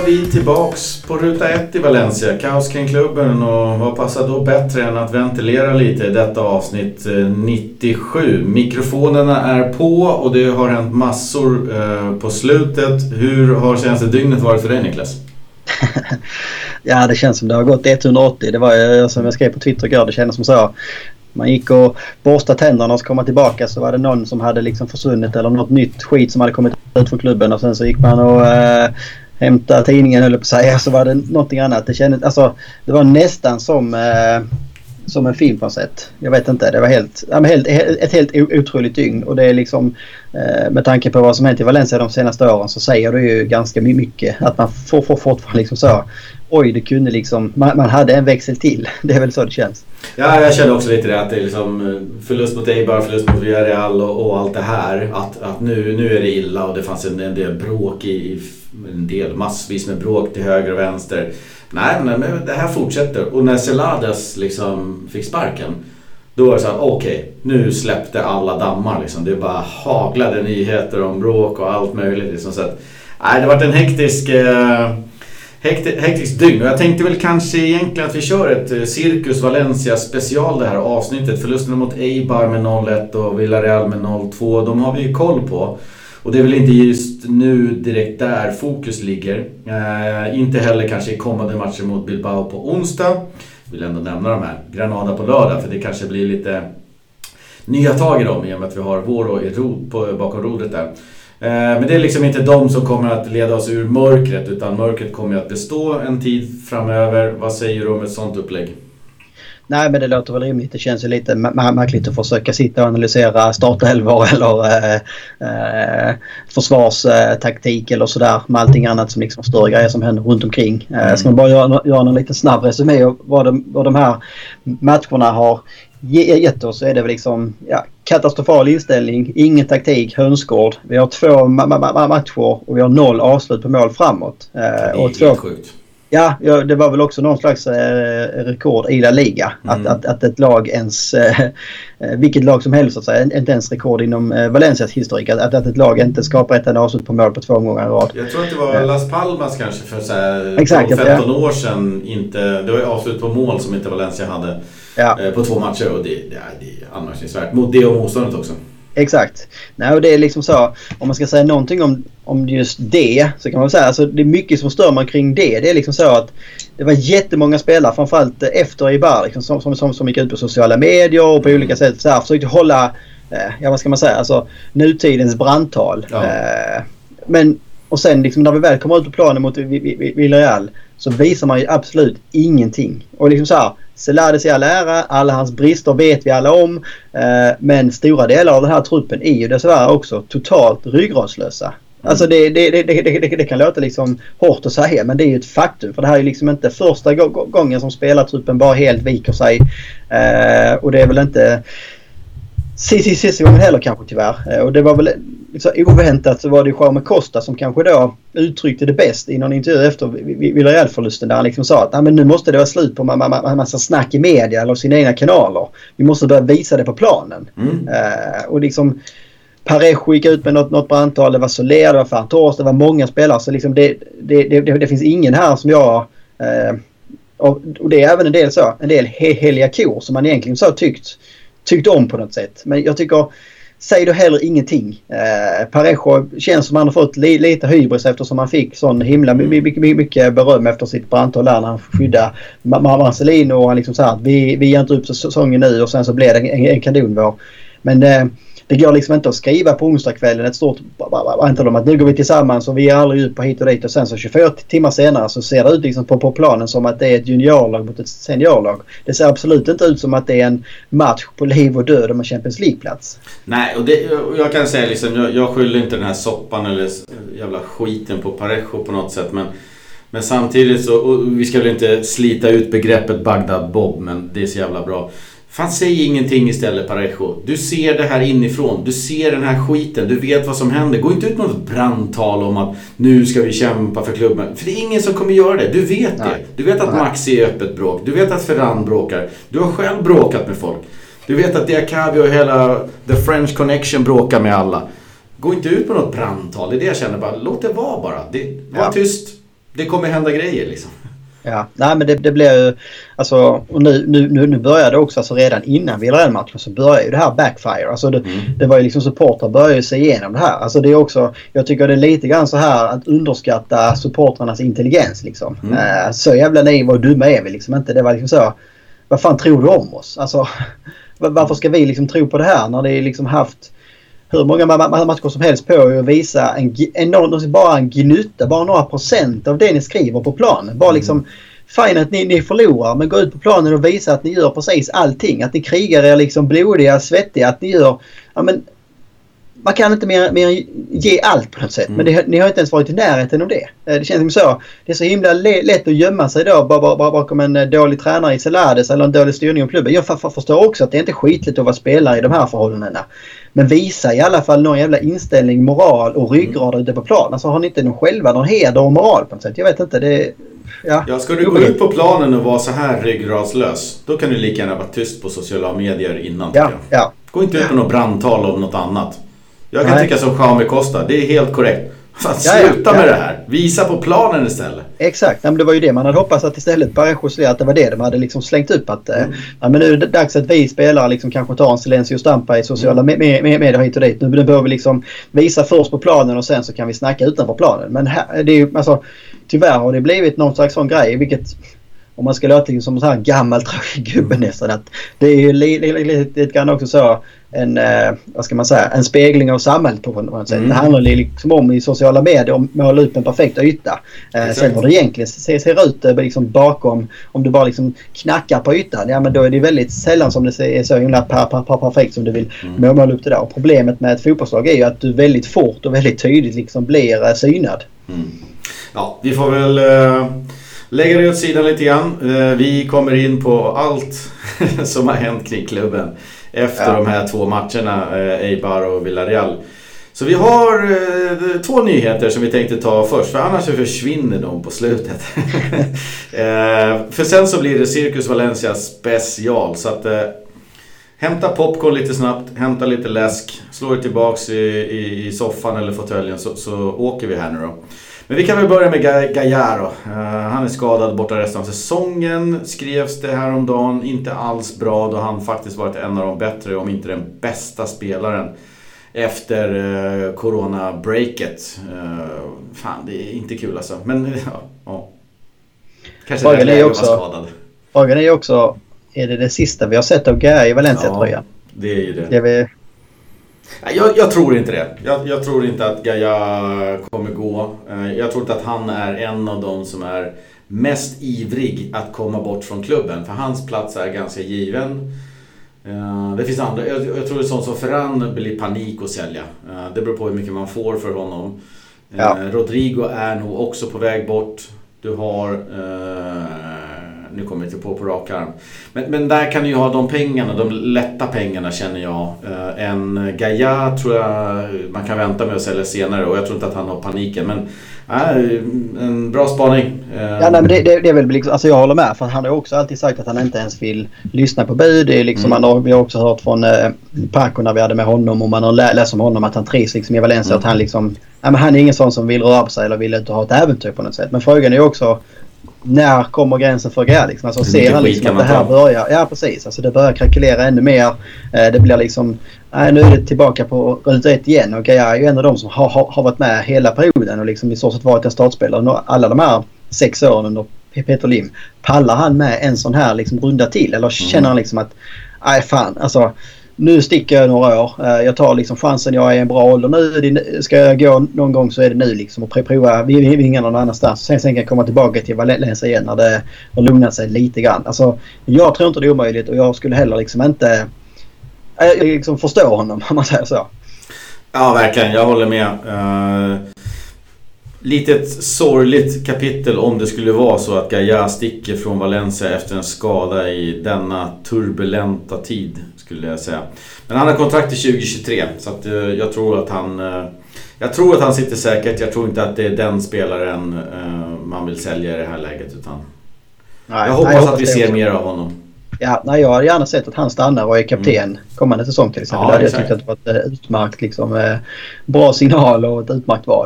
var vi tillbaks på ruta 1 i Valencia, kaos kring klubben, och vad passar då bättre än att ventilera lite i detta avsnitt 97. Mikrofonerna är på och det har hänt massor på slutet. Hur har senaste dygnet varit för dig, Niklas? Ja, det känns som det har gått 180. Det var som jag skrev på Twitter igår, det kändes som så. Man gick och borstade tänderna och så kom man tillbaka, så var det någon som hade liksom försvunnit eller något nytt skit som hade kommit ut från klubben, och sen så gick man och hämtade tidningen, eller på sig, så var det någonting annat. Det kändes, alltså, det var nästan som en film på något sätt. Jag vet inte, det var ett helt otroligt dygn, och det är liksom med tanke på vad som hänt i Valencia de senaste åren, så säger det ju ganska mycket att man får fortfarande liksom så, oj, det kunde liksom, man hade en växel till. Det är väl så det känns. Ja, jag känner också lite det, att det är liksom förlust mot Eibar, förlust mot Villarreal och allt det här, att nu är det illa, och det fanns en del bråk massvis med bråk till höger och vänster. Nej, men det här fortsätter. Och när Celades liksom fick sparken, då var det så att okej, nu släppte alla dammar liksom. Det bara haglade nyheter om bråk och allt möjligt liksom. Så att, nej, det var en hektisk dygn. Och jag tänkte väl kanske egentligen att vi kör ett Cirkus Valencia special, det här avsnittet. Förlusterna mot Eibar med 0-1 och Villarreal med 0-2, de har vi ju koll på. Och det är väl inte just nu direkt där fokus ligger. Inte heller kanske i kommande matcher mot Bilbao på onsdag. Vill ändå nämna de här. Granada på lördag, för det kanske blir lite nya tag i dem, i och med att vi har vår bakom rodret där. Men det är liksom inte de som kommer att leda oss ur mörkret, utan mörkret kommer att bestå en tid framöver. Vad säger du om ett sånt upplägg? Nej, men det låter väl rimligt. Det känns ju lite märkligt att försöka sitta och analysera startelvor eller försvarstaktik eller sådär, med allting annat som liksom större grejer som händer runt omkring. Ska man bara göra en liten snabb resumé av vad de här matcherna har gett oss, så är det väl liksom katastrofal inställning, ingen taktik, hönsgård. Vi har 2 matcher och vi har 0 avslut på mål framåt. Det är och helt sjukt. Ja, det var väl också någon slags rekord i La Liga. Att ett lag ens, vilket lag som helst, så att säga, inte ens rekord inom Valencias historik, att ett lag inte skapar ett avslut på mål på 2 gånger i rad. Jag tror att det var Las Palmas kanske för så här 15 år sedan. Det var avslut på mål som inte Valencia hade på 2 matcher, och det är anmärkningsvärt mot det och motståndet också. Exakt. Nej, och det är liksom så, om man ska säga någonting om just det, så kan man säga, alltså det är mycket som stör man kring det. Det är liksom så att det var jättemånga spelare, framförallt efter Eibar, liksom, som gick ut på sociala medier och på olika sätt så här, försökte hålla, vad ska man säga, alltså nutidens brandtal. Ja. Men, och sen liksom när vi väl kommer ut på planen mot Villarreal, så visar man ju absolut ingenting. Och liksom så här, Celades i all ära, alla hans brister vet vi alla om, men stora delar av den här truppen är ju dessvärre också totalt ryggradslösa. Alltså det kan låta liksom hårt att säga, men det är ju ett faktum, för det här är liksom inte första gången som spelartruppen bara helt viker sig, och det är väl inte sista gången heller kanske, tyvärr. Och det var väl liksom oväntat, så var det Jaume Costa som kanske då uttryckte det bäst i någon intervju efter Villarreal-förlusten, där han liksom sa att men nu måste det vara slut på massa snack i media eller sina egna kanaler. Vi måste börja visa det på planen. Och liksom Parejo gick ut med något brandtal, det var Soler, det var Ferran Torres, det var många spelare, så liksom det finns ingen här som jag och det är även en del heliga kor som man egentligen så tyckt om på något sätt. Men jag tycker, säg då heller ingenting. Parejo känns som han har fått lite hybris, eftersom han fick sån himla mycket beröm efter sitt brandtal när han skyddade Marcelino, och han liksom sa att vi ger inte upp säsongen nu, och sen så blev det en kanonvår. Men det går liksom inte att skriva på onsdagskvällen ett stort antal om att nu går vi tillsammans och vi är aldrig ut på hit och dit, och sen så 24 timmar senare så ser det ut liksom på planen som att det är ett juniorlag mot ett seniorlag. Det ser absolut inte ut som att det är en match på liv och död om en Champions League-plats. Nej, och jag kan säga liksom, jag skyller inte den här soppan eller jävla skiten på Parejo på något sätt, men samtidigt så, och vi ska väl inte slita ut begreppet Bagdad Bob, men det är så jävla bra. Fan, säg ingenting istället, Parejo. Du ser det här inifrån. Du ser den här skiten. Du vet vad som händer. Gå inte ut med något brandtal om att nu ska vi kämpa för klubben. För det är ingen som kommer göra det. Du vet det. Du vet att Maxi är öppet bråk. Du vet att Ferran bråkar. Du har själv bråkat med folk. Du vet att Diakabi och hela The French Connection bråkar med alla. Gå inte ut på något brandtal. Det är det jag känner. Bara, låt det vara bara. Var tyst. det kommer hända grejer liksom. Ja, nej men det blir ju, alltså, och nu började det också, alltså redan innan Villarreal-matchen så började ju det här backfire. Alltså det var ju liksom supportrar började ju se igenom det här. Alltså det är också, jag tycker det är lite grann så här att underskatta supportrarnas intelligens liksom. Så jävla naiva och dumma är vi liksom inte. Det var liksom så, vad fan tror du om oss? Alltså, varför ska vi liksom tro på det här när det är liksom haft hur många matcher som helst på att visa bara en gnutta, bara några procent av det ni skriver på planen. Bara liksom, fine att ni förlorar, men gå ut på planen och visa att ni gör precis allting. Att ni krigar er liksom blodiga, svettiga, att ni gör, ja men man kan inte mer ge allt på något sätt. Men ni har inte ens varit i närheten av det. Det känns som så. Det är så himla lätt att gömma sig då bara bakom en dålig tränare i Celades eller en dålig styrning av klubben. Jag förstår också att det är inte skitligt att vara spelare i de här förhållandena. Men visa i alla fall någon jävla inställning, moral och ryggrad ute på planen. Alltså har ni inte någon heder och moral på något sätt? Jag vet inte, det... Ja, ska du gå ut på planen och vara så här ryggradslös, då kan du lika gärna vara tyst på sociala medier innan. Ja. Gå inte ut på något brandtal om något annat. Jag kan tycka som Jaime Costa, det är helt korrekt. Fan, sluta med det här. Visa på planen istället. Exakt, men det var ju det man hade hoppats att istället bara att det var det de hade liksom slängt upp att men nu är det dags att vi spelare liksom kanske tar en silencio stampa i sociala medier hit och dit. Nu behöver vi liksom visa först på planen och sen så kan vi snacka utanför planen. Men här, det är ju, alltså, tyvärr har det blivit någon slags sån grej, vilket om man ska låta liksom så här gammal tråkig gubbe nästan, att det är ju lite grann också så en, vad ska man säga, en spegling av samhället på något sätt. Det handlar liksom om i sociala medier om att måla upp en perfekt yta. Sen hur det egentligen ser ut liksom bakom, om du bara liksom knackar på ytan, ja men då är det väldigt sällan som det är så himla perfekt som du vill måla upp det där. Och problemet med ett fotbollslag är ju att du väldigt fort och väldigt tydligt liksom blir synad. Ja, vi får väl lägga det åt sidan lite grann. Vi kommer in på allt som har hänt kring klubben efter de här 2 matcherna, Eibar och Villarreal. Så vi har 2 nyheter som vi tänkte ta först, för annars så försvinner de på slutet. För sen så blir det Circus Valencia special, så att hämta popcorn lite snabbt, hämta lite läsk, slå er tillbaks i soffan eller fåtöljen, så åker vi här nu då. Men vi kan väl börja med Gallardo. Han är skadad borta resten av säsongen, skrevs det här om dagen. Inte alls bra, då han faktiskt varit en av de bättre, om inte den bästa spelaren efter corona-breaket. Fan, det är inte kul alltså. Men ja. Kanske frågan är också skadad. Frågan är också, är det sista vi har sett av Gaia i Valencia-tröjan? Det är ju det. Jag tror inte det. Jag tror inte att Gaia kommer gå. Jag tror inte att han är en av de som är mest ivrig att komma bort från klubben. För hans plats är ganska given. Det finns andra. Jag tror det är sånt som Ferran blir panik att sälja. Det beror på hur mycket man får för honom. Rodrigo är nog också på väg bort. Du har... nu kommer jag inte på rak arm. Men där kan du ju ha de pengarna, de lätta pengarna känner jag. En Gaia tror jag man kan vänta med att sälja senare, och jag tror inte att han har paniken. Men en bra spaning. Ja, nej, men det är väl liksom, alltså jag håller med, för han har också alltid sagt att han inte ens vill lyssna på bud. Det är liksom, vi har också hört från Paco när vi hade med honom, och man har läst om honom att han trivs liksom i Valencia, att han liksom, men han är ingen sån som vill röra på sig eller vill inte ha ett äventyr på något sätt. Men frågan är ju också, när kommer gränsen för Gaia liksom? Alltså ser han liksom att det här börjar, ja precis, alltså det börjar krackelera ännu mer. Det blir liksom, nu är det tillbaka på ruta 1 igen, och Gaia är ju en av de som har varit med hela perioden och liksom i så sätt varit en startspelare alla de här 6 åren under Peter Lim. Pallar han med en sån här liksom runda till, eller känner han liksom att nej fan, alltså nu sticker jag några år. Jag tar liksom chansen, jag är i en bra ålder nu. Ska jag gå någon gång så är det nu liksom, och prova vingarna någon annanstans. Sen kan jag komma tillbaka till Valencia igen när det har lugnat sig lite grann. Alltså, jag tror inte det är omöjligt, och jag skulle heller liksom inte liksom förstå honom, om man säger så. Ja, verkligen. Jag håller med. Litet sorgligt kapitel om det skulle vara så att Gaia sticker från Valencia efter en skada i denna turbulenta tid, skulle jag säga. Men han har kontrakt till 2023, så att jag tror att han sitter säkert. Jag tror inte att det är den spelaren man vill sälja i det här läget, utan jag hoppas att vi ser mer av honom. Ja, nej, jag hade gärna sett att han stannar och är kapten kommande säsong till exempel. Ja, jag tyckte att det var ett utmärkt liksom, bra signal och ett utmärkt val.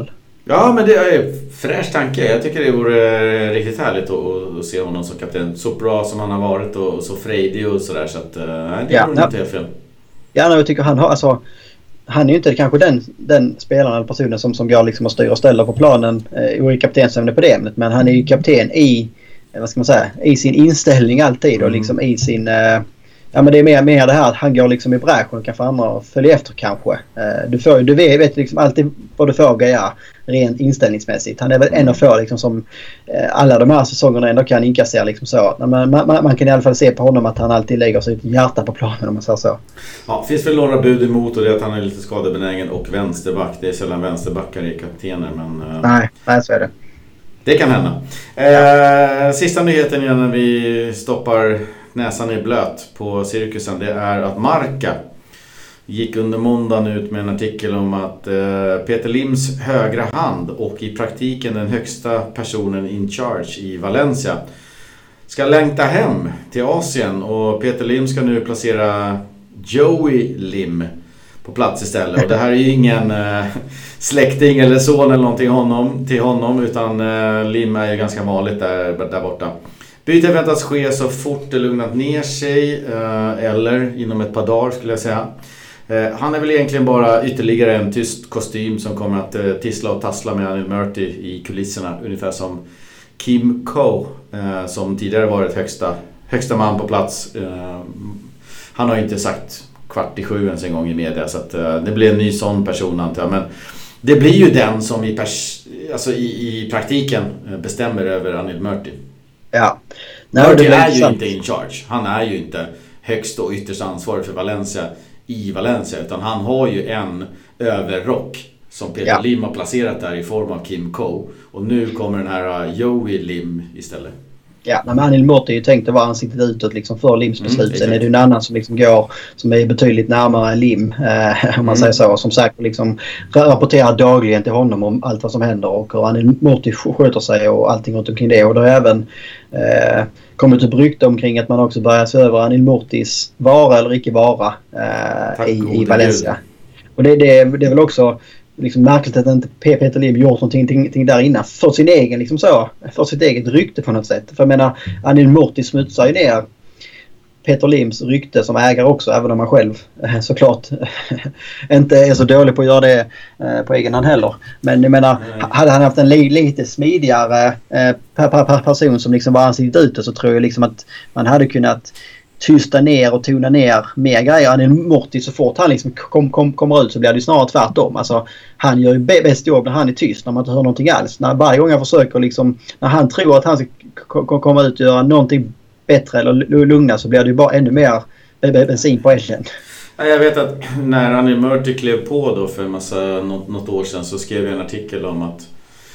Ja, men det är fräsch tanke. Jag tycker det vore riktigt härligt att se honom som kapten. Så bra som han har varit och så frejdig och sådär. Så att det vore inte helt fel. Ja, jag tycker han har... Alltså, han är ju inte kanske den spelaren eller personen som går liksom och styr och ställer på planen i kaptensämne på det ämnet. Men han är ju kapten i, vad ska man säga, i sin inställning alltid och liksom i sin... Ja, men det är mer det här att han går liksom i bräschen och kan få andra följa efter kanske. Du vet liksom alltid vad du får av Gaia rent inställningsmässigt. Han är väl en av få liksom som alla de här säsongerna ändå kan inkassera liksom så. Man kan i alla fall se på honom att han alltid lägger sitt hjärta på planen om man säger så. Ja, finns väl några bud emot och det är att han är lite skadebenägen och vänsterback. Det är sällan vänsterbackar i kaptener, men... Nej, så är det. Det kan hända. Sista nyheten innan vi stoppar näsan i blöt på cirkusen, det är att Marca gick under måndagen ut med en artikel om att Peter Lims högra hand och i praktiken den högsta personen in charge i Valencia ska längta hem till Asien, och Peter Lim ska nu placera Joey Lim på plats istället. Och det här är ju ingen släkting eller son eller någonting till honom, utan Lim är ju ganska vanligt där borta. Bytet väntas ske så fort det lugnat ner sig, eller inom ett par dagar skulle jag säga. Han är väl egentligen bara ytterligare en tyst kostym som kommer att tissla och tassla med Anil Murty i kulisserna, ungefär som Kim Ko, som tidigare varit högsta man på plats. Han har inte sagt 6:15 ens en gång i media, så att det blir en ny sån person antar jag. Men det blir ju den som i praktiken bestämmer över Anil Murty. Ja. Murty är ju inte in charge. Han är ju inte högst och ytterst ansvarig för Valencia i Valencia, utan han har ju en överrock som Peter Lim har placerat där i form av Kim Ko, och nu kommer den här Joey Lim istället. Ja, men Anil Murty är ju tänkt att vara ansiktet utåt liksom för Lims beslut. Sen är det ju en annan som liksom går, som är betydligt närmare Lim, om man säger så, som säkert liksom rapporterar dagligen till honom om allt vad som händer, och hur Anil Murty sköter sig och allting runt omkring det. Och det har även kommit ett rykte omkring att man också börjar se över Anil Murtys vara eller icke vara i Valencia. Och det är väl också liksom märkligt att inte Peter Lim gjort någonting där innan för sin egen liksom så, för sitt eget rykte på något sätt. För jag menar, Anil Murty smutsar ju ner Peter Lims rykte som ägare också, även om man själv såklart inte är så dålig på att göra det på egen hand heller. Men jag menar, hade han haft en lite smidigare person som liksom var ansiktet ute, så tror jag liksom att man hade kunnat tysta ner och tona ner mer grejer. Anil Murty, så fort han liksom kommer ut så blir det snarare tvärtom. Alltså, han gör ju bäst jobb när han är tyst, när man inte hör någonting alls. När varje gång han försöker liksom, när han tror att han ska komma ut och göra någonting bättre eller lugna, så blir det ju bara ännu mer bensin på elden. Jag vet att när Anil Murty klev på då för något år sedan, så skrev jag en artikel om att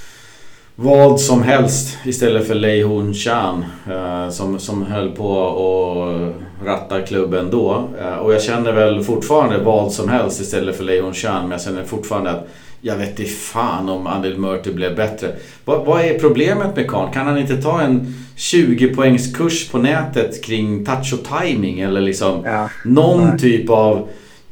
vad som helst istället för Lei Hun Chan som höll på att ratta klubben då. Och jag känner väl fortfarande vad som helst istället för Lei Hun Chan, men jag känner fortfarande att jag vet inte fan om Anil Murty blev bättre. Vad är problemet med Kahn? Kan han inte ta en 20-poängskurs på nätet kring touch och timing, eller liksom någon typ av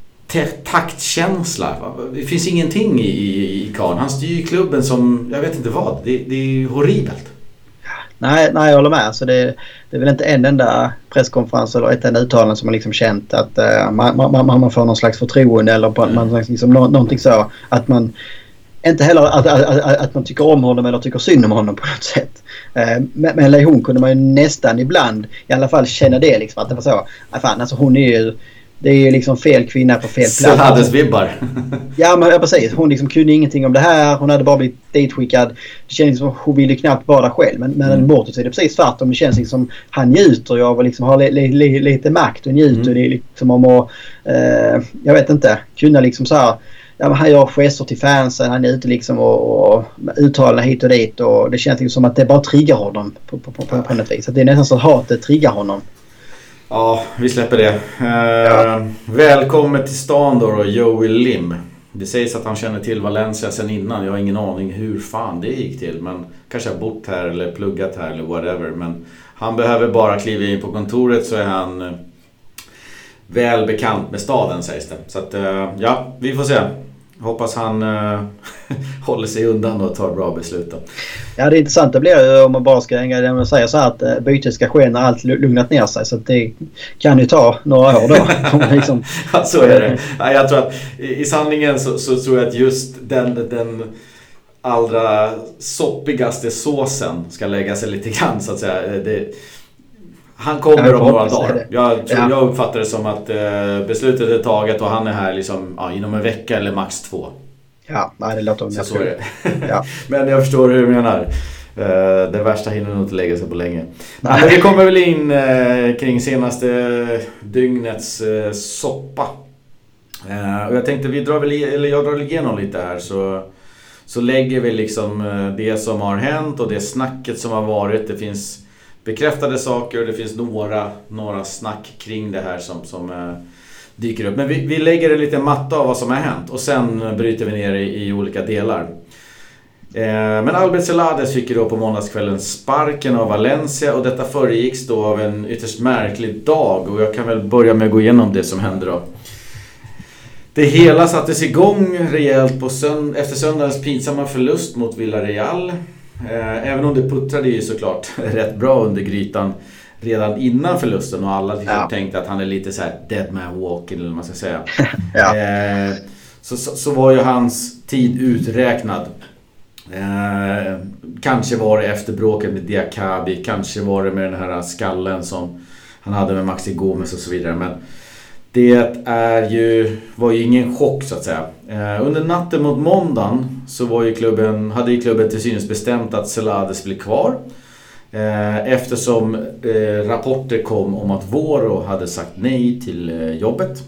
taktkänsla? Det finns ingenting i Kahn. Han styr klubben som jag vet inte vad. Det är horribelt. Nej, jag håller med. Så det är väl inte en enda presskonferens eller ett enda uttalande som man liksom känt att man får någon slags förtroende, eller man liksom någonting så att man inte heller att man tycker om honom eller tycker synd om honom på något sätt. Men Lei Hun kunde man ju nästan ibland i alla fall känna det liksom, att det var så. Fan, alltså hon är ju, det är ju liksom fel kvinna på fel plats. Så hades vibbar. Ja, men precis. Hon liksom kunde ingenting om det här. Hon hade bara blivit ditskickad. Det känns som hon ville knappt vara där själv. Men bortåt så är det precis tvärtom. Det känns liksom som han njuter av att liksom ha lite makt och njuter. Det är liksom om att, jag vet inte, kunna liksom så här, ja, men han gör gester till fansen. Han är ute liksom och uttalar hit och dit. Och det känns liksom som att det bara triggar honom på något vis. Att det är nästan så att hatet triggar honom. Ja, vi släpper det. Välkommen till stan då, Joey Lim. Det sägs att han känner till Valencia sedan innan. Jag har ingen aning hur fan det gick till. Men kanske har bott här eller pluggat här eller whatever. Men han behöver bara kliva in på kontoret, så är han väl bekant med staden, sägs det. Så att, ja, vi får se. Hoppas han håller sig undan och tar bra beslut då. Ja, det är intressant. Det blir om man bara ska säga så här att bytet ska ske när allt lugnat ner sig. Så att det kan ju ta några år då. Liksom. Ja, så är det. Ja, jag tror att i sanningen så tror jag att just den allra soppigaste såsen ska lägga sig lite grann så att säga. Han kommer om några dagar. Jag uppfattar det som att beslutet är taget och han är här liksom, inom en vecka eller max 2. Ja, nej, det låter så är det. Ja. Men jag förstår hur du menar. Det värsta hinner nog inte lägga sig på länge. Men vi kommer väl in kring senaste dygnets soppa. Och jag tänkte jag drar igenom lite här så lägger vi liksom det som har hänt och det snacket som har varit. Det finns bekräftade saker och det finns några snack kring det här som dyker upp. Men vi lägger en liten matta av vad som har hänt och sen bryter vi ner i olika delar. Men Albert Celades fick ju då på måndagskvällen sparken av Valencia och detta föregicks då av en ytterst märklig dag och jag kan väl börja med att gå igenom det som hände då. Det hela sattes igång rejält efter söndagens pinsamma förlust mot Villarreal. Även om det puttrade ju såklart rätt bra under grytan redan innan förlusten och alla liksom tänkte att han är lite så här dead man walking eller vad man ska säga. Så var ju hans tid uträknad. Kanske var det efter bråket med Diakabi, kanske var det med den här skallen som han hade med Maxi Gomez och så vidare, men det var ju ingen chock så att säga. Under natten mot måndagen så hade klubben till synes bestämt att Celades blir kvar. Eftersom rapporter kom om att Voro hade sagt nej till jobbet.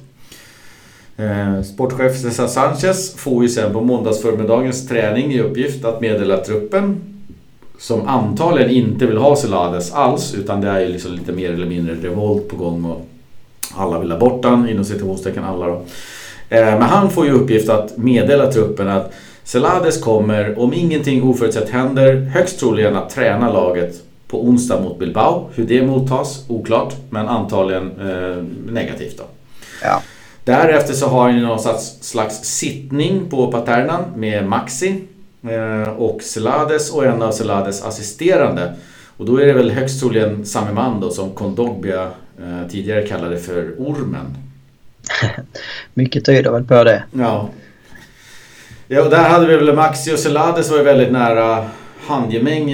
Sportchef Cesar Sanchez får ju sen på måndagsförmiddagens träning i uppgift att meddela truppen, som antagligen inte vill ha Celades alls, utan det är ju liksom lite mer eller mindre revolt på gång och alla vill ha bort han, inom citationstecken alla då. Men han får ju uppgift att meddela truppen att Celades kommer, om ingenting oförutsett händer, högst troligen att träna laget på onsdag mot Bilbao. Hur det mottas, oklart, men antagligen negativt då. Ja. Därefter så har han någon slags sittning på Paternan med Maxi och Celades och en av Celades assisterande. Och då är det väl högst troligen samma man då som Kondogbia tidigare kallade för Ormen. Mycket tyder väl på det. Ja, och där hade vi väl Maxi och Celades var ju väldigt nära handgemäng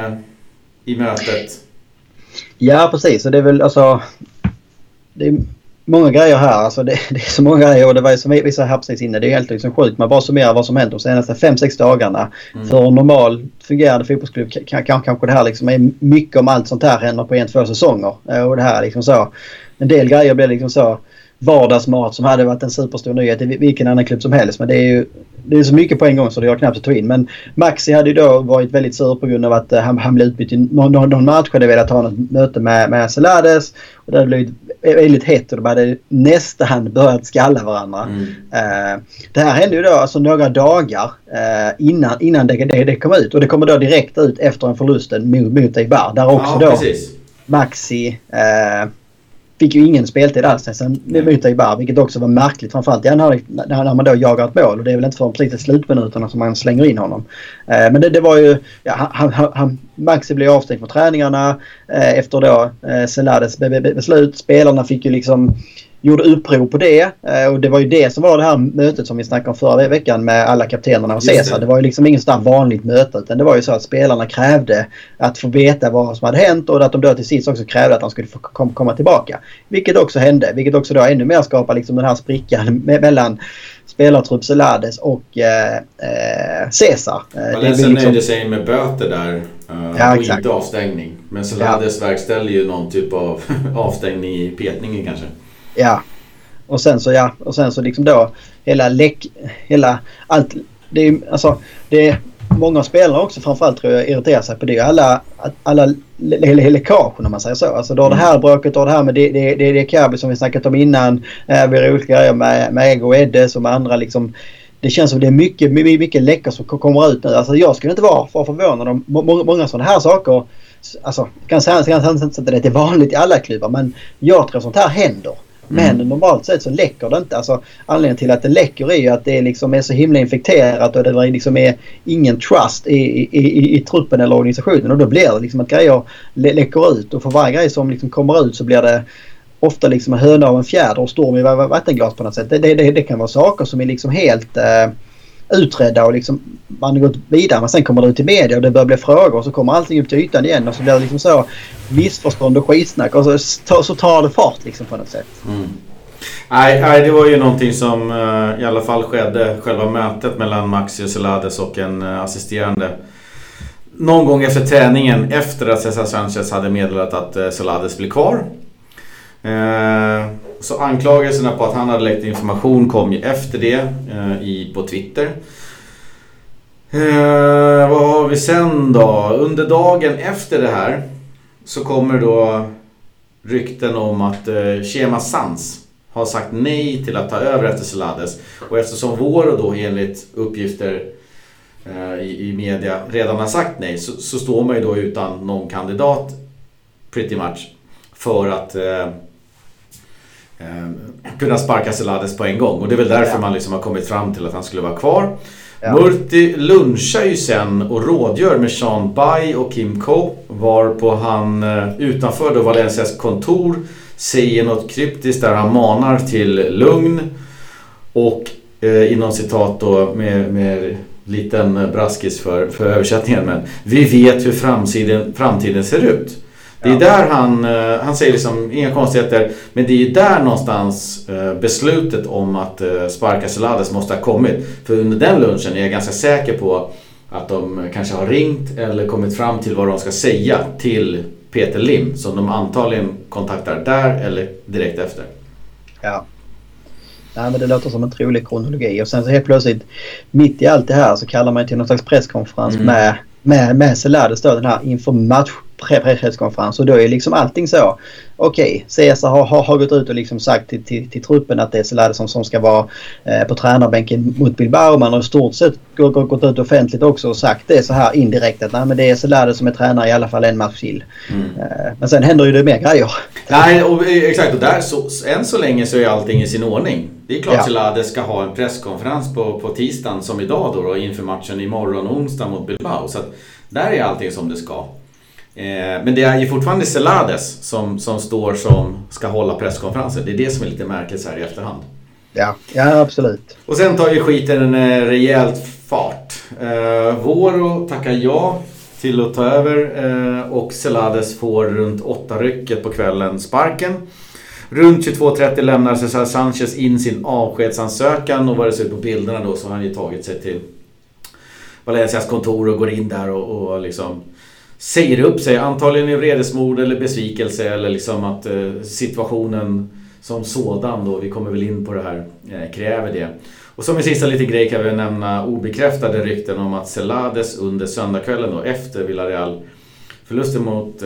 i mötet. Ja, precis. Och det är väl alltså det är många grejer här. Alltså det är så många grejer och det var ju som vi sa här precis inne. Det är helt liksom sjukt. Man bara summerar vad som hänt de senaste 5-6 dagarna. För en normal fungerande fotbollsklubb kanske det här liksom är mycket om allt sånt här händer på 1-2 säsonger. Och det här liksom så. En del grejer blir liksom så vardagsmat som hade varit en superstor nyhet i vilken annan klubb som helst. Men det är så mycket på en gång så det har knappt att ta in. Men Maxi hade ju då varit väldigt sur på grund av att han blev utbytt i någon match. Hade velat ha något möte med Celades. Och det hade blivit väldigt hett och de hade nästan börjat skalla varandra. Det här hände ju då alltså några dagar innan det kom ut. Och det kommer då direkt ut efter en förlusten mot Eibar. Där också då precis. Maxi fick ju ingen speltid alls sen mot Eibar, vilket också var märkligt framförallt när man då jagar ett mål och det är väl inte för precis slutminuterna som man slänger in honom. Men det var ju Maxi blev avstängd från träningarna efter då Celades beslut. Spelarna fick ju liksom gjorde uppror på det och det var ju det som var det här mötet som vi snackade om förra veckan med alla kaptenerna och Cesar. Det var ju liksom inget sådant vanligt möte utan det var ju så att spelarna krävde att få veta vad som hade hänt och att de då till sist också krävde att han skulle få komma tillbaka. Vilket också hände, vilket också då ännu mer skapar liksom den här sprickan mellan spelartrupp Celades och Cesar. Valencia nöjde sig med böter där och exakt. Inte avstängning. Men Celades verkställde ju någon typ av avstängning i petningen kanske. Ja. Och sen så liksom då hela allt det är alltså det är många spelare också framförallt tror jag irriterar sig på det alla läckage om man säger så. Alltså då det här bråket och det här med det Kabi som vi snackat om innan vi har olika grejer med Ego och Eddes och med andra liksom. Det känns som det är mycket läckor som kommer ut nu. Alltså jag skulle inte vara förvånad om många sådana här saker. Alltså kan säga att det är vanligt i alla klubbar men jag tror sånt här händer. Men normalt sett så läcker det inte. Alltså, anledningen till att det läcker är ju att det liksom är så himla infekterat och det liksom är ingen trust i truppen eller organisationen. Och då blir det liksom att grejer läcker ut. Och för varje grej som liksom kommer ut så blir det ofta liksom en höna av en fjäder och storm i vattenglas på något sätt. Det kan vara saker som är liksom helt utredda och liksom man har gått vidare, men sen kommer det ut till media och det börjar bli frågor och så kommer allting upp till ytan igen och så blir det liksom så missförstånd och skitsnack och så tar det fart liksom på något sätt. Nej, det var ju någonting som i alla fall skedde, själva mötet mellan Maxi och Celades och en assisterande. Någon gång efter träningen, efter att Cesar Sanchez hade meddelat att Celades blir kvar. Så anklagelserna på att han hade läckt information kom ju efter det på Twitter. Vad har vi sen då? Under dagen efter det här så kommer då rykten om att Chema Sanz har sagt nej till att ta över efter Celades. Och eftersom Våro då enligt uppgifter i media redan har sagt nej så står man ju då utan någon kandidat pretty much för att kunna sparka Celades på en gång. Och det är väl därför man liksom har kommit fram till att han skulle vara kvar. Murti lunchar ju sen och rådgör med Sean Bay och Kim Ko, varpå han utanför då Valencias kontor säger något kryptiskt där han manar till lugn och inom citat då med liten braskis för översättningen, men vi vet hur framtiden ser ut. Det är där han säger liksom inga konstigheter, men det är ju där någonstans beslutet om att sparka Celades måste ha kommit. För under den lunchen är jag ganska säker på att de kanske har ringt eller kommit fram till vad de ska säga till Peter Lim, som de antagligen kontaktar där eller direkt efter. Ja. Nej, men det låter som en trolig kronologi. Och sen så helt plötsligt, mitt i allt det här, så kallar man till någon slags presskonferens med Celades då, den här inför matchpresskonferens. Och då är liksom allting så. Okej, Cesar har gått ut och liksom sagt till truppen att det är Celades som ska vara på tränarbänken mot Bilbao. Man har i stort sett gått ut offentligt också och sagt det så här indirekt att nej, men det är Celades som är tränare i alla fall en match till. Men sen händer ju det mer grejer. Nej, exakt. Och där än så länge så är allting i sin ordning. Det är klart Celades ska ha en presskonferens på tisdagen som idag då inför matchen imorgon onsdag mot Bilbao. Så att där är allting som det ska. Men det är ju fortfarande Celades som står som ska hålla presskonferenser. Det är det som är lite märkligt så här i efterhand. Ja, absolut. Och sen tar ju skiten en rejält fart. Våro tackar ja till att ta över och Celades får runt 8-rycket på kvällen sparken. Runt 22.30 lämnar Cesar Sanchez in sin avskedsansökan, och vad det ser ut på bilderna då så har han ju tagit sig till Valencias kontor och går in där och liksom säger upp sig, antagligen i vredesmod eller besvikelse eller liksom att situationen som sådan då, vi kommer väl in på det här, kräver det. Och som en sista liten grej kan vi nämna obekräftade rykten om att Celades under söndagskvällen då efter Villarreal förlusten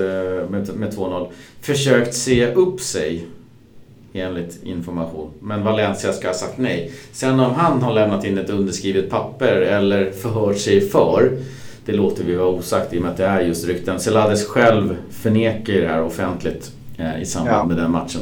med 2-0 försökt se upp sig enligt information, men Valencia ska ha sagt nej. Sen om han har lämnat in ett underskrivet papper eller förhört sig för, det låter vi vara osagt i och med att det är just rykten. Celades själv förnekar det här offentligt i samband med den matchen.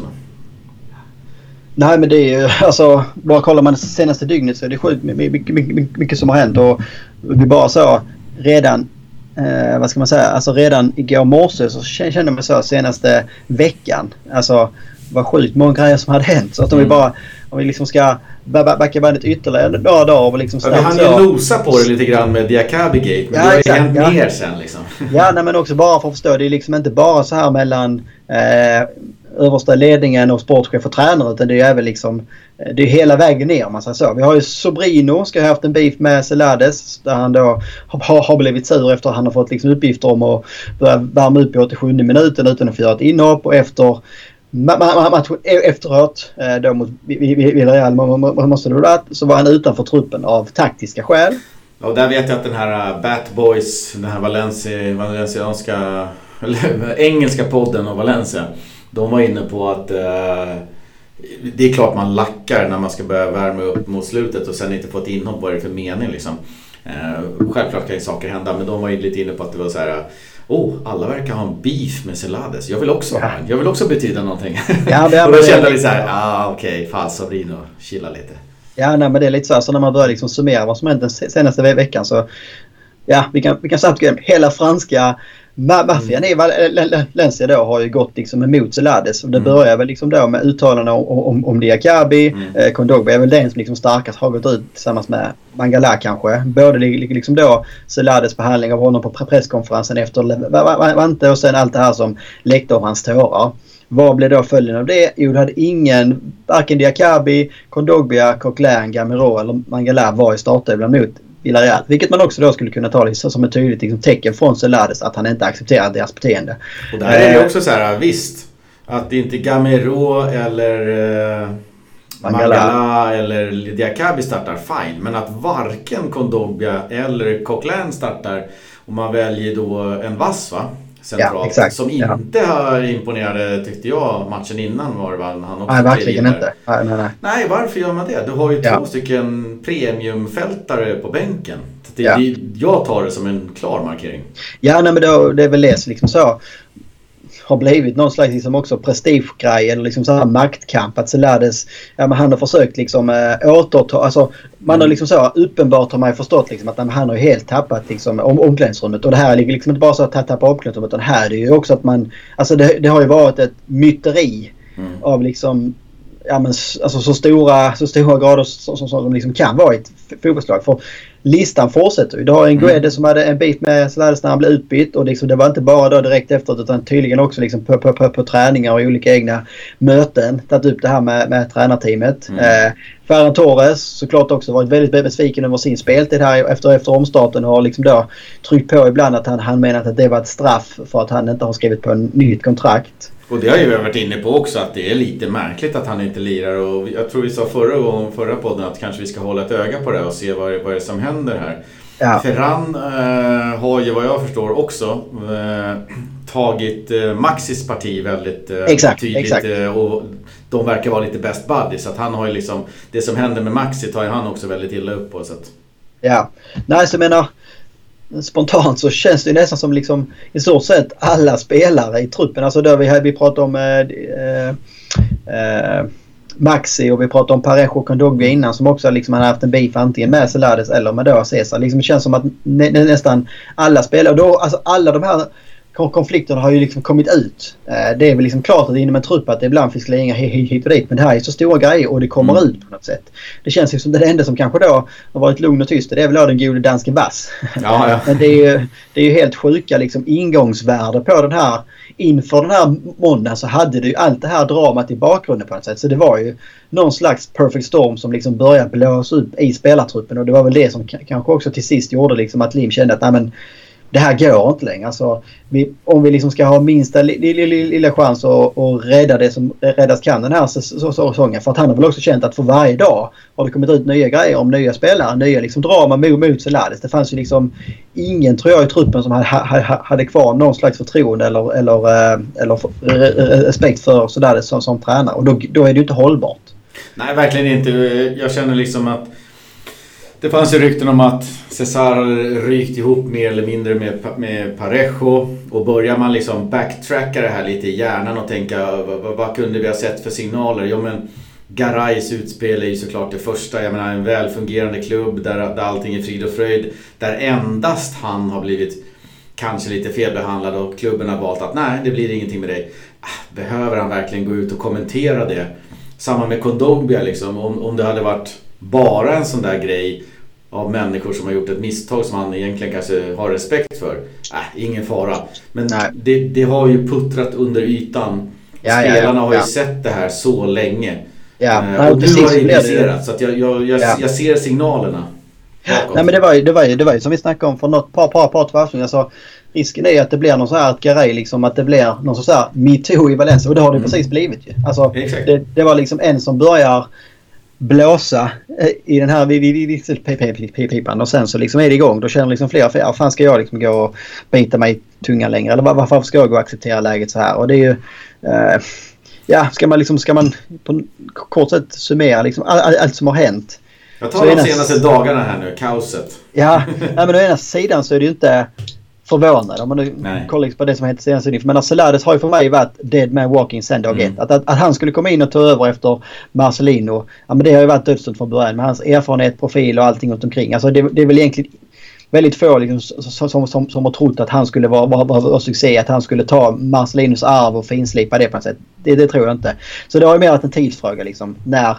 Nej, men det är ju, alltså, bara kollar man det senaste dygnet så är det sjukt mycket som har hänt, och vi bara så redan vad ska man säga, alltså redan igår morse så kände man så senaste veckan, alltså var sjukt många grejer som hade hänt, så att om vi liksom ska backa bandet ytterligare några dagar och liksom vi hann ju nosa på det lite grann med Diakabi-gate, men det har hänt mer sen liksom. Ja, nej, men också bara för att förstå, det är liksom inte bara så här mellan översta ledningen och sportchef och tränare, utan det är även liksom, det är hela vägen ner om man säger så. Vi har ju Sobrino, ska ha haft en beef med Celades där han då har blivit sur efter att han har fått liksom uppgifter om att börja värma upp i 87 minuten utan att få göra ett inhopp, och efter matchen efteråt då mot Villarreal måste det vara, så var han utanför truppen av taktiska skäl. Och där vet jag att den här Bat Boys, den här valencianska eller engelska podden av Valencia, de var inne på att det är klart man lackar när man ska börja värma upp mot slutet och sen inte få ett inhopp, vad är det för mening liksom. Självklart kan ju saker hända, men de var ju lite inne på att det var så här Alla verkar ha en beef med Celades. Jag vill också ha en. Jag vill också betyda någonting. Ja, och då kände jag lite så här, okej, fan Sabrino, chilla lite. Ja, nej, men det är lite så när man börjar liksom summera vad som hänt den senaste veckan så vi kan snabbt gå igenom hela franska maffian i Valencia då har ju gått liksom emot Celades. Det börjar väl liksom då med uttalanden om Diakabi. Kondogbia är väl den som liksom starkast har gått ut tillsammans med Mangala kanske. Både liksom då Celades behandling av honom på presskonferensen efter Levante och sen allt det här som läckte av hans tårar. Vad blev då följden av det? Jo, det hade varken Diakabi, Kondogbia, Coquelin, Gamero eller Mangala var i startelvan mot Villarreal. Vilket man också då skulle kunna ta som ett tydligt liksom, tecken från Celades att han inte accepterar deras beteende. Och där är det också så här, visst, att det inte Gamero eller Mangala eller Diakabi startar, fine. Men att varken Kondogbia eller Coquelin startar och man väljer då en vass centralt, som inte har imponerade tyckte jag matchen innan var han också. Nej, verkligen inte. Nej, varför gör man det? Du har ju 2 stycken premiumfältare på bänken. Jag tar det som en klar markering. Ja, nej, men det är väl det liksom så har blivit någon slags liksom också prestigegrej eller liksom så här maktkamp att Celades, men han har försökt liksom återta, alltså man har liksom så uppenbart har man ju förstått liksom att han har ju helt tappat liksom omklädningsrummet och det här är liksom inte bara så att tappa omklädningsrummet utan här är det ju också att man, alltså det har ju varit ett myteri av liksom alltså så stora grader som liksom kan vara ett fotbollslag. För listan fortsätter ju. Du har en Guedes som hade en bit med Celades när han blev utbytt och liksom, det var inte bara då direkt efteråt utan tydligen också liksom på träningar och olika egna möten tagit upp det här med tränarteamet. Ferran Torres såklart också varit väldigt besviken över sin speltid här efter omstarten och har liksom då tryckt på ibland att han menat att det var ett straff för att han inte har skrivit på en nytt kontrakt. Och det har ju varit inne på också att det är lite märkligt att han inte lirar och jag tror vi sa förra podden att kanske vi ska hålla ett öga på det och se vad det är som händer här. Ja. Ferran har ju vad jag förstår också tagit Maxis parti väldigt tydligt och de verkar vara lite best buddies så att han har ju liksom det som händer med Maxi tar ju han också väldigt illa upp på så att... Ja, nej så jag menar spontant så känns det nästan som liksom i stort sett alla spelare i truppen. Alltså då vi pratar om Maxi och vi pratar om Parejo och Kondogbia innan som också liksom har haft en beef antingen med Celades eller med då Cesar. Liksom det känns som att nästan alla spelare och då, alltså alla de här konflikterna har ju liksom kommit ut. Det är väl liksom klart att inom en trupp att det ibland finns slängar hit och dit men det här är så stora grejer och det kommer ut på något sätt. Det känns ju som det enda som kanske då har varit lugn och tyst det är väl den gode dansken Vass. Ja. Men det är ju helt sjuka liksom ingångsvärde på den här inför den här måndagen så hade det ju allt det här dramat i bakgrunden på något sätt. Så det var ju någon slags perfect storm som liksom började blåsa upp i spelartruppen och det var väl det som kanske också till sist gjorde liksom att Lim kände att nej men det här går inte längre. Alltså, om vi liksom ska ha minsta lilla chans att rädda det som räddas kan den här säsongen. För att han har väl också känt att för varje dag har det kommit ut nya grejer om nya spelare. Nya liksom drama mot Celades. Det fanns ju liksom ingen tror jag i truppen som hade kvar någon slags förtroende eller respekt för Celades som tränare. Och då är det ju inte hållbart. Nej, verkligen inte. Jag känner liksom att det fanns ju rykten om att Cesar rykt ihop mer eller mindre med Parejo och börjar man liksom backtracka det här lite i hjärnan och tänka vad kunde vi ha sett för signaler? Jo men Garays utspel är ju såklart det första, jag menar en välfungerande klubb där allting är frid och fröjd, där endast han har blivit kanske lite felbehandlad och klubben har valt att nej det blir ingenting med dig. Behöver han verkligen gå ut och kommentera det? Samma med Kondogbia liksom, om det hade varit bara en sån där grej av människor som har gjort ett misstag som han egentligen kanske har respekt för. Ingen fara. Men det har ju puttrat under ytan. Spelarna har ju sett det här så länge. Och du har implicerat så att jag ser signalerna. Nej men det var ju som vi snackade om för något par tvärsning. Alltså, risken är att det blir någon så här att Garay liksom att det blir någon så här MeToo i Valencia och det har det precis blivit ju. Alltså det var liksom en som börjar blåsa i den här visselpipan och sen så liksom är det igång. Då känner liksom fler fan ska jag liksom gå och bita mig i tungan längre eller varför ska jag gå och acceptera läget så här och det är ju ska man på kort sätt summera liksom allt som har hänt. Jag tar de senaste dagarna här nu, kaoset. Ja, men å ena sidan så är det ju inte förvånad om man nu kollar på det som heter senaste nytt. Men Celades har ju för mig varit dead man walking sen dag ett. Att han skulle komma in och ta över efter Marcelino, ja, men det har ju varit dödsdömt från början med hans erfarenhet, profil och allting runt omkring. Alltså det är väl egentligen väldigt få liksom, som har trott att han skulle vara succé, att han skulle ta Marcelinos arv och finslipa det på något sätt. Det tror jag inte. Så det har ju mer varit en tidsfråga liksom, när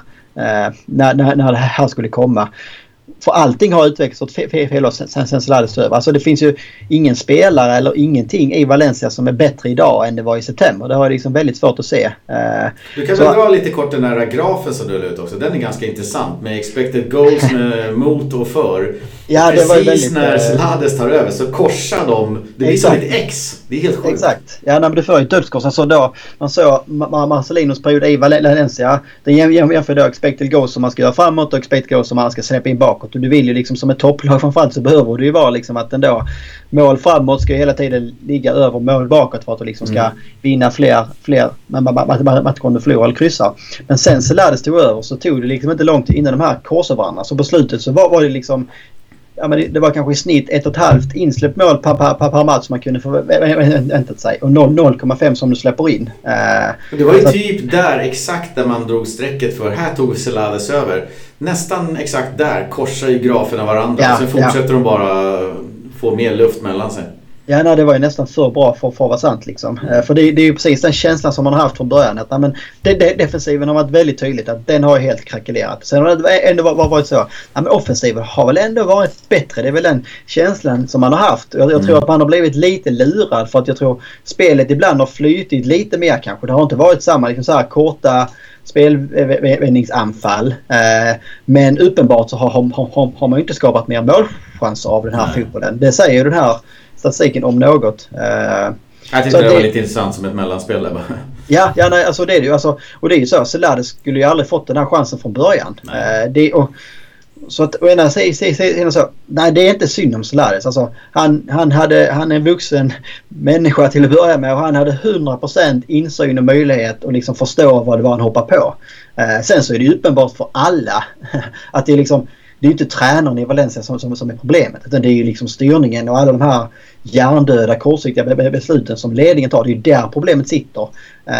det här skulle komma. För allting har utvecklats åt fel sen Celades över. Alltså det finns ju ingen spelare eller ingenting i Valencia som är bättre idag än det var i september. Det har liksom väldigt svårt att se. Du kan väl dra lite kort den här grafen som du la ut också. Den är ganska intressant med expected goals med mot och för. Ja, det var precis när Celades tar över så korsar de. Det blir som ett X. Det är helt sjukt. Exakt. Ja, när du får ett dödskors. Alltså då, man såg Marcelinos period i Valencia. Den jämför då expected goals som man ska göra framåt och expected goals som man ska släppa in bakåt. Och du vill ju liksom som ett topplag framförallt så behöver det ju vara liksom att ändå mål framåt ska ju hela tiden ligga över mål bakåt för att du liksom ska vinna fler matcher om du förlorar eller kryssar. Men sen Celades tog över så tog det liksom inte långt innan de här korsade varandra. Så på slutet så var det liksom, ja, men det var kanske i snitt 1,5 insläppt mål per match som man kunde förväntat sig och 0,5 som du släpper in. Det var ju typ där exakt där man drog strecket för här tog Celades över. Nästan exakt där korsar ju graferna varandra. Ja, sen fortsätter de bara få mer luft mellan sig. Ja, nej, det var ju nästan för bra för att vara sant liksom. För det är ju precis den känslan som man har haft från början. Att, men, defensiven har varit väldigt tydligt att den har ju helt krackelerat. Sen har det ändå varit så. Ja, men offensiven har väl ändå varit bättre. Det är väl den känslan som man har haft. Jag tror att man har blivit lite lurad för att jag tror spelet ibland har flytit lite mer kanske. Det har inte varit samma liksom så här korta spelvändningsanfall. Men uppenbart så har man ju inte skapat mer målchanser av den här fotbollen. Det säger ju den här statistiken om något. Jag tyckte det var lite intressant som ett mellanspel där. Ja, nej, alltså det är det ju. Alltså, och det är ju så. Celades skulle ju aldrig fått den här chansen från början. Så att nej, det är inte synd om Celades. Alltså, han är en vuxen människa till att börja med och han hade 100% insyn och möjlighet att liksom förstå vad det var han hoppade på. Sen så är det ju uppenbart för alla att det är liksom, det är ju inte tränaren i Valencia som är problemet, utan det är ju liksom styrningen och alla de här hjärndöda kortsiktiga besluten som ledningen tar. Det är ju där problemet sitter.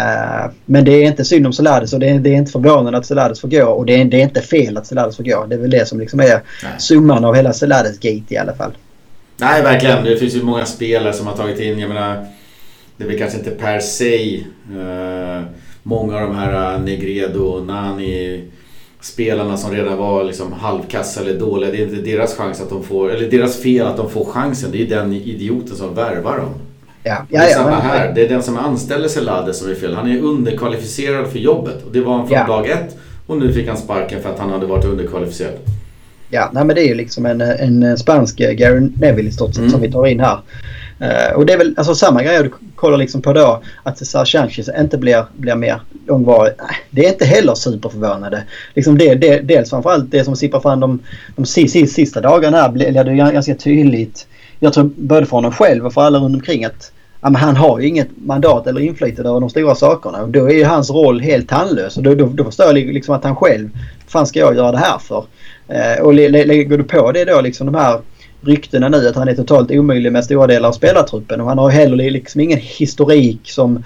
Men det är inte synd om Celades och det är inte förvånande att Celades får gå och det är inte fel att Celades får gå. Det är väl det som liksom är summan av hela Celades-gate i alla fall. Nej, verkligen. Det finns ju många spelare som har tagit in, jag menar, det är väl kanske inte per se många av de här Negredo, Nani spelarna som redan var liksom halvkassa eller dåliga. Det är inte deras chans att de får, eller deras fel att de får chansen. Det är den idioten som värvar dem. Det är samma här. Det är den som anställer Celades som är fel. Han är underkvalificerad för jobbet och det var han från dag ett och nu fick han sparken för att han hade varit underkvalificerad. Ja, nej, men det är ju liksom en spansk Gary Neville i stort sett som vi tar in här. Och det är väl alltså samma grej du kollar liksom på då att Cesar Sanchez inte blir mer långvarig. Det är inte heller superförvånande. Liksom dels framförallt det som sipprar fram de sista dagarna här blev det ganska tydligt. Jag tror både för honom själv och för alla runt omkring att men han har ju inget mandat eller inflytande över de stora sakerna och då är ju hans roll helt tandlös och då förstår jag liksom att han själv, vad fan ska jag göra det här för? Och lägger du på det då liksom de här ryktena nu att han är totalt omöjlig med stora delar av spelartruppen och han har heller liksom ingen historik som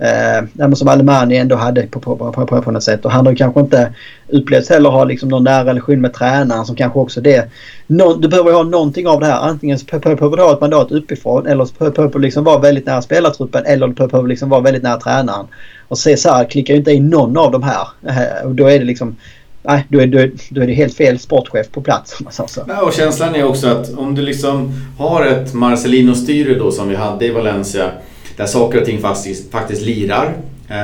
Alemani ändå hade på något sätt och han har ju kanske inte upplevts heller ha liksom någon nära relation med tränaren som kanske också det. Du behöver ha någonting av det här, antingen behöver du ha ett mandat uppifrån eller behöver du liksom vara väldigt nära spelartruppen eller du behöver liksom vara väldigt nära tränaren och Cesar klickar ju inte in någon av de här och då är det liksom då är det helt fel sportchef på plats. Ja, och känslan är också att om du liksom har ett Marcelino-styre då som vi hade i Valencia där saker och ting faktiskt lirar.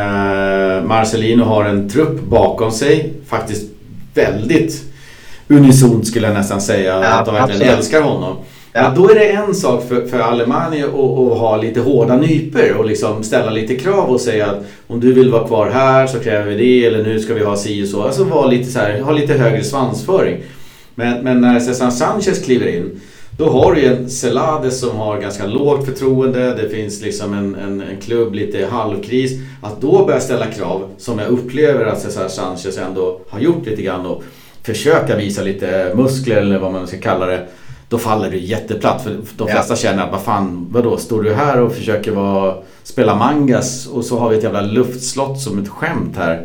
Marcelino har en trupp bakom sig, faktiskt väldigt unisont skulle jag nästan säga, att de verkligen älskar honom. Ja. Då är det en sak för Alemani att ha lite hårda nyper och liksom ställa lite krav och säga att om du vill vara kvar här så kräver vi det eller nu ska vi ha si och så. Alltså vara lite så här, ha lite högre svansföring. Men när Cesar Sanchez kliver in då har du en Celades som har ganska lågt förtroende. Det finns liksom en klubb lite halvkris. Att då börja ställa krav som jag upplever att Cesar Sanchez ändå har gjort lite grann och försöka visa lite muskler eller vad man ska kalla det. då faller det jätteplatt. För de flesta känner att vadå, står du här och försöker spela mangas och så har vi ett jävla luftslott som ett skämt här.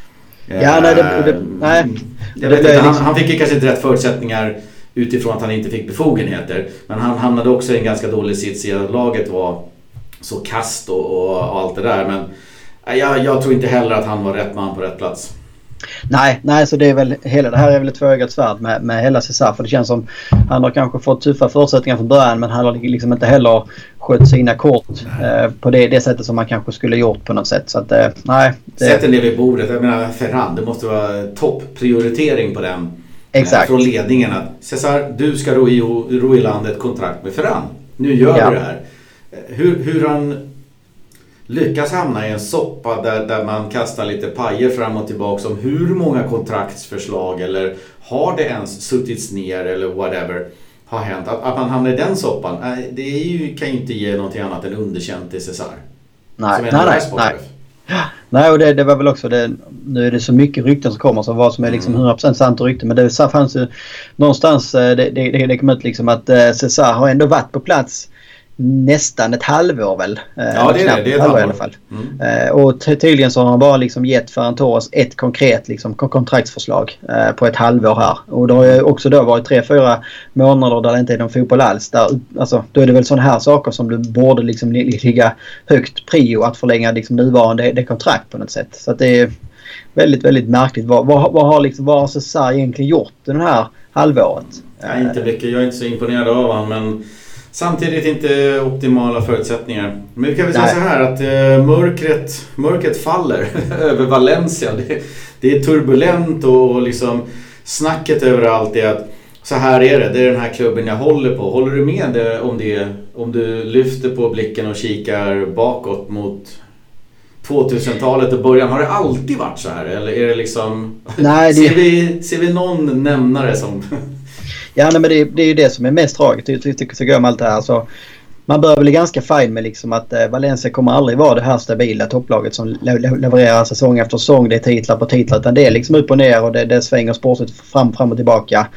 Han fick ju kanske inte rätt förutsättningar utifrån att han inte fick befogenheter. Men han hamnade också i en ganska dålig sits i att laget var så kast och allt det där. Men jag tror inte heller att han var rätt man på rätt plats. Nej, så det är väl hela det här är väl ett tvåeggat svärd med hela Cesar, för det känns som han har kanske fått tuffa förutsättningar från början, men han har liksom inte heller skött sina kort på det sättet som man kanske skulle gjort på något sätt. Så att sätter det vid bordet. Jag menar, Ferran, det måste vara topprioritering på den. Exakt. Från ledningen att Cesar, du ska ro i land ett kontrakt med Ferran. Nu gör du det här. Hur han lyckas hamna i en soppa där man kastar lite pajer fram och tillbaka om hur många kontraktsförslag eller har det ens suttits ner eller whatever har hänt. Att man hamnar i den soppan, kan ju inte ge någonting annat än underkänt till Cesar. Nej, och det var väl också det. Nu är det så mycket rykten som kommer, så vad som är liksom 100% sant och rykten, men det fanns ju någonstans det kom ut liksom att Cesar har ändå varit på plats nästan ett halvår väl. Det är ett halvår i alla fall. Och tydligen så har han bara liksom gett Ferran Torres ett konkret liksom kontraktsförslag på ett halvår här. Och det har ju också då varit 3-4 månader där det inte är någon fotboll alls. Då är det väl sådana här saker som du borde liksom ligga högt prio att förlänga liksom nuvarande kontrakt på något sätt. Så att det är väldigt, väldigt märkligt. Vad har Cesar egentligen gjort den här halvåret? Inte mycket. Jag är inte så imponerad av honom, men samtidigt inte optimala förutsättningar. Men vi kan väl säga så här att mörkret faller över Valencia. Det är turbulent och liksom snacket överallt är att så här är det är den här klubben jag håller på. Håller du med om du lyfter på blicken och kikar bakåt mot 2000-talet och början? Har det alltid varit så här? Eller är det liksom... Ser vi någon nämnare som... Ja, men det är ju det som är mest tragiskt. Jag tycker så går med allt det här. Så man bör bli ganska fin med liksom att Valencia kommer aldrig vara det här stabila topplaget som levererar säsong efter säsong. Det är titlar på titlar, utan det är liksom upp och ner och det svänger sportigt fram och tillbaka.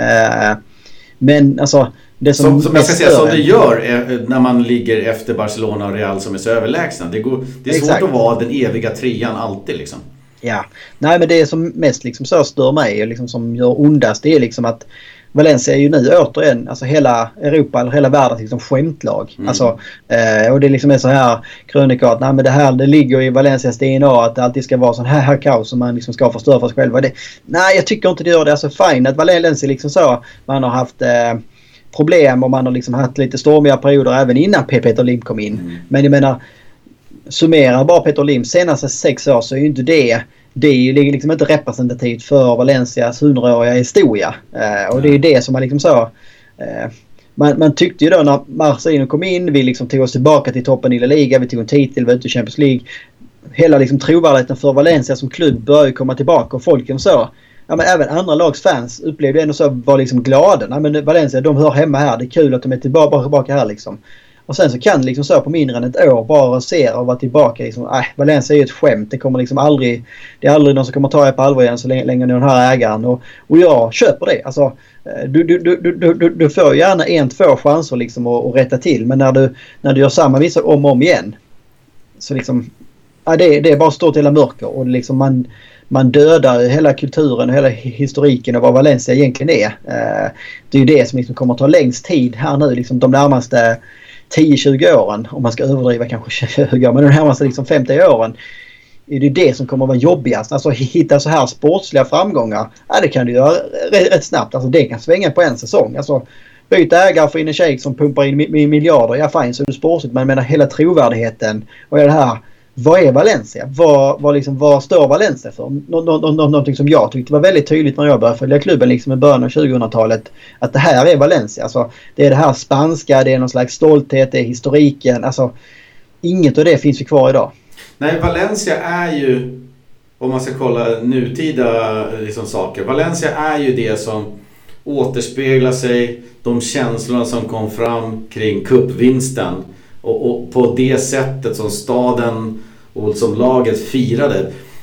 Men alltså det som jag ska säga, som det gör när man ligger efter Barcelona och Real som är så överlägsna. Det är svårt att vara den eviga trean alltid liksom. Ja, nej, men det som mest liksom så stör mig och liksom som gör ondast, det är liksom att Valencia är ju nu återigen, alltså hela Europa eller hela världen liksom skämtlag. Alltså, och det liksom är så här krönikor att det ligger i Valencias DNA att det alltid ska vara sån här kaos som man liksom ska förstöra för sig själva. Nej, jag tycker inte det gör det. Alltså fine att Valencia liksom så, man har haft problem och man har liksom haft lite stormiga perioder även innan Peter Lim kom in. Men jag menar, summerar bara Peter Lim senaste 6 år så är ju inte det är ju liksom inte representativt för Valencias 100-åriga historia. Och det är det som man liksom så... Man tyckte ju då när Marcelino kom in, vi liksom tog oss tillbaka till toppen i La Liga, vi tog en titel, vi var ute i Champions League. Hela liksom trovärdigheten för Valencia som klubb började komma tillbaka och folken så... Ja, men även andra lags fans upplevde ändå så, var liksom glada. Ja, men Valencia, de hör hemma här, det är kul att de är tillbaka här liksom. Och sen så kan liksom så på mindre än ett år bara rasera och vara tillbaka liksom, Valencia är ju ett skämt. Det kommer liksom aldrig, det är aldrig någon som kommer ta er på allvar igen så länge ni är den här ägaren. Och jag köper det. Alltså, du får gärna 1-2 chanser liksom att rätta till. Men när du gör samma vissa om igen så liksom, det är bara stort hela mörker. Och liksom man dödar hela kulturen och hela historiken och vad Valencia egentligen är. Det är ju det som liksom kommer att ta längst tid här nu, liksom de närmaste 10-20 åren, om man ska överdriva kanske 20 år, men de närmaste liksom 50 åren är det som kommer att vara jobbigast. Alltså hitta så här sportsliga framgångar, det kan du göra rätt snabbt. Alltså det kan svänga på en säsong. Alltså byta ägare för in en shake som pumpar in miljarder, fine, så är det sportsligt, men menar hela trovärdigheten och det här, vad är Valencia? Vad står Valencia för? Någonting som jag tyckte var väldigt tydligt när jag började följa klubben liksom i början av 2000-talet, att det här är Valencia. Alltså, det är det här spanska, det är någon slags stolthet, det är historiken. Alltså, inget av det finns ju kvar idag. Nej, Valencia är ju, om man ska kolla nutida liksom saker, Valencia är ju det som återspeglar sig, de känslorna som kom fram kring cupvinsten och på det sättet som staden och som laget firade.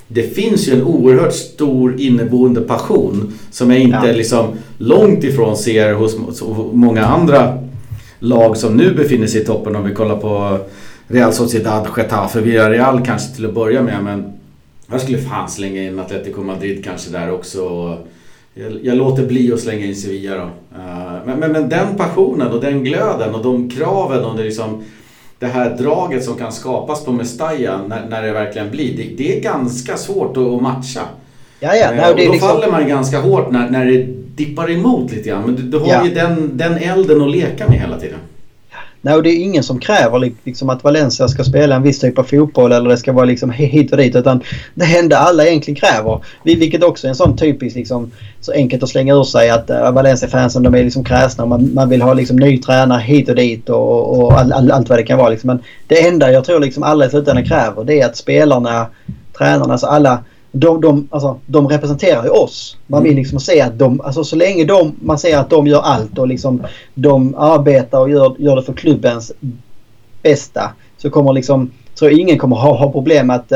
det finns ju en oerhört stor inneboende passion som jag inte liksom långt ifrån ser hos många andra lag som nu befinner sig i toppen. Om vi kollar på Real Sociedad, Getafe, Villarreal kanske till att börja med, men jag skulle fan slänga in Atletico Madrid kanske där också. Jag låter bli att slänga in Sevilla då. Men den passionen och den glöden och de kraven och det här draget som kan skapas på Mestalla när det verkligen blir, det är ganska svårt att matcha. Och då faller man ganska hårt när det dippar emot lite grann. Men du har ju den elden att leka med hela tiden. Nej, och det är ingen som kräver liksom att Valencia ska spela en viss typ av fotboll eller det ska vara liksom hit och dit, utan det händer alla egentligen kräver. Vilket också är en sån typisk liksom, så enkelt att slänga ur sig att Valencia-fansen, de är liksom kräsna och man vill ha liksom ny tränare hit och dit och allt vad det kan vara liksom. Men det enda jag tror liksom alla i slutändan kräver, det är att spelarna, tränarna, alltså alla de representerar ju oss. Man vill liksom se att så länge man ser att de gör allt och liksom de arbetar och gör det för klubbens bästa, så kommer liksom, tror jag ingen kommer ha problem att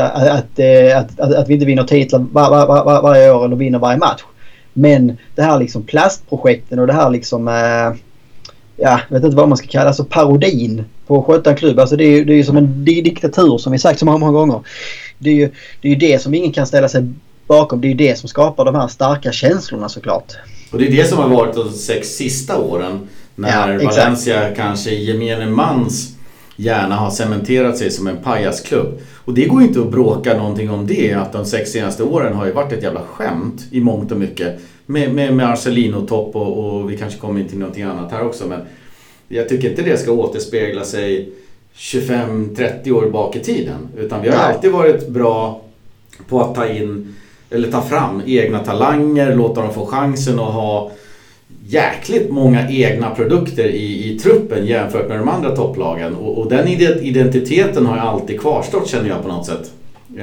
vi inte vinner titlar varje år eller vinner varje match. Men det här liksom plastprojekten och det här liksom jag vet inte vad man ska kalla, alltså parodin på att sköta en klubb, alltså det är ju som en diktatur som vi sagt så många gånger. Det är ju det som ingen kan ställa sig bakom. Det är ju det som skapar de här starka känslorna såklart. Och det är det som har varit de 6 sista åren när Valencia kanske i gemene mans gärna har cementerat sig som en pajasklubb. Och det går ju inte att bråka någonting om det, att de 6 senaste åren har ju varit ett jävla skämt i mångt och mycket. Med Marcelino-topp och vi kanske kommer in till någonting annat här också, men jag tycker inte det ska återspegla sig 25-30 år bak i tiden, utan vi har alltid varit bra på att ta fram egna talanger, låta dem få chansen och ha jäkligt många egna produkter i truppen jämfört med de andra topplagen, och den identiteten har ju alltid kvarstått, känner jag på något sätt.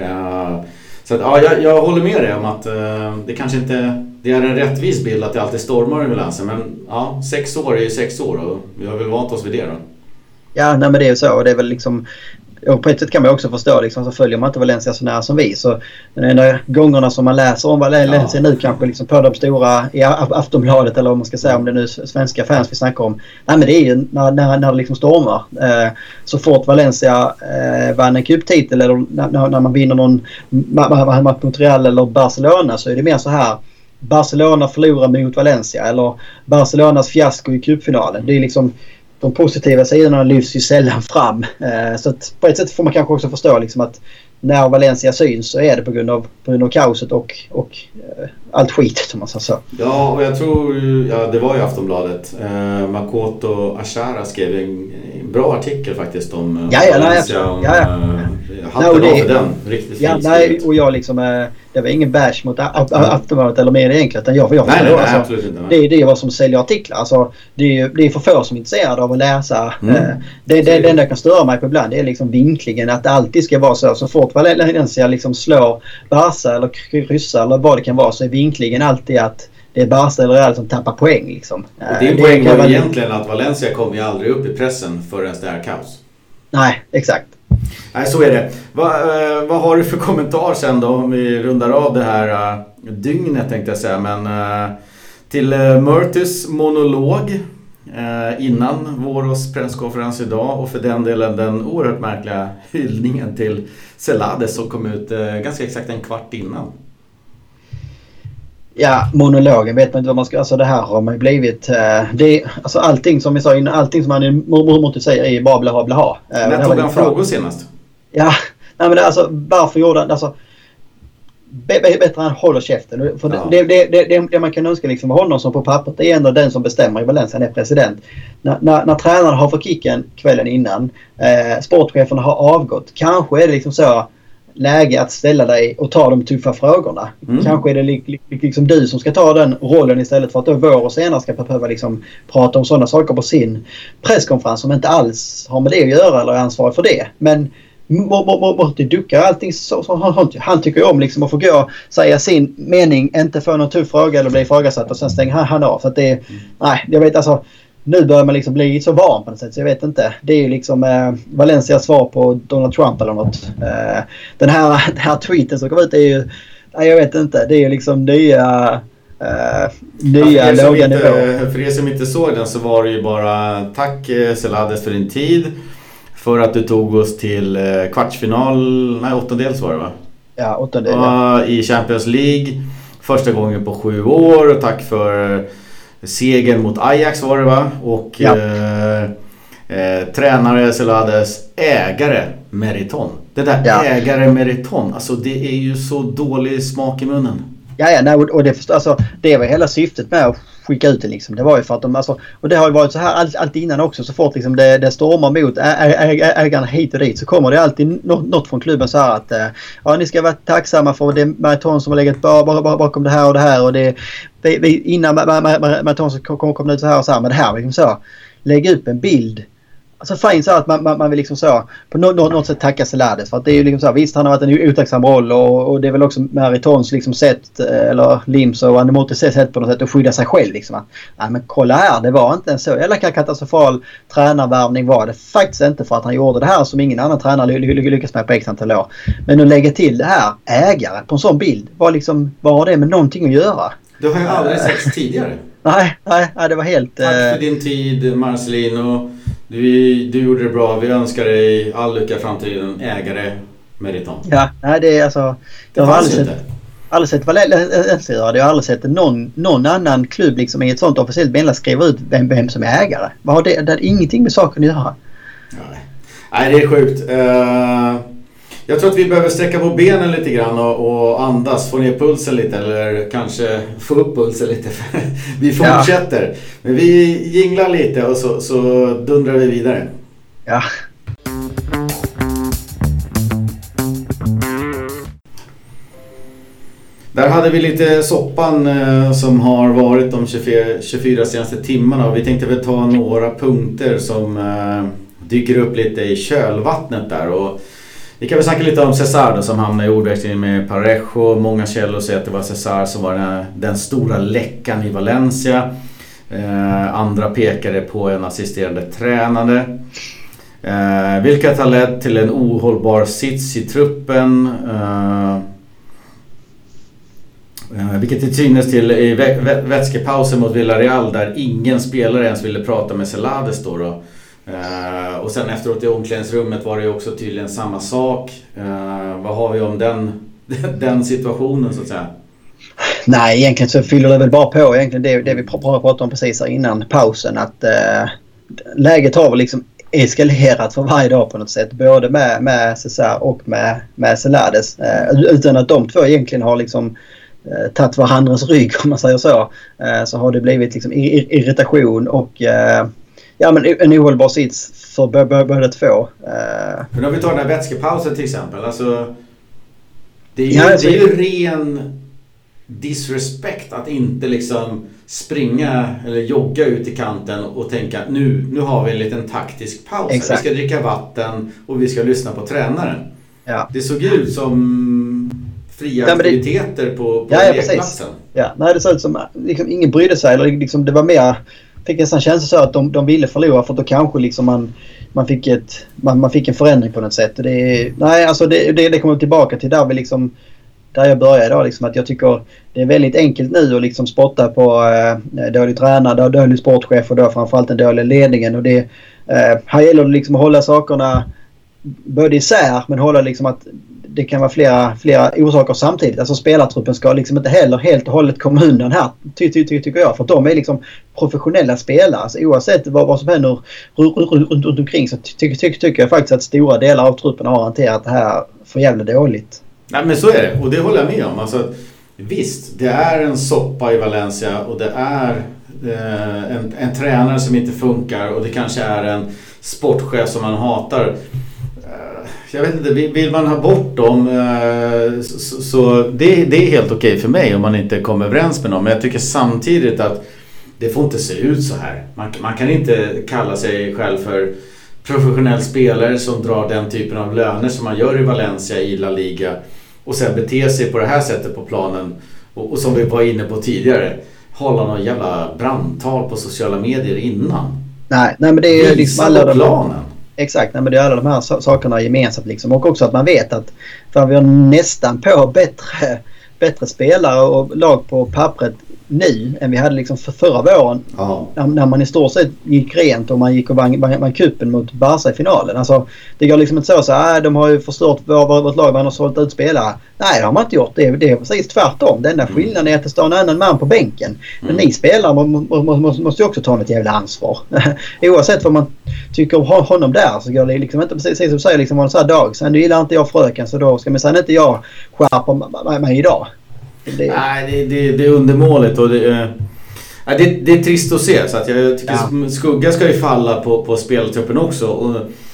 Så att, jag håller med dig om att det kanske inte det är en rättvis bild att det alltid stormar i Valencia, men 6 år är ju 6 år och vi har väl vant oss vid det då. Ja, nej, men det är ju så, och det är väl liksom, och på ett sätt kan man också förstå liksom, så följer man inte Valencia så nära som vi, så den enda gångerna som man läser om Valencia nu kanske liksom på de stora i Aftonbladet, eller om man ska säga, om det nu svenska fans vi snackar om, nej, men det är ju när det liksom stormar. Så fort Valencia vann en cuptitel eller när man vinner någon match mot Real eller Barcelona, så är det mer så här: Barcelona förlorar mot Valencia eller Barcelonas fiasko i cupfinalen. Det är liksom, de positiva sidorna lyfts ju sällan fram. Så att på ett sätt får man kanske också förstå liksom att när Valencia syns så är det på grund av kaoset och allt skit, som man sa så. Ja, och jag tror det var ju Aftonbladet. Makoto Ashara skrev en bra artikel faktiskt om Valencia. Hade bra för den. Riktigt fint. Nej, och jag liksom, det var ingen bash mot Aftonbladet eller mer egentligen, utan jag nej, absolut inte. Det är vad som säljer artiklar. Alltså, det är för få som är intresserade av att läsa. Det enda kan störa mig på ibland, det är liksom vinklingen att det alltid ska vara så fort Valencia liksom slår Barca eller kryssar eller vad det kan vara, så är vinklingen alltid att det är Barca eller Real som tappar poäng liksom. Och din poäng var egentligen att Valencia kommer ju aldrig upp i pressen förrän det är kaos. Nej, exakt. Nej, så är det. Vad har du för kommentar sen då, om vi rundar av det här dygnet, tänkte jag säga, men till Murtys monolog innan vår presskonferens idag, och för den delen den oerhört märkliga hyllningen till Celades som kom ut ganska exakt en kvart innan. Ja, monologen vet man inte vad man ska, alltså det här har man ju blivit alltså allting som vi sa innan, allting som man Murty säger är bara blaha. När tog han frågor senast? Ja, nej, men alltså varför gjorde han, alltså bättre han håller käften. För det man kan önska liksom honom som på pappret är ändå den som bestämmer i Valencia, han är president. När tränaren har fått kicken kvällen innan, sportchefen har avgått, kanske är det liksom så läge att ställa dig och ta de tuffa frågorna. Kanske är det liksom du som ska ta den rollen istället för att då vår och senare ska behöva liksom prata om sådana saker på sin presskonferens som inte alls har med det att göra eller är ansvarig för det. Men Murty duckar allting så han tycker om liksom att få gå och säga sin mening, inte få någon tuff fråga eller bli ifrågasatt och sen stänger han av. Så att det nej, jag vet alltså, nu börjar man liksom bli så van på något sätt, så jag vet inte. Det är ju liksom Valencias svar på Donald Trump eller något. Den här tweeten som kom ut är ju, jag vet inte, det är ju liksom nya låga nivåer. För er som inte såg den så var det ju bara tack Celades för din tid, för att du tog oss till åttondels var det, va? Ja, åttondels. I Champions League första gången på 7 år, och tack för segern mot Ajax var det, va? Och tränare Celades, ägare Meriton. Det där ägare Meriton, alltså det är ju så dålig smak i munnen. Nej, och det var hela syftet med att skicka ut det liksom. Det var ju för att och det har ju varit så här allt innan också, så fort liksom det stormar mot ägarna hit och dit, så kommer det alltid något från klubben så här att ni ska vara tacksamma för det Meriton som har legat bakom det här och det innan Meriton kom ut så här och så här, men det här liksom så, lägga upp en bild. Alltså fint så att man vill liksom så på något sätt tacka Celades, för att det är ju liksom så här, visst han har varit en otacksam roll och det är väl också Meritons liksom sätt, eller Lims och Andemotes sätt på något sätt att skydda sig själv liksom. Nej men kolla här, det var inte en så jävla katastrofal tränarvärvning var det faktiskt inte, för att han gjorde det här som ingen annan tränare lyckas med på x antal år. Men att lägga till det här ägare på en sån bild, vad har det med någonting att göra? Det har jag aldrig sett tidigare. Nej, det var helt... Tack för din tid, Marcelino. Du gjorde det bra. Vi önskar dig all lycka i framtiden, ägare Meriton. Ja, nej det är alltså... Det har aldrig sett Valencia göra det. Jag har aldrig sett någon annan klubb liksom i ett sånt officiellt meddelande skriva ut vem som är ägare. Vad har det har ingenting med saken att göra. Nej, det är sjukt. Jag tror att vi behöver sträcka på benen lite grann och andas, få ner pulsen lite, eller kanske få upp pulsen lite. Vi fortsätter. Men vi jinglar lite och så dundrar vi vidare. Ja. Där hade vi lite soppan som har varit de 24 senaste timmarna, och vi tänkte väl ta några punkter som dyker upp lite i kölvattnet där. Och vi kan väl snacka lite om Cesar då, som hamnade i ordväxling med Parejo. Många källor säger att det var Cesar som var den stora läckan i Valencia. Andra pekade på en assisterande tränare. Vilket har lett till en ohållbar sits i truppen. Vilket det synes till i vätskepausen mot Villarreal, där ingen spelare ens ville prata med Celades då. Och sen efteråt i omklädningsrummet var det också tydligen samma sak. Vad har vi om den situationen så att säga? Nej, egentligen så fyller det väl bara på egentligen det vi pratade om precis innan pausen, att läget har väl liksom eskalerat för varje dag på något sätt, både med Cesar och med Celades, utan att de två egentligen har liksom tagit varandras rygg, om man säger så har det blivit liksom irritation och men en ohållbar sits för båda två. Men om vi tar den här vätskepausen till exempel, alltså det är ju ren disrespect att inte liksom springa eller jogga ut i kanten och tänka nu har vi en liten taktisk paus. Vi ska dricka vatten och vi ska lyssna på tränaren. Ja. Det såg ut som fria aktiviteter på lekplatsen. Ja, nej, det såg ut som liksom ingen brydde sig, eller liksom det var mer, fick nästan känsla så att de ville förlora, för att då kanske liksom man fick en förändring på något sätt. Det kommer tillbaka till där jag började idag, liksom, att jag tycker det är väldigt enkelt nu att liksom spotta på dålig tränare, dålig sportchef och då framförallt den dåliga ledningen, och det här gäller det liksom att hålla sakerna både isär, men hålla liksom att det kan vara flera orsaker samtidigt. Alltså spelartruppen ska liksom inte heller helt och hållet komma undan här, tycker jag. För att de är liksom professionella spelare. Alltså, oavsett vad som händer runt omkring, så tycker jag faktiskt att stora delar av truppen har hanterat det här för jävla dåligt. Nej, men så är det. Och det håller jag med om. Alltså, visst, det är en soppa i Valencia och det är en tränare som inte funkar, och det kanske är en sportchef som man hatar. Jag vet inte, vill man ha bort dem så det är helt okej för mig om man inte kommer överens med dem. Men jag tycker samtidigt att det får inte se ut så här. Man kan inte kalla sig själv för professionell spelare som drar den typen av löner som man gör i Valencia i La Liga och sen bete sig på det här sättet på planen. Och som vi var inne på tidigare, hålla någon jävla brandtal på sociala medier innan. Nej men det är liksom alla planen. Exakt, nej, men det är alla de här sakerna gemensamt liksom. Och också att man vet att för vi har nästan på bättre spelare och lag på pappret nu än vi hade liksom för förra våren. När man i stort sett gick rent och man gick och vann kuppen mot Barca i finalen. Alltså, det går liksom inte så att de har ju förstört vårt lag, man har sålt ut spelare. Nej, det har man inte gjort. Det är precis tvärtom. Den där skillnaden är att det står en annan man på bänken. Men ni spelare måste ju också ta ett jävla ansvar. Oavsett vad man tycker om honom där så går det liksom inte precis som du säger liksom en sån här dag. Sen gillar inte jag fröken så då ska man säga inte jag skärpa mig idag. Nej, det är undermåligt och det är trist att se så att jag tycker skugga ska ju falla på spelartruppen också och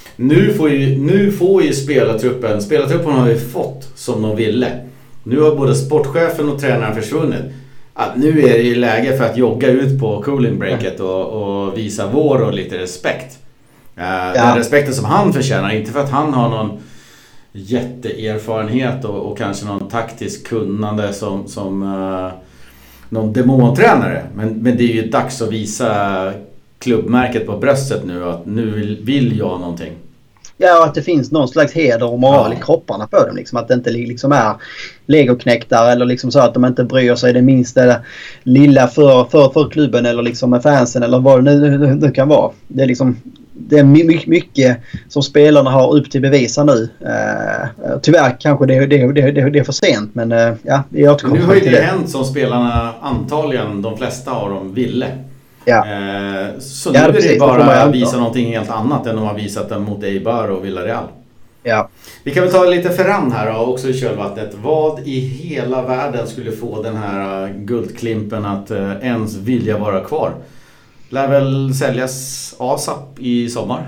nu får ju spelartruppen har vi fått som de ville. Nu har både sportchefen och tränaren försvunnit. Att nu är det ju läge för att jogga ut på cooling breaket och visa vår och lite respekt. Den respekten som han förtjänar, inte för att han har någon jätteerfarenhet och kanske någon taktisk kunnande som någon demontränare. Men det är ju dags att visa klubbmärket på bröstet nu att nu vill jag någonting. Ja, att det finns någon slags heder och moral i kropparna på dem. Liksom, att det inte liksom är legoknäktar eller liksom så att de inte bryr sig det minsta lilla för klubben eller liksom med fansen eller vad det nu kan vara. Det är liksom det är mycket som spelarna har upp till bevisa nu. Tyvärr kanske det är för sent, men vi återkommer nu har ju det hänt som spelarna antagligen de flesta av dem ville. Ja. Så nu är det bara att visa någonting helt annat än de har visat den mot Eibar och Villarreal. Ja. Vi kan väl ta lite Ferran här då, också i kölvattnet. Vad i hela världen skulle få den här guldklimpen att ens vilja vara kvar? Lär väl säljas ASAP i sommar?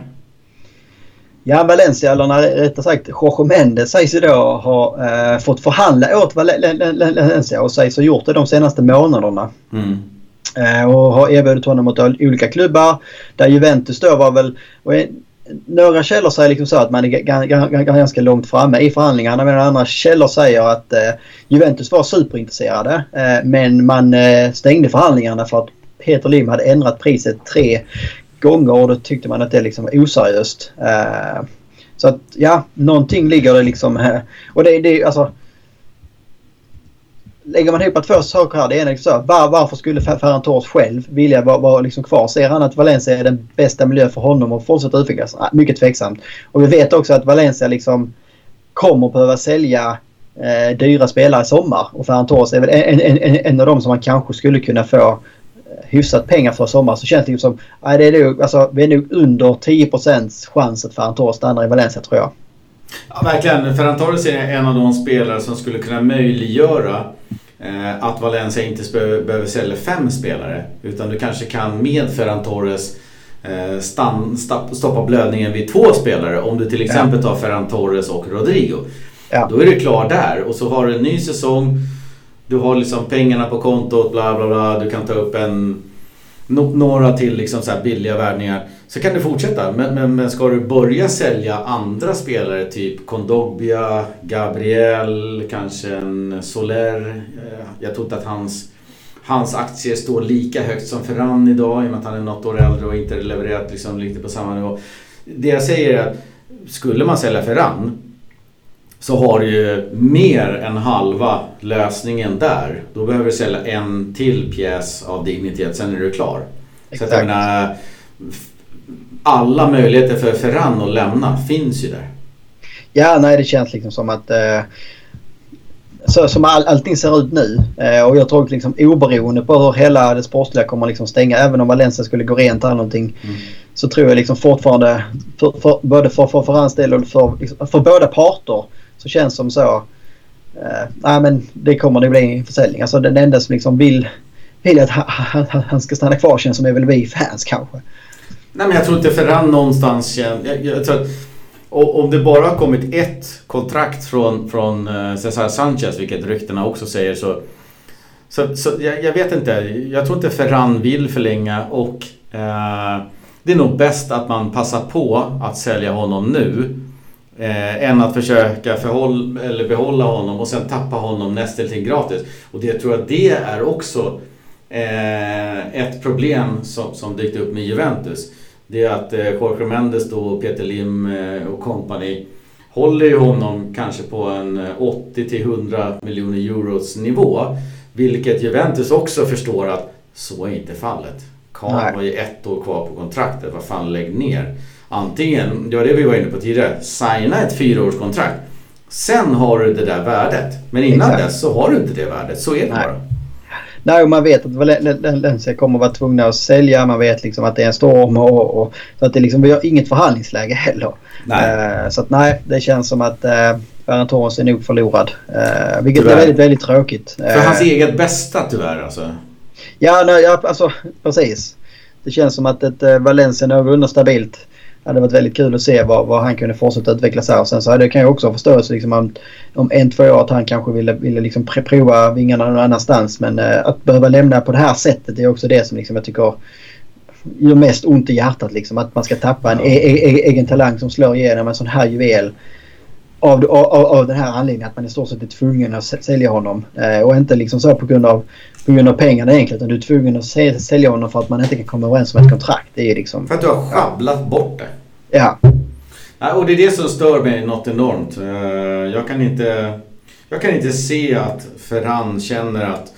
Ja, Valencia, eller rättare sagt Jorge Mendes sägs ju då ha fått förhandla åt Valencia och sägs ha gjort det de senaste månaderna. Och har erbjudit honom åt olika klubbar där Juventus då var väl några källor säger liksom så att man är ganska långt framme i förhandlingarna, medan andra källor säger att Juventus var superintresserade men man stängde förhandlingarna för att Peter Lim hade ändrat priset 3 gånger och då tyckte man att det liksom var oseriöst. Så att någonting ligger det liksom och det alltså lägger man ihop två saker här. Det ena är liksom så, varför skulle Ferran Torres själv vilja vara liksom kvar? Ser han att Valencia är den bästa miljön för honom och fortsätta utvecklas? Mycket tveksamt. Och vi vet också att Valencia liksom kommer behöva sälja dyra spelare i sommar. Och Ferran Torres är väl en av dem som man kanske skulle kunna få hyfsat pengar för sommar. Så känns det som vi är nog under 10% chans att Ferran Torres stannar i Valencia, tror jag. Ja, verkligen. Ferran Torres är en av de spelare som skulle kunna möjliggöra att Valencia inte behöver sälja 5 spelare, utan du kanske kan med Ferran Torres stoppa blödningen vid 2 spelare. Om du till exempel tar Ferran Torres och Rodrigo, då är du klar där och så har du en ny säsong. Du har liksom pengarna på kontot, bla bla bla. Du kan ta upp några till liksom så här billiga värvningar. Så kan du fortsätta. Men ska du börja sälja andra spelare, typ Kondogbia, Gabriel, kanske en Soler. Jag tror inte att hans aktier står lika högt som Ferran idag, i och med att han är något år äldre och inte levererat liksom lite på samma nivå. Det jag säger är att skulle man sälja Ferran, så har du ju mer än halva lösningen där. Då behöver du sälja en till pjäs av dignitet, sen är du klar. Exakt. Så att jag menar, alla möjligheter för Ferran att lämna finns ju där. Ja, nej, det känns liksom som att så som allting ser ut nu, och jag tror liksom oberoende på hur hela det sportsliga kommer liksom stänga, även om Valencia skulle gå rent eller någonting, så tror jag liksom fortfarande både för hans del och för båda parter, så känns som så men det kommer det bli en försäljning. Alltså den enda som liksom vill att han ska stanna kvar känns som är väl vi fans kanske. Nej, men jag tror inte Ferran någonstans jag tror att om det bara har kommit ett kontrakt från Cesar Sanchez, vilket ryktena också säger, så jag vet inte. Jag tror inte Ferran vill förlänga, och det är nog bäst att man passar på att sälja honom nu än att försöka behålla honom och sen tappa honom nästan till gratis. Och det tror jag det är också ett problem som dykt upp med Juventus, det är att Jorge Mendes då, och Peter Lim och company håller ju honom kanske på en 80-100 miljoner euros nivå, vilket Juventus också förstår att så är inte fallet. Kahn har ju 1 år kvar på kontraktet, vad fan, lägg ner. Antingen, det var det vi var inne på tidigare, signa ett 4-årskontrakt, sen har du det där värdet, men innan dess så har du inte det värdet, så är det bara. Nej, man vet att Valencia kommer vara tvungna att sälja. Man vet liksom att det är en storm och så att det liksom, vi har inget förhandlingsläge heller. Så att det känns som att Ferran Torres är nog förlorad. Vilket tyvärr är väldigt, väldigt tråkigt. För hans eget bästa tyvärr alltså. Alltså precis. Det känns som att ett Valencia någorlunda stabilt hade varit väldigt kul att se vad han kunde fortsätta utvecklas här. Och sen så kan jag också förstå liksom, om 1-2 år att han kanske ville liksom prova vingarna någon annanstans. Men att behöva lämna på det här sättet är också det som liksom, jag tycker gör mest ont i hjärtat. Liksom, att man ska tappa en egen talang som slår igenom en sån här juvel av den här anledningen att man i stort sett är tvungen att sälja honom. Och inte liksom så på grund av pengarna egentligen, utan du är tvungen att sälja honom för att man inte kan komma överens om ett kontrakt. Det är liksom, för att du har schabblat bort det. Ja. Och det är det som stör mig något enormt. Jag kan inte se att Ferran känner att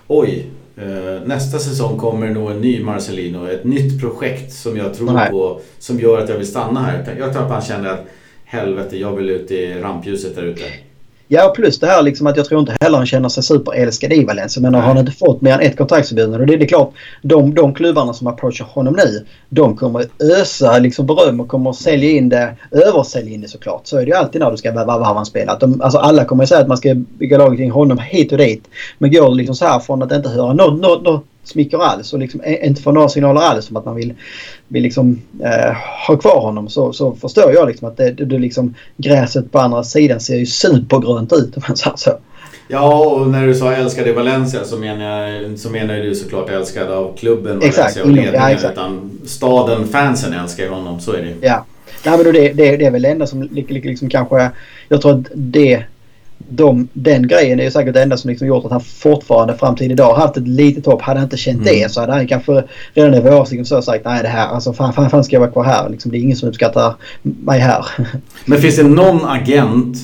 nästa säsong kommer nog en ny Marcelino, ett nytt projekt som jag tror på, som gör att jag vill stanna här. Jag tror att han känner att helvete, jag vill ut i rampljuset där ute. Ja, plus det här liksom att jag tror inte heller han känner sig superälskad i Valencia, men har han inte fått mer än ett kontraktserbjudande, och det är klart, de klubbarna som approachar honom nu, de kommer ösa liksom beröm och kommer sälja in det, översälja in det såklart. Så är det ju alltid när du ska varva en spelare. Alltså alla kommer säga att man ska bygga laget kring honom hit och dit, men går det liksom så här från att inte höra något smicker alls och liksom inte få några signaler alls om att man vill liksom ha kvar honom, så förstår jag liksom att det liksom, gräset på andra sidan ser ju supergrönt ut om man säger så. Ja, och när du sa älskad i Valencia så menar du såklart älskad av klubben Valencia och ledningen, utan staden, fansen älskar honom, så är det. Ja, men det är väl det enda som liksom kanske, jag tror att den grejen är ju säkert det enda som liksom gjort att han fortfarande fram till idag haft ett litet hopp. Hade han inte känt det, så hade han kanske redan i våras liksom så sagt, nej det här, alltså fan ska jag vara kvar här, liksom, det är ingen som uppskattar mig här. Men finns det någon agent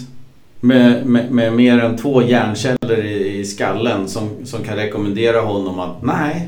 med mer än 2 hjärnceller i skallen som kan rekommendera honom att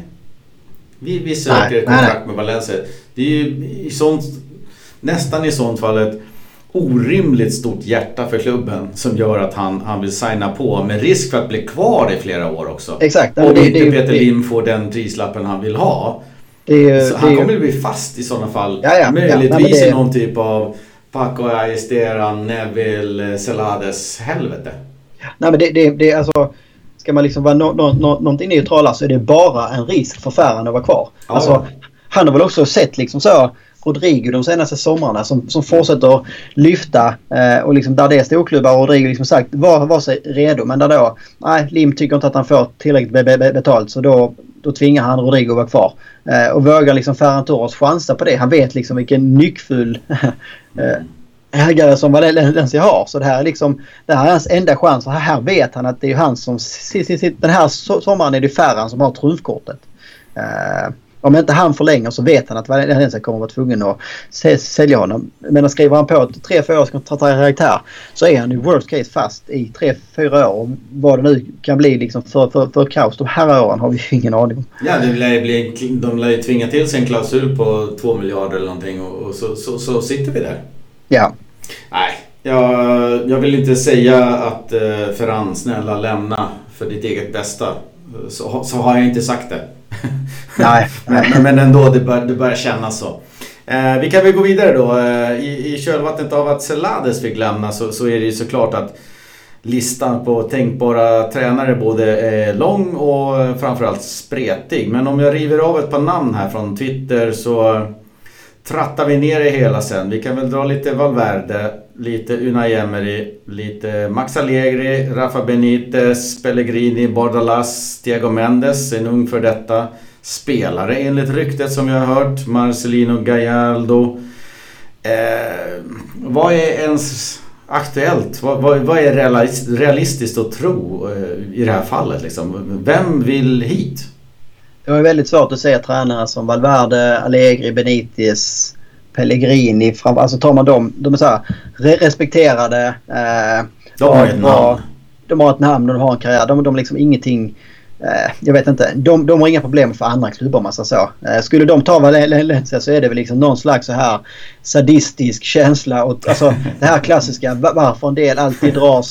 vi söker ett kontrakt med Valencia? Det är ju nästan i sånt fall ett orimligt stort hjärta för klubben som gör att han vill signa på med risk för att bli kvar i flera år också. Exakt. Om inte Peter Lim får den prislappen han vill ha. Han kommer bli fast i sådana fall. Möjligtvis i någon typ av Paco Ayesteran, Neville, Celades helvete. Nej, men det alltså, ska man liksom vara någonting neutrala, så är det bara en risk för Ferran att vara kvar. Ja. Alltså, han har väl också sett liksom så Rodrigo de senaste somrarna som fortsätter lyfta och liksom där det är storklubbar, Rodrigo liksom sagt var sig redo, men där då Lim tycker inte att han får tillräckligt betalt, så då tvingar han Rodrigo att vara kvar och vågar liksom Ferran Torres chansa på det. Han vet liksom vilken nyckfull ägare som Valencia har, så det här är hans enda chans, och här vet han att det är han som den här sommaren är det Ferran som har trumfkortet. Om inte han förlänger så vet han att Valencia kommer att vara tvungen att sälja honom. Men skriver han på 3-4 års karaktär, så är han i worst case fast i 3-4 år. Vad det nu kan bli liksom för kaos de här åren har vi ingen aning om. Ja, de lär ju tvinga till sig en klausul på 2 miljarder eller någonting, och så sitter vi där. Ja. Nej, jag vill inte säga att Ferran, snälla lämna för ditt eget bästa. Så har jag inte sagt det. Nej. men ändå, det börjar kännas så. Vi kan väl gå vidare då. I kölvattnet av att Celades fick lämna så är det ju såklart att listan på tänkbara tränare både är lång och framförallt spretig. Men om jag river av ett par namn här från Twitter så trattar vi ner det hela sen. Vi kan väl dra lite Valverde, lite Unai Emery, lite Max Allegri, Rafa Benitez, Pellegrini, Bordalas, Thiago Mendes, en ung för detta spelare enligt ryktet som jag har hört, Marcelino Gallardo. Vad är ens aktuellt? Vad är realistiskt att tro i det här fallet? Liksom? Vem vill hit? Det var väldigt svårt att se tränare som Valverde, Allegri, Benitez, Pellegrini. Alltså tar man dem, de är så här respekterade. De har ett namn. De har ett namn och de har en karriär. De liksom ingenting... jag vet inte. De har inga problem för andra klubbar, man ska så. Skulle de ta Valencia så är det väl liksom någon slags så här sadistisk känsla. Och, alltså det här klassiska, varför en del alltid drar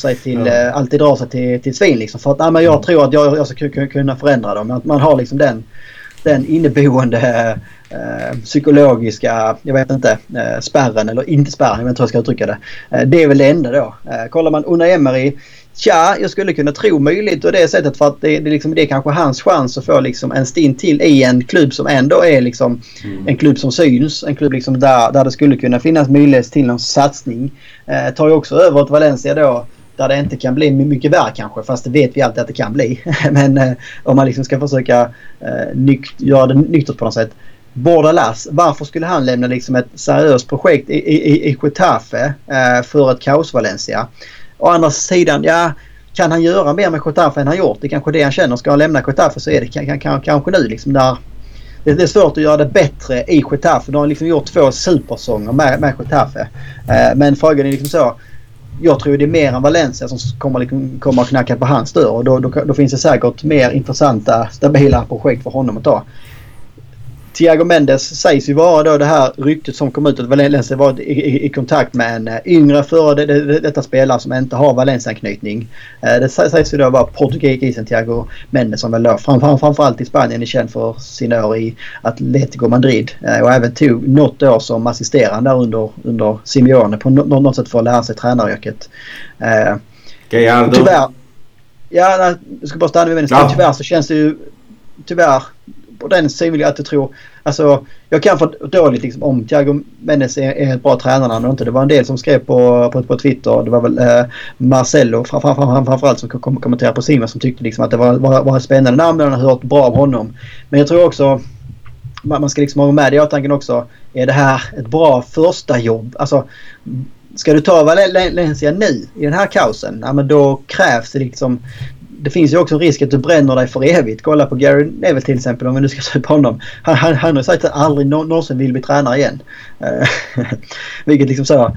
sig till svin liksom. För att men jag tror att jag ska kunna förändra dem. Att man har liksom den inneboende psykologiska, jag vet inte, spärren eller inte spärren, jag vet inte hur jag ska uttrycka det. Det är väl det enda då. Kollar man Unai Emery, jag skulle kunna tro möjligt och det sättet för att det är kanske hans chans att få liksom en stint till i en klubb som ändå är liksom en klubb som syns, en klubb liksom där det skulle kunna finnas möjlighet till någon satsning. Tar ju också över ett Valencia då där det inte kan bli mycket värre kanske, fast det vet vi alltid att det kan bli. Men om man liksom ska försöka göra det nyktert på något sätt. Bordalas, varför skulle han lämna liksom ett seriöst projekt i Getafe för ett kaos Valencia? Å andra sidan, kan han göra mer med Getafe än han gjort? Det är kanske det han känner. Ska han lämna Getafe så är det kanske nu liksom där. Det är svårt att göra det bättre i Getafe. De har liksom gjort 2 supersånger med Getafe. Men frågan är liksom så. Jag tror det är mer än Valencia som kommer att knacka på hans dörr. Och då finns det säkert mer intressanta, stabila projekt för honom att ta. Thiago Mendes sägs ju vara då det här ryktet som kom ut att Valencia var i kontakt med en yngre före detta spelare som inte har Valencia-anknytning. Det sägs ju då vara portugisen Thiago Mendes som väl då framförallt i Spanien är känd för sina år i Atletico Madrid och även tog något år som assisterande där under Simeone på något sätt för att lära sig tränaryrket. Gallardo. Tyvärr, jag ska bara stanna med Mendes. Ja. Tyvärr så känns det ju på den sidan att jag tror, alltså jag kan få dåligt liksom, om Thiago Mendes är ett bra tränare eller inte. Det var en del som skrev på Twitter, det var väl Marcelo framförallt som kommenterade på Simon som tyckte liksom att det var ett spännande namn och han har hört bra av honom. Men jag tror också man ska liksom ha med det i åtanke också, är det här ett bra första jobb? Alltså ska du ta Valencia nu i den här kaosen, men då krävs det liksom. Det finns ju också en risk att du bränner dig för evigt. Kolla på Gary Neville till exempel, om vi nu ska se på honom. Han har sagt att aldrig någonsin vill bli tränare igen. Vilket liksom så,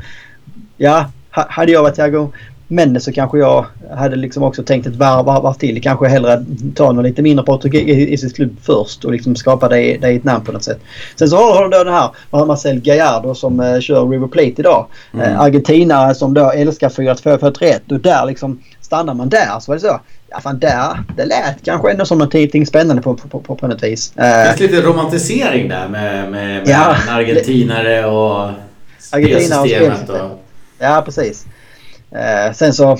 hade jag varit Thiago Mendes så kanske jag hade liksom också tänkt ett varv till. Kanske hellre ta något lite mindre portugisisk klubb först och liksom skapa dig ett namn på något sätt. Sen så har de då den här Marcel Gallardo som kör River Plate idag. Argentinare som då älskar 4-2-4-1 och där liksom stannar man där så var det så. Ja fan det lät kanske ändå som någonting spännande på något vis. Det finns lite romantisering där med en argentinare och spelsystemet. Ja precis. Sen så,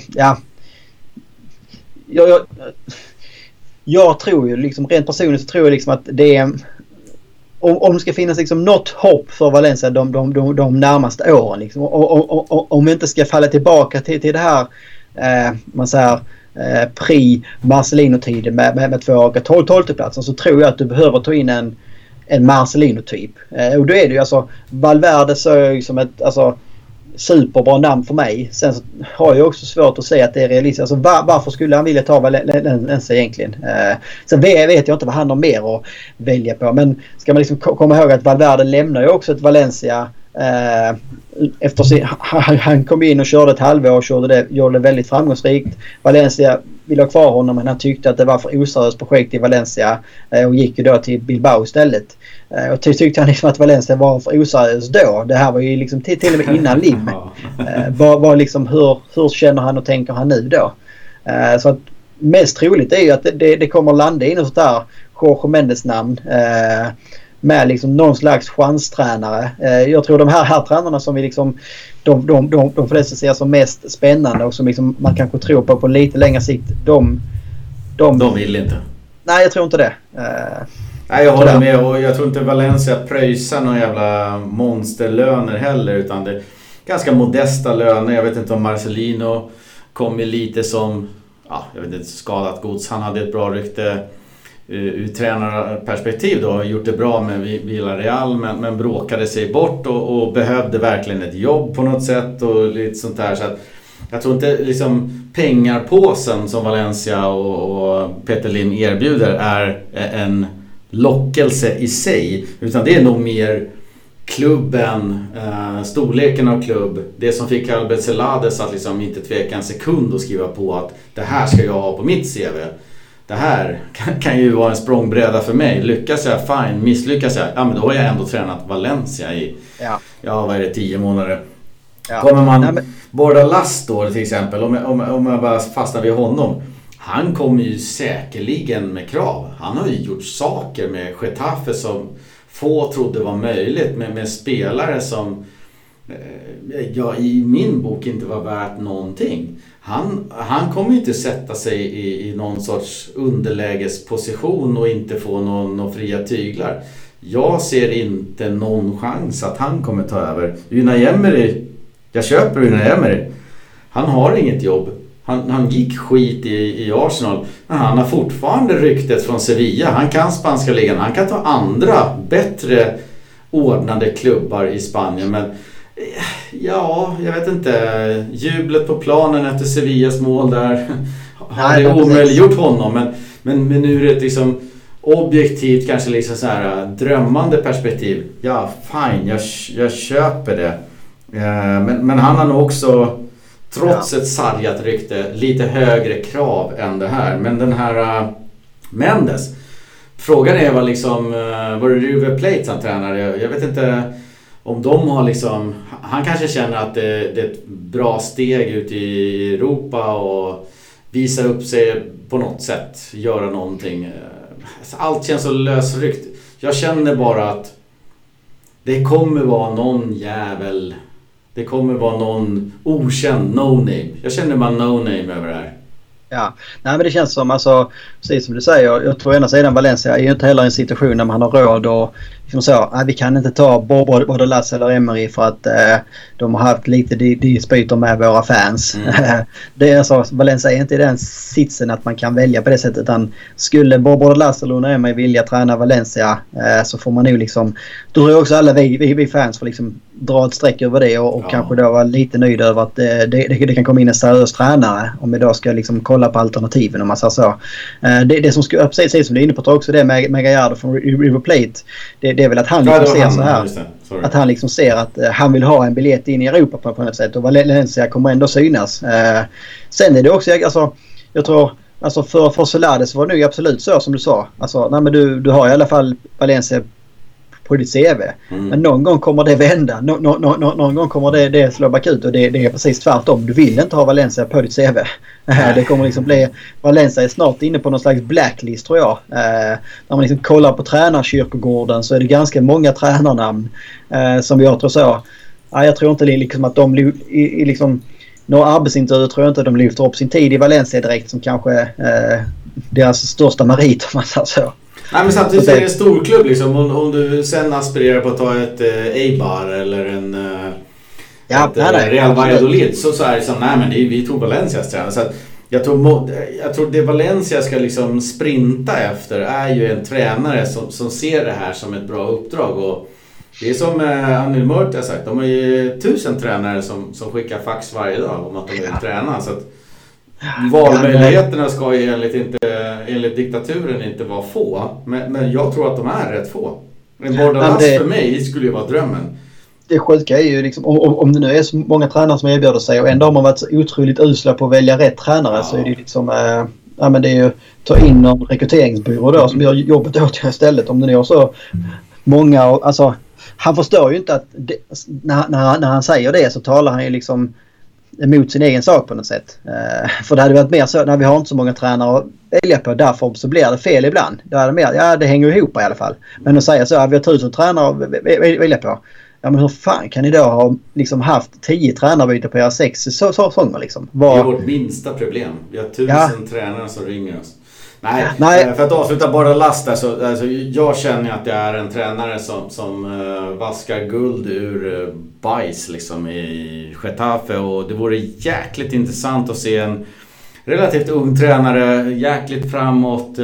jag tror ju liksom rent personligt så tror jag liksom att det är om det ska finnas liksom något hopp för Valencia de närmaste åren liksom, om vi inte ska falla tillbaka till det här man säger pre-Marcelino-tiden med 2 12-platser så tror jag att du behöver ta in en Marcelino-typ. Och då är det ju alltså Valverde så är ju som ett superbra namn för mig. Sen så har jag också svårt att säga att det är realistiskt. Alltså varför skulle han vilja ta Valencia egentligen? Sen vet jag inte vad han har mer att välja på. Men ska man liksom komma ihåg att Valverde lämnar ju också ett Valencia efter han kom in och körde ett halvår och gjorde det väldigt framgångsrikt. Valencia ville ha kvar honom men han tyckte att det var för oseriöst projekt i Valencia och gick ju då till Bilbao istället. Och tyckte han liksom att Valencia var för oseriöst då. Det här var ju liksom till och med innan Lim. Var liksom hur känner han och tänker han nu då? Så att mest troligt är ju att det kommer landa in och sånt där Jorge Mendes namn med liksom någon slags chanstränare. Jag tror de här tränarna som vi liksom de flesta ser som mest spännande och som liksom man kanske tror på lite längre sikt, de vill inte. Nej, jag tror inte det. Nej, jag håller med och jag tror inte Valencia pröjsar några jävla monsterlöner heller utan det är ganska modesta löner. Jag vet inte om Marcelino kom med lite som jag vet inte, skadat gods. Han hade ett bra rykte ur tränarperspektiv då, gjort det bra med Villarreal men bråkade sig bort och behövde verkligen ett jobb på något sätt och lite sånt där. Så att jag tror inte liksom pengarpåsen som Valencia och Peter Lim erbjuder är en lockelse i sig, utan det är nog mer klubben, storleken av klubb, det som fick Albert Celades att liksom inte tveka en sekund och skriva på att det här ska jag ha på mitt CV. Det här kan ju vara en språngbräda för mig. Lyckas jag, fine. Misslyckas jag, ja men då har jag ändå tränat Valencia i, vad är det, 10 månader. Ja. Kommer man Bordalas då till exempel, om jag bara fastnar vid honom. Han kommer ju säkerligen med krav. Han har ju gjort saker med Getafe som få trodde var möjligt. Med spelare som i min bok inte var värt någonting. Han kommer ju inte sätta sig i någon sorts underlägesposition och inte få någon fria tyglar. Jag ser inte någon chans att han kommer ta över. Unai Emery, jag köper Unai Emery. Han har inget jobb. Han gick skit i Arsenal. Men han har fortfarande ryktet från Sevilla. Han kan spanska ligan. Han kan ta andra, bättre ordnade klubbar i Spanien. Men ja, jag vet inte. Jublet på planen efter Sevillas mål där har det omöjliggjort honom. Men nu är det liksom objektivt, kanske liksom så här drömmande perspektiv. Ja, fine, jag köper det. Men han har nog också, trots ett sargat rykte, lite högre krav än det här. Men den här Mendes, frågan är vad liksom, var det River Plate som tränare? Jag vet inte om de har liksom, han kanske känner att det är ett bra steg ut i Europa och visa upp sig på något sätt, göra någonting. Allt känns så lösryckt. Jag känner bara att det kommer vara någon jävel. Det kommer vara någon okänd no-name. Jag känner bara no-name över det här. Ja, nej men det känns som, alltså, precis som du säger, jag tror ena sidan Valencia är ju inte heller en situation där man har råd och liksom så, vi kan inte ta både Lass eller Emery för att de har haft lite dispyter med våra fans. Det är så, Valencia är inte i den sitsen att man kan välja på det sättet, utan skulle både Lass eller Emery vilja träna Valencia så får man nog liksom, då tror jag också alla vi fans får liksom dra ett streck över det och kanske då vara lite nöjd över att det kan komma in en seriös tränare om vi då ska liksom kolla på alternativen, om man säger så. Det som ska, precis som du är inne på, tror också det med Gallardo från River Plate, det är väl att han liksom ser så här, att han liksom ser att han vill ha en biljett in i Europa på något sätt, och Valencia kommer ändå synas. Sen är det också, alltså, jag tror, alltså för Celades var det nog absolut så som du sa, alltså, nej, men du har i alla fall Valencia på ditt CV. Men någon gång kommer det vända. Någon gång kommer det slå bakut, och det är precis tvärtom. Du vill inte ha Valencia på ditt CV. Det kommer liksom bli, Valencia är snart inne på någon slags blacklist, tror jag. När man liksom kollar på tränarkyrkogården så är det ganska många tränarnamn som jag tror så. Jag tror inte liksom att de liksom några arbetsintervjuer, tror jag inte de lyfter upp sin tid i Valencia direkt som kanske deras största merit, om man säger så. Nej, men samtidigt är det en stor klubb liksom. Om du sen aspirerar på att ta ett Eibar eller en Real Valladolid, så är det som, nej men vi tog Valencias tränare. Så att jag tror det Valencia ska liksom sprinta efter är ju en tränare som ser det här som ett bra uppdrag. Och det är som Anil Murti har sagt, de har ju 1000 tränare som skickar fax varje dag om att de vill träna. Så att valmöjligheterna ska ju enligt diktaturen inte vara få, men jag tror att de är rätt få. En Bordalas för mig skulle ju vara drömmen. Det sjuka är ju liksom, om det nu är så många tränare som erbjuder sig, och ändå har man varit så otroligt usla på att välja rätt tränare, så är det liksom men det är ju ta in någon rekryteringsbyrå då som gör jobbet åt istället. Om det är så många, alltså han förstår ju inte att när han säger det så talar han ju liksom emot sin egen sak på något sätt. För det hade varit mer så när vi har inte så många tränare att välja på, därför så blir det fel ibland. Då är det mer, det hänger ihop i alla fall. Men att säga så, vi har 1000 tränare att välja på. Ja, men hur fan kan ni då ha liksom haft 10 tränarbyten på era 6 säsonger liksom? Det är vårt minsta problem. Vi har 1000 tränare som ringer oss. Nej, för att avsluta bara last där, så alltså, jag känner att det är en tränare som vaskar guld ur bajs liksom i Getafe, och det vore jäkligt intressant att se en relativt ung tränare jäkligt framåt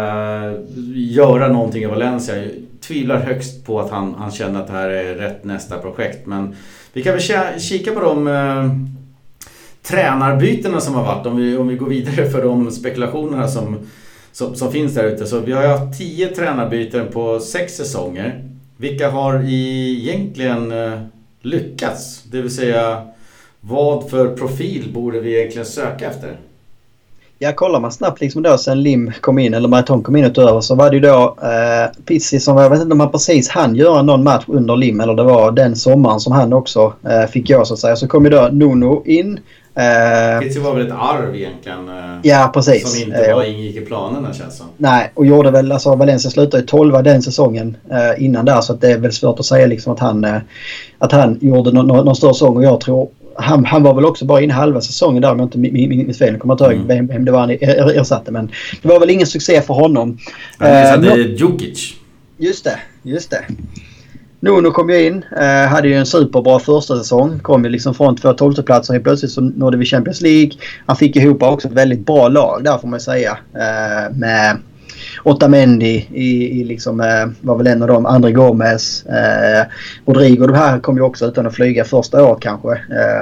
göra någonting i Valencia. Jag tvivlar högst på att han känner att det här är rätt nästa projekt, men vi kan väl kika på de tränarbytena som har varit, om vi går vidare för de spekulationerna som finns där ute. Så vi har haft 10 tränarbyten på 6 säsonger. Vilka har egentligen lyckats? Det vill säga, vad för profil borde vi egentligen söka efter? Ja, kollar man snabbt liksom då sen Lim kom in eller Marathon kom in utöver, så var det ju då Pizzi som, jag vet inte om han precis hann göra någon match under Lim, eller det var den sommaren som han också fick gå så att säga. Så kom ju då Nuno in. Pizzi var väl ett arv egentligen. Ja, precis. Som inte ingick i planerna, känns som. Nej, och gjorde väl, alltså Valencia slutade i 12 den säsongen innan där, så att det är väl svårt att säga liksom att han gjorde någon större säsong, och jag tror han var väl också bara in halva säsongen där, om jag inte minns fel. Jag kommer inte ihåg vem det var han ersatte, men det var väl ingen succé för honom. Han ersatte Djukic. Just det. Nuno kom ju in, hade ju en superbra första säsong, kom ju liksom från 2 12-platser, och plötsligt så nådde vi Champions League. Han fick ihop också ett väldigt bra lag där, får man säga, med Otamendi i liksom, var väl en av dem, André Gomes, Rodrigo. De här kom ju också utan att flyga första året kanske.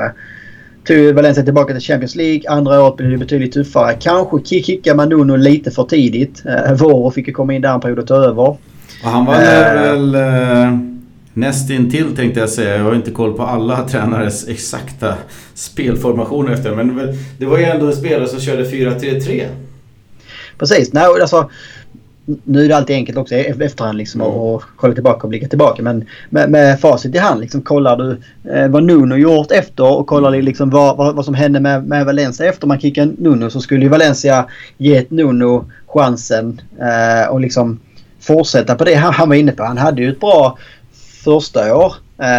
Tog Valencia tillbaka till Champions League. Andra året blev det betydligt tuffare. Kanske kickade man Nuno lite för tidigt. Våro fick ju komma in där en period och ta över. Och han var väl nästintill, tänkte jag säga. Jag har inte koll på alla tränares exakta spelformationer efter. Men det var ju ändå en spelare som körde 4-3-3. Precis. Nej, alltså, nu är det alltid enkelt också efterhand liksom, och kolla tillbaka och blicka tillbaka. Men med facit i hand liksom, kollar du vad Nuno gjort efter, och kollar liksom vad som hände med Valencia efter man kickade Nuno, så skulle ju Valencia ge Nuno chansen och liksom fortsätta på det han var inne på. Han hade ju ett bra första år.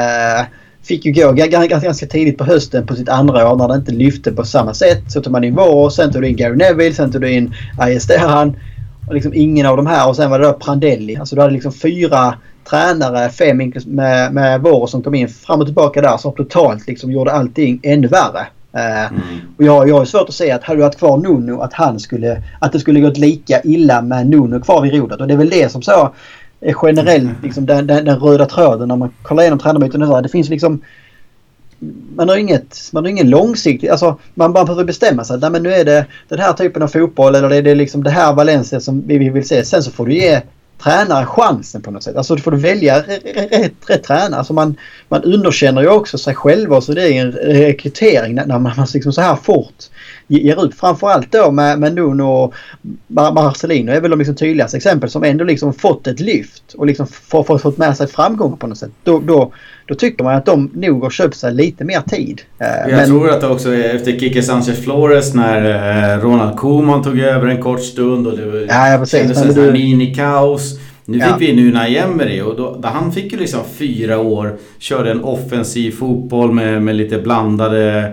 Fick ju gå ganska tidigt på hösten på sitt andra år när det inte lyfte på samma sätt. Så tog man in Vår, sen tog du in Gary Neville, sen tog du in Ayesteran. Och liksom ingen av de här, och sen var det då Prandelli. Alltså du hade liksom 4 tränare, 5 med Vår som kom in fram och tillbaka där, som totalt liksom gjorde allting ännu värre. Och jag har svårt att säga att hade du haft kvar Nuno, att det skulle gått lika illa med Nuno kvar vid rodret. Och det är väl det som så är generellt liksom den röda tråden när man kollar igenom tränarbyten. Det finns liksom, man har ingen långsiktig, alltså man bara behöver bestämma sig. Nej, men nu är det den här typen av fotboll, eller det är liksom det här Valencia som vi vill se. Sen så får du ge tränare chansen på något sätt. Alltså du får välja rätt tränare. Alltså man underkänner ju också sig själv, och så det är en rekrytering när man liksom så här fort ger ut. Framförallt då med Nuno och Marcelino är väl de liksom tydligaste exempel som ändå liksom fått ett lyft och liksom fått med sig framgång på något sätt. Då tycker man att de nog har köpt sig lite mer tid. Jag tror att det också är efter Quique Sánchez Flores, när Ronald Koeman tog över en kort stund, och det kändes som en minikaos. Nu fick vi nu Unai Emery, och då han fick ju liksom 4 år, körde en offensiv fotboll med lite blandade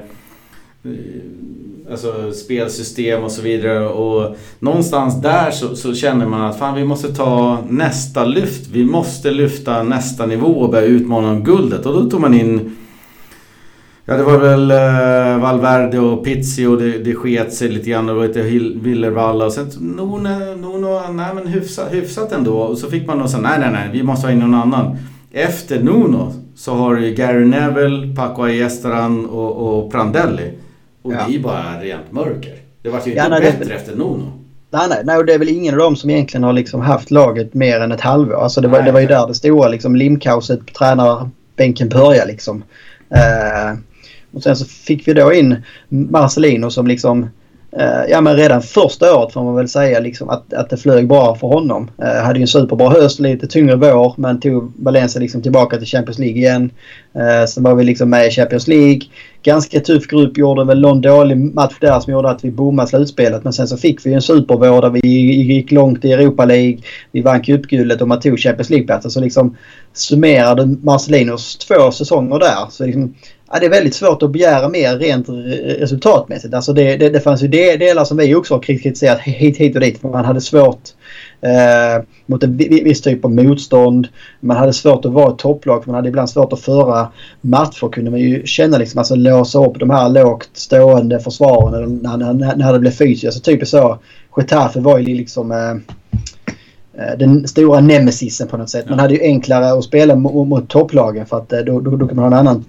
alltså spelsystem och så vidare, och någonstans där så känner man att fan, vi måste ta nästa lyft, vi måste lyfta nästa nivå och börja utmana om guldet. Och då tog man in, det var väl Valverde och Pizzi, och det sket sig lite grann, och lite Villervalla, och sen Nuno, nej men hyfsat ändå, och så fick man då säga nej, vi måste ha in någon annan. Efter Nuno så har du Gary Neville, Paco Ayesteran och Prandelli. Och det är ju bara rent mörker. Det var ju inte bättre efter Nuno. Nej, och det är väl ingen av dem som egentligen har liksom haft laget mer än ett halvår. Alltså det var ju där det stora liksom, limkaoset på tränarbänken började liksom. Och sen så fick vi då in Marcelino som liksom men redan första året får man väl säga liksom att det flög bra för honom. Hade ju en superbra höst, lite tyngre vår, men tog Valencia liksom tillbaka till Champions League igen. Sen var vi liksom med i Champions League. Ganska tuff grupp, gjorde väl någon dålig match där som gjorde att vi bommade slutspelet, men sen så fick vi en supervår där vi gick långt i Europa League. Vi vann cupguldet och man tog Champions League-platsen. Så liksom summerade Marcelinos 2 säsonger där. Så liksom, det är väldigt svårt att begära mer rent resultatmässigt. Alltså det fanns ju delar som vi också har kritiserat hit och dit. Man hade svårt mot en viss typ av motstånd. Man hade svårt att vara ett topplag. Man hade ibland svårt att föra matcher. Kunde man ju känna liksom, alltså låsa upp de här lågt stående försvaren när det blev fysiskt. Alltså typ så. Getafe var ju liksom den stora nemesisen på något sätt. Man hade ju enklare att spela mot topplagen, för att då kan man ha en annan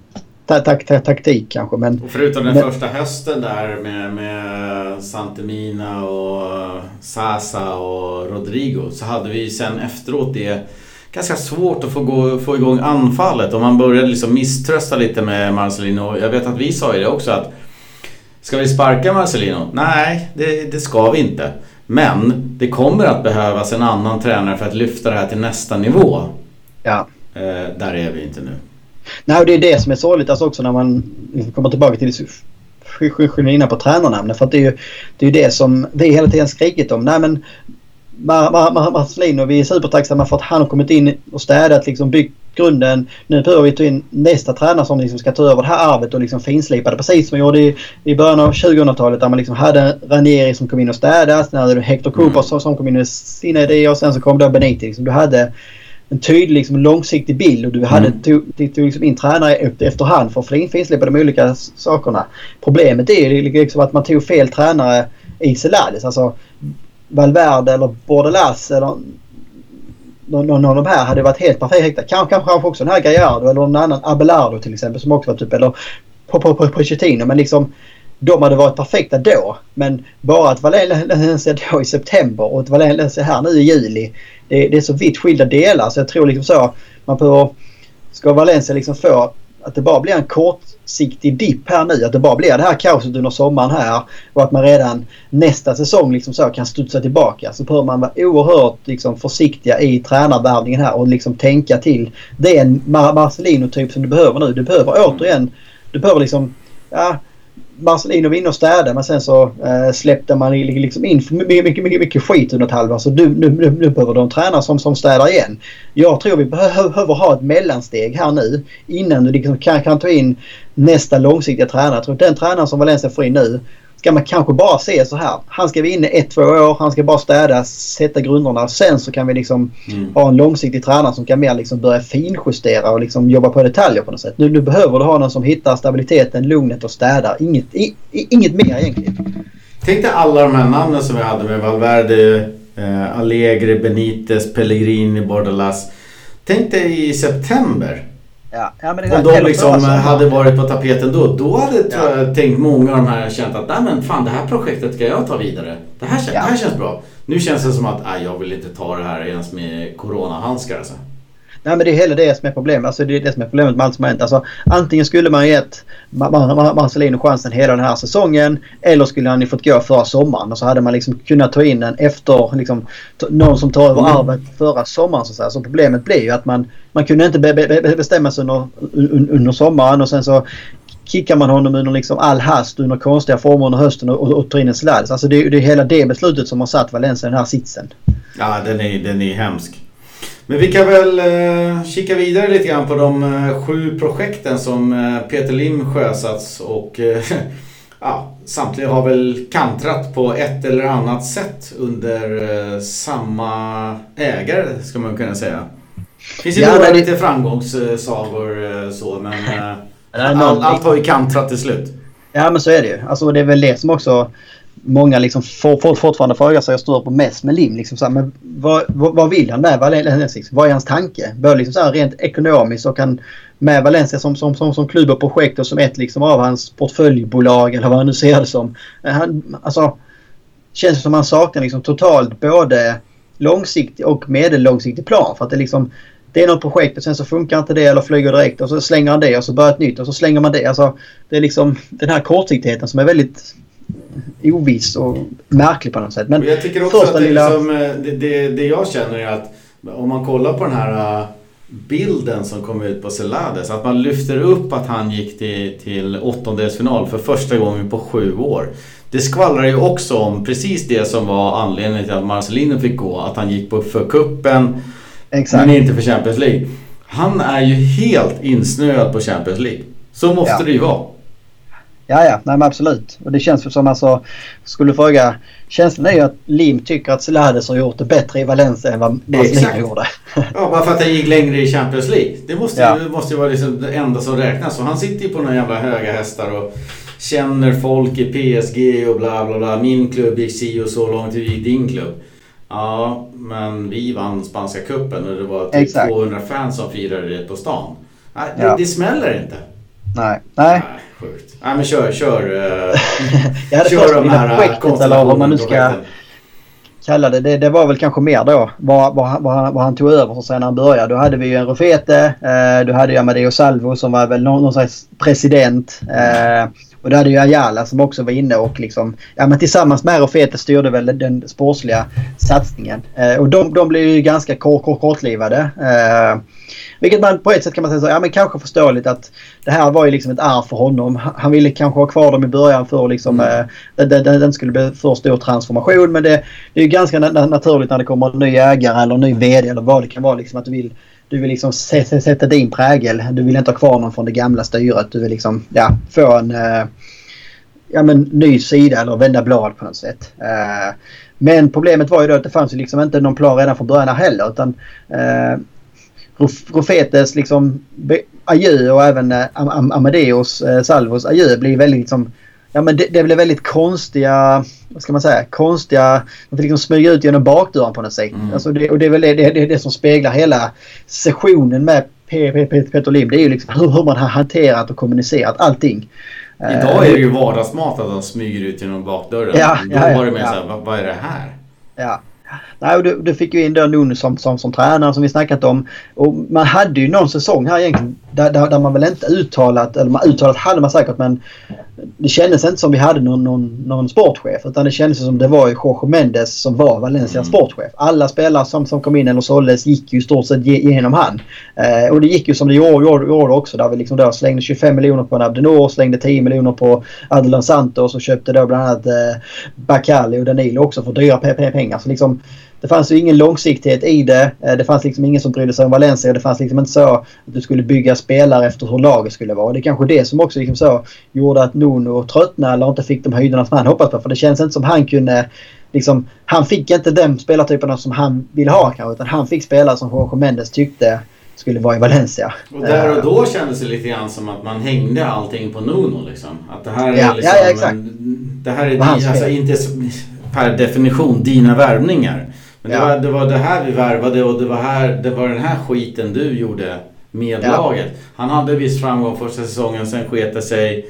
taktik kanske. Men, och förutom den första hösten där med Santemina och Sasa och Rodrigo, så hade vi sen efteråt det ganska svårt att få igång anfallet, och man började liksom misströsta lite med Marcelino. Jag vet att vi sa ju det också, att ska vi sparka Marcelino? Nej, det ska vi inte. Men det kommer att behövas en annan tränare för att lyfta det här till nästa nivå. Ja. Där är vi inte nu. Nej, och det är det som är sorgligt alltså också när man kommer tillbaka till skillnaden på tränarnamnen. För att det är ju det som vi hela tiden skrikit om. Nej, men Marcelino, vi är supertacksamma för att han har kommit in och städat, liksom byggt grunden. Nu behöver vi ta in nästa tränare som liksom ska ta över det här arvet och liksom finslipa det, precis som vi gjorde i början av 2000-talet, där man liksom hade Ranieri som kom in och städade, sen hade du Hector Cooper som kom in med sina idéer, och sen så kom då Benitez. Liksom, du hade en tydlig liksom, långsiktig bild, och du hade tog liksom in tränare efterhand för att finslipa de olika sakerna. Problemet är liksom att man tog fel tränare i Celades, alltså Valverde eller Bordelas eller någon av de här hade varit helt perfekta. Kanske också den här Gallardo eller någon annan, Abelardo till exempel, som också var typ, eller Pochettino, men liksom de hade varit perfekta då, men bara att Valencia då i september och att Valencia här nu i juli, det är så vitt skilda delar, så jag tror liksom så man på ska Valencia liksom få att det bara blir en kortsiktig dipp här nu, att det bara blir det här kaoset under sommaren här, och att man redan nästa säsong liksom så kan studsa tillbaka, så behöver man vara oerhört liksom försiktiga i tränarvärvningen här och liksom tänka till. Det är en Marcelino-typ som du behöver nu. Du behöver återigen, du behöver liksom Marcelino vinner och städa, men sen så släppte man liksom in mycket skit under ett halvår, så nu behöver de träna som städar igen. Jag tror vi behöver ha ett mellansteg här nu innan du liksom kan ta in nästa långsiktiga tränare. Jag tror att den tränaren som Valencia får in nu ska man kanske bara se så här. Han ska vinna 1-2 år, han ska bara städa, sätta grunderna, sen så kan vi liksom ha en långsiktig tränare som kan mer liksom börja finjustera och liksom jobba på detaljer på något sätt. Nu behöver du ha någon som hittar stabiliteten, lugnet och städar. Inget mer egentligen. Tänk dig alla de här namnen som vi hade med Valverde, Allegri, Benitez, Pellegrini, Bordelas. Tänk dig i september. Ja, men det om de liksom hade varit på tapeten då hade jag tänkt många av de här känt att nej, men fan, det här projektet ska jag ta vidare. Det här känns bra. Nu känns det som att jag vill inte ta det här ens med coronahandskar alltså. Nej, men det är hela det som är problemet. Alltså, det är det som är problemet med allt som har hänt. Alltså, antingen skulle man gett Marcelino chansen hela den här säsongen, eller skulle han fått gå förra sommaren, och så hade man liksom kunnat ta in en efter liksom, någon som tar över arvet förra sommaren. Så problemet blir ju att man kunde inte bestämma sig under sommaren, och sen så kickar man honom under liksom all hast under konstiga former under hösten och tar in en Celades. Alltså det är hela det beslutet som har satt Valencia i den här sitsen. Ja, den är hemsk. Men vi kan väl kika vidare lite grann på de 7 projekten som Peter Lim sjösats, och samtliga har väl kantrat på ett eller annat sätt under samma ägare, ska man kunna säga. Finns ju några lite framgångssagor så, men allt har ju kantrat till slut. Ja, men så är det ju. Alltså det är väl det som också många liksom fortfarande frågar sig och står på mest med Lim. Liksom så här, men vad vill han med Valencia? Vad är hans tanke? Både liksom så här rent ekonomiskt, och kan med Valencia som klubb och projekt och som ett liksom av hans portföljbolag, eller vad han nu ser det som. Alltså, känns det som han saknar liksom totalt både långsiktig och medellångsiktig plan. För att det är något projekt och sen så funkar inte det, eller flyger direkt, och så slänger han det och så börjar ett nytt och så slänger man det. Alltså, det är liksom den här kortsiktigheten som är väldigt oviss och märklig på något sätt. Men jag tycker också att det jag känner är att om man kollar på den här bilden som kom ut på Celades, att man lyfter upp att han gick till åttondelsfinal för första gången på 7 år. Det skvallrar ju också om precis det som var anledningen till att Marcelino fick gå, att han gick för kuppen. Exakt. Men inte för Champions League. Han är ju helt insnöad på Champions League. Så måste det ju vara. Ja, nej men absolut. Och det känns som, alltså, skulle fråga, känslan är ju att Lim tycker att Celades har gjort det bättre i Valencia än vad Marcelino gjorde. Ja, bara för att han gick längre i Champions League. Det måste ju vara liksom det enda som räknas. Så han sitter ju på några jävla höga hästar och känner folk i PSG och bla bla bla. Min klubb gick si och så långt, gick din klubb. Ja, men vi vann spanska kuppen och det var typ 200 fans som firade det på stan. Det smäller inte. Nej. Sjukt. Nej, men kör. Jag hade först de här projektet, eller vad man nu ska kalla det. Det var väl kanske mer då vad han tog över så sen när han började. Då hade vi ju en Rufete, då hade ju Amadeo Salvo som var väl någon slags president. Och då hade ju Ayala som också var inne och liksom, men tillsammans med Rufete styrde väl den sportsliga satsningen. Och de blev ju ganska kortlivade. Vilket man på ett sätt kan man säga så, men kanske förståeligt att det här var ju liksom ett arv för honom. Han ville kanske ha kvar dem i början för liksom, den skulle bli för stor transformation, men det är ju ganska naturligt när det kommer en ny ägare eller en ny vd eller vad det kan vara liksom, att du vill liksom sätta din prägel. Du vill inte ha kvar någon från det gamla styret. Du vill liksom få en ny sida eller vända blad på något sätt. Men problemet var ju då att det fanns ju liksom inte någon plan redan från början heller, utan Rufetes liksom adjö och även Amadeus Salvos adjö blir väldigt liksom, det blev väldigt konstiga, vad ska man säga, att liksom smyga ut genom bakdörren på något sätt. Alltså det är väl det som speglar hela sessionen med Peter Lim. Det är ju liksom hur man har hanterat och kommunicerat allting. Idag är det ju vardagsmat att de smyger ut genom bakdörren. Då var det mer så här, vad är det här? Ja. Nej, och du fick ju in då Nuno som tränare som vi snackat om. Och man hade ju någon säsong här egentligen där man väl inte uttalat, eller man uttalat hade man säkert, men det kändes inte som vi hade någon sportchef, utan det kändes som det var ju Jorge Mendes som var Valencias sportchef. Alla spelare som kom in eller såldes gick ju stort sett genom han. Och det gick ju som det gjorde också, där vi liksom då slängde 25 miljoner på Abdenor, slängde 10 miljoner på Adelan Santos och köpte då bland annat Bacali och Danilo också för dyra pengar. Så liksom det fanns ju ingen långsiktighet i det. Det fanns liksom ingen som brydde sig om Valencia. Det fanns liksom inte så att du skulle bygga spelare efter hur laget skulle vara. Det är kanske det som också liksom så gjorde att Nuno tröttnade eller inte fick de höjderna som han hoppats på. För det känns inte som han kunde liksom, han fick inte den spelartyperna som han ville ha kanske, utan han fick spelare som Jorge Mendes tyckte skulle vara i Valencia. Och där och då kändes det lite grann som att man hängde allting på Nuno liksom. Att det här är liksom exakt. Det här är alltså inte per definition dina värvningar. Men det var det här vi värvade och det var den här skiten du gjorde med laget. Han hade viss framgång första säsongen, sen sket det sig.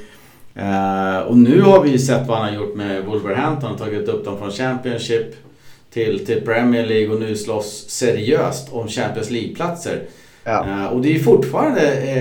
Och nu har vi ju sett vad han har gjort med Wolverhampton. Tagit upp dem från Championship till Premier League och nu slåss seriöst om Champions League-platser. Och det är fortfarande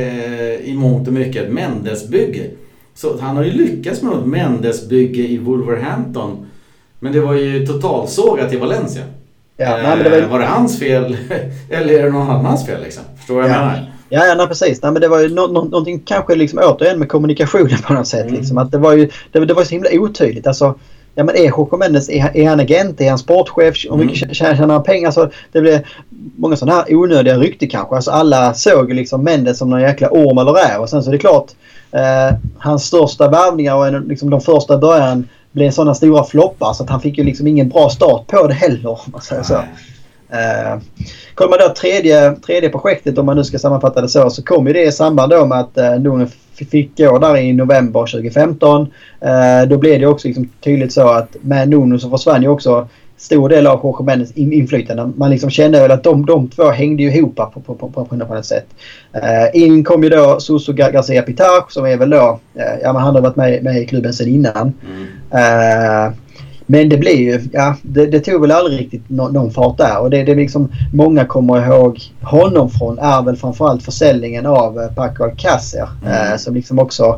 i mångt och mycket ett Mendes-bygge. Så han har ju lyckats med något Mendes-bygge i Wolverhampton. Men det var ju totalsågat i Valencia. Men var det hans fel eller är det någon annans fel liksom? Förstår vad jag menar? Ja, precis. Nej, men det var ju någonting kanske liksom återigen med kommunikationen på något sätt. Liksom. Att det var ju så himla otydligt. Alltså, men är Jorge Mendes, är han agent, är han sportchef, hur mycket tjänar han pengar? Alltså, det blev många sådana här onödiga rykte kanske. Alltså, alla såg liksom Mendes som någon jäkla orm eller räv. Och sen så är det klart, hans största värvningar och liksom de första början blev sådana stora floppar så att han fick ju liksom ingen bra start på det heller, om man säger så. Kommer man då tredje projektet, om man nu ska sammanfatta det så kom ju det i samband då med att Nuno fick gå där i november 2015. Då blev det också liksom tydligt så att med Nuno så försvann ju också stor del av Jorge Mendes inflytande. Man liksom kände väl att de två hängde ju ihop på något sätt. In kom ju då Suso Garcia Pitar som är väl då, han har varit med i klubben sedan innan. Men det blev ju, det tog väl aldrig riktigt någon fart där. Och det liksom, många kommer ihåg honom från är väl framförallt försäljningen av Paco Alcácer. Som liksom också,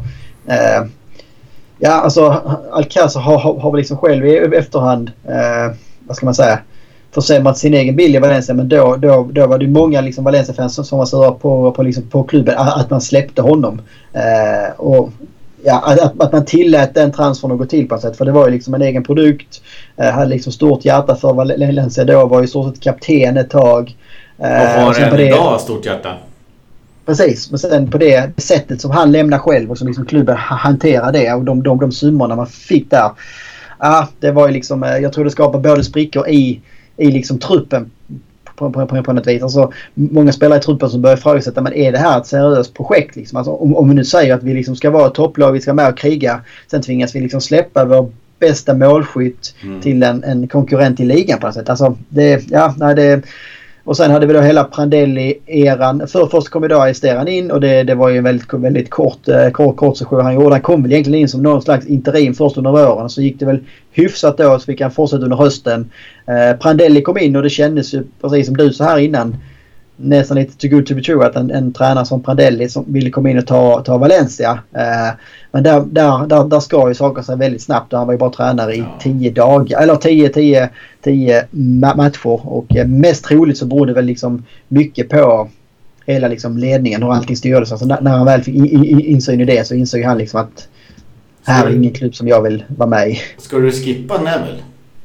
alltså Alcácer har väl liksom själv i efterhand, vad ska man säga, försämrat sin egen bild i Valencia. Men då var det många liksom Valencia-fans som var sura på klubben att man släppte honom. Och att man tillät den transfern att gå till på ett sätt. För det var ju liksom en egen produkt. Hade liksom stort hjärta för Valencia då. Var ju stort sett kapten ett tag. Och har idag stort hjärta. Precis. Men sen på det sättet som han lämnar själv och som liksom klubben hanterar det. Och de summorna man fick där. Det var ju liksom, jag tror det skapar både sprickor i liksom truppen på något vis. Alltså, många spelare i truppen som börjar ifrågasätta, men är det här ett seriöst projekt? Liksom? Alltså, om vi nu säger att vi liksom ska vara ett topplag, vi ska med och kriga, sen tvingas vi liksom släppa vår bästa målskytt till en konkurrent i ligan på något sätt. Alltså, Och sen hade vi då hela Prandelli-eran. Först kom då Esteran in och det var ju en väldigt kort session han gjorde. Han kom väl egentligen in som någon slags interim först under våren. Så gick det väl hyfsat då så vi kan fortsätta under hösten. Prandelli kom in och det kändes ju precis som du så här innan. Nästan lite too good to be true att en tränare som Prandelli som ville komma in och ta Valencia. Men där ska ju saker sig väldigt snabbt. Han var ju bara tränare i 10 dagar. Eller 10 matcher. Och mest troligt så berodde väl liksom mycket på hela liksom ledningen och allting styrdes. Alltså när han väl fick insyn i det så insåg han liksom att här är ingen klubb som jag vill vara med i. Ska du skippa Neville?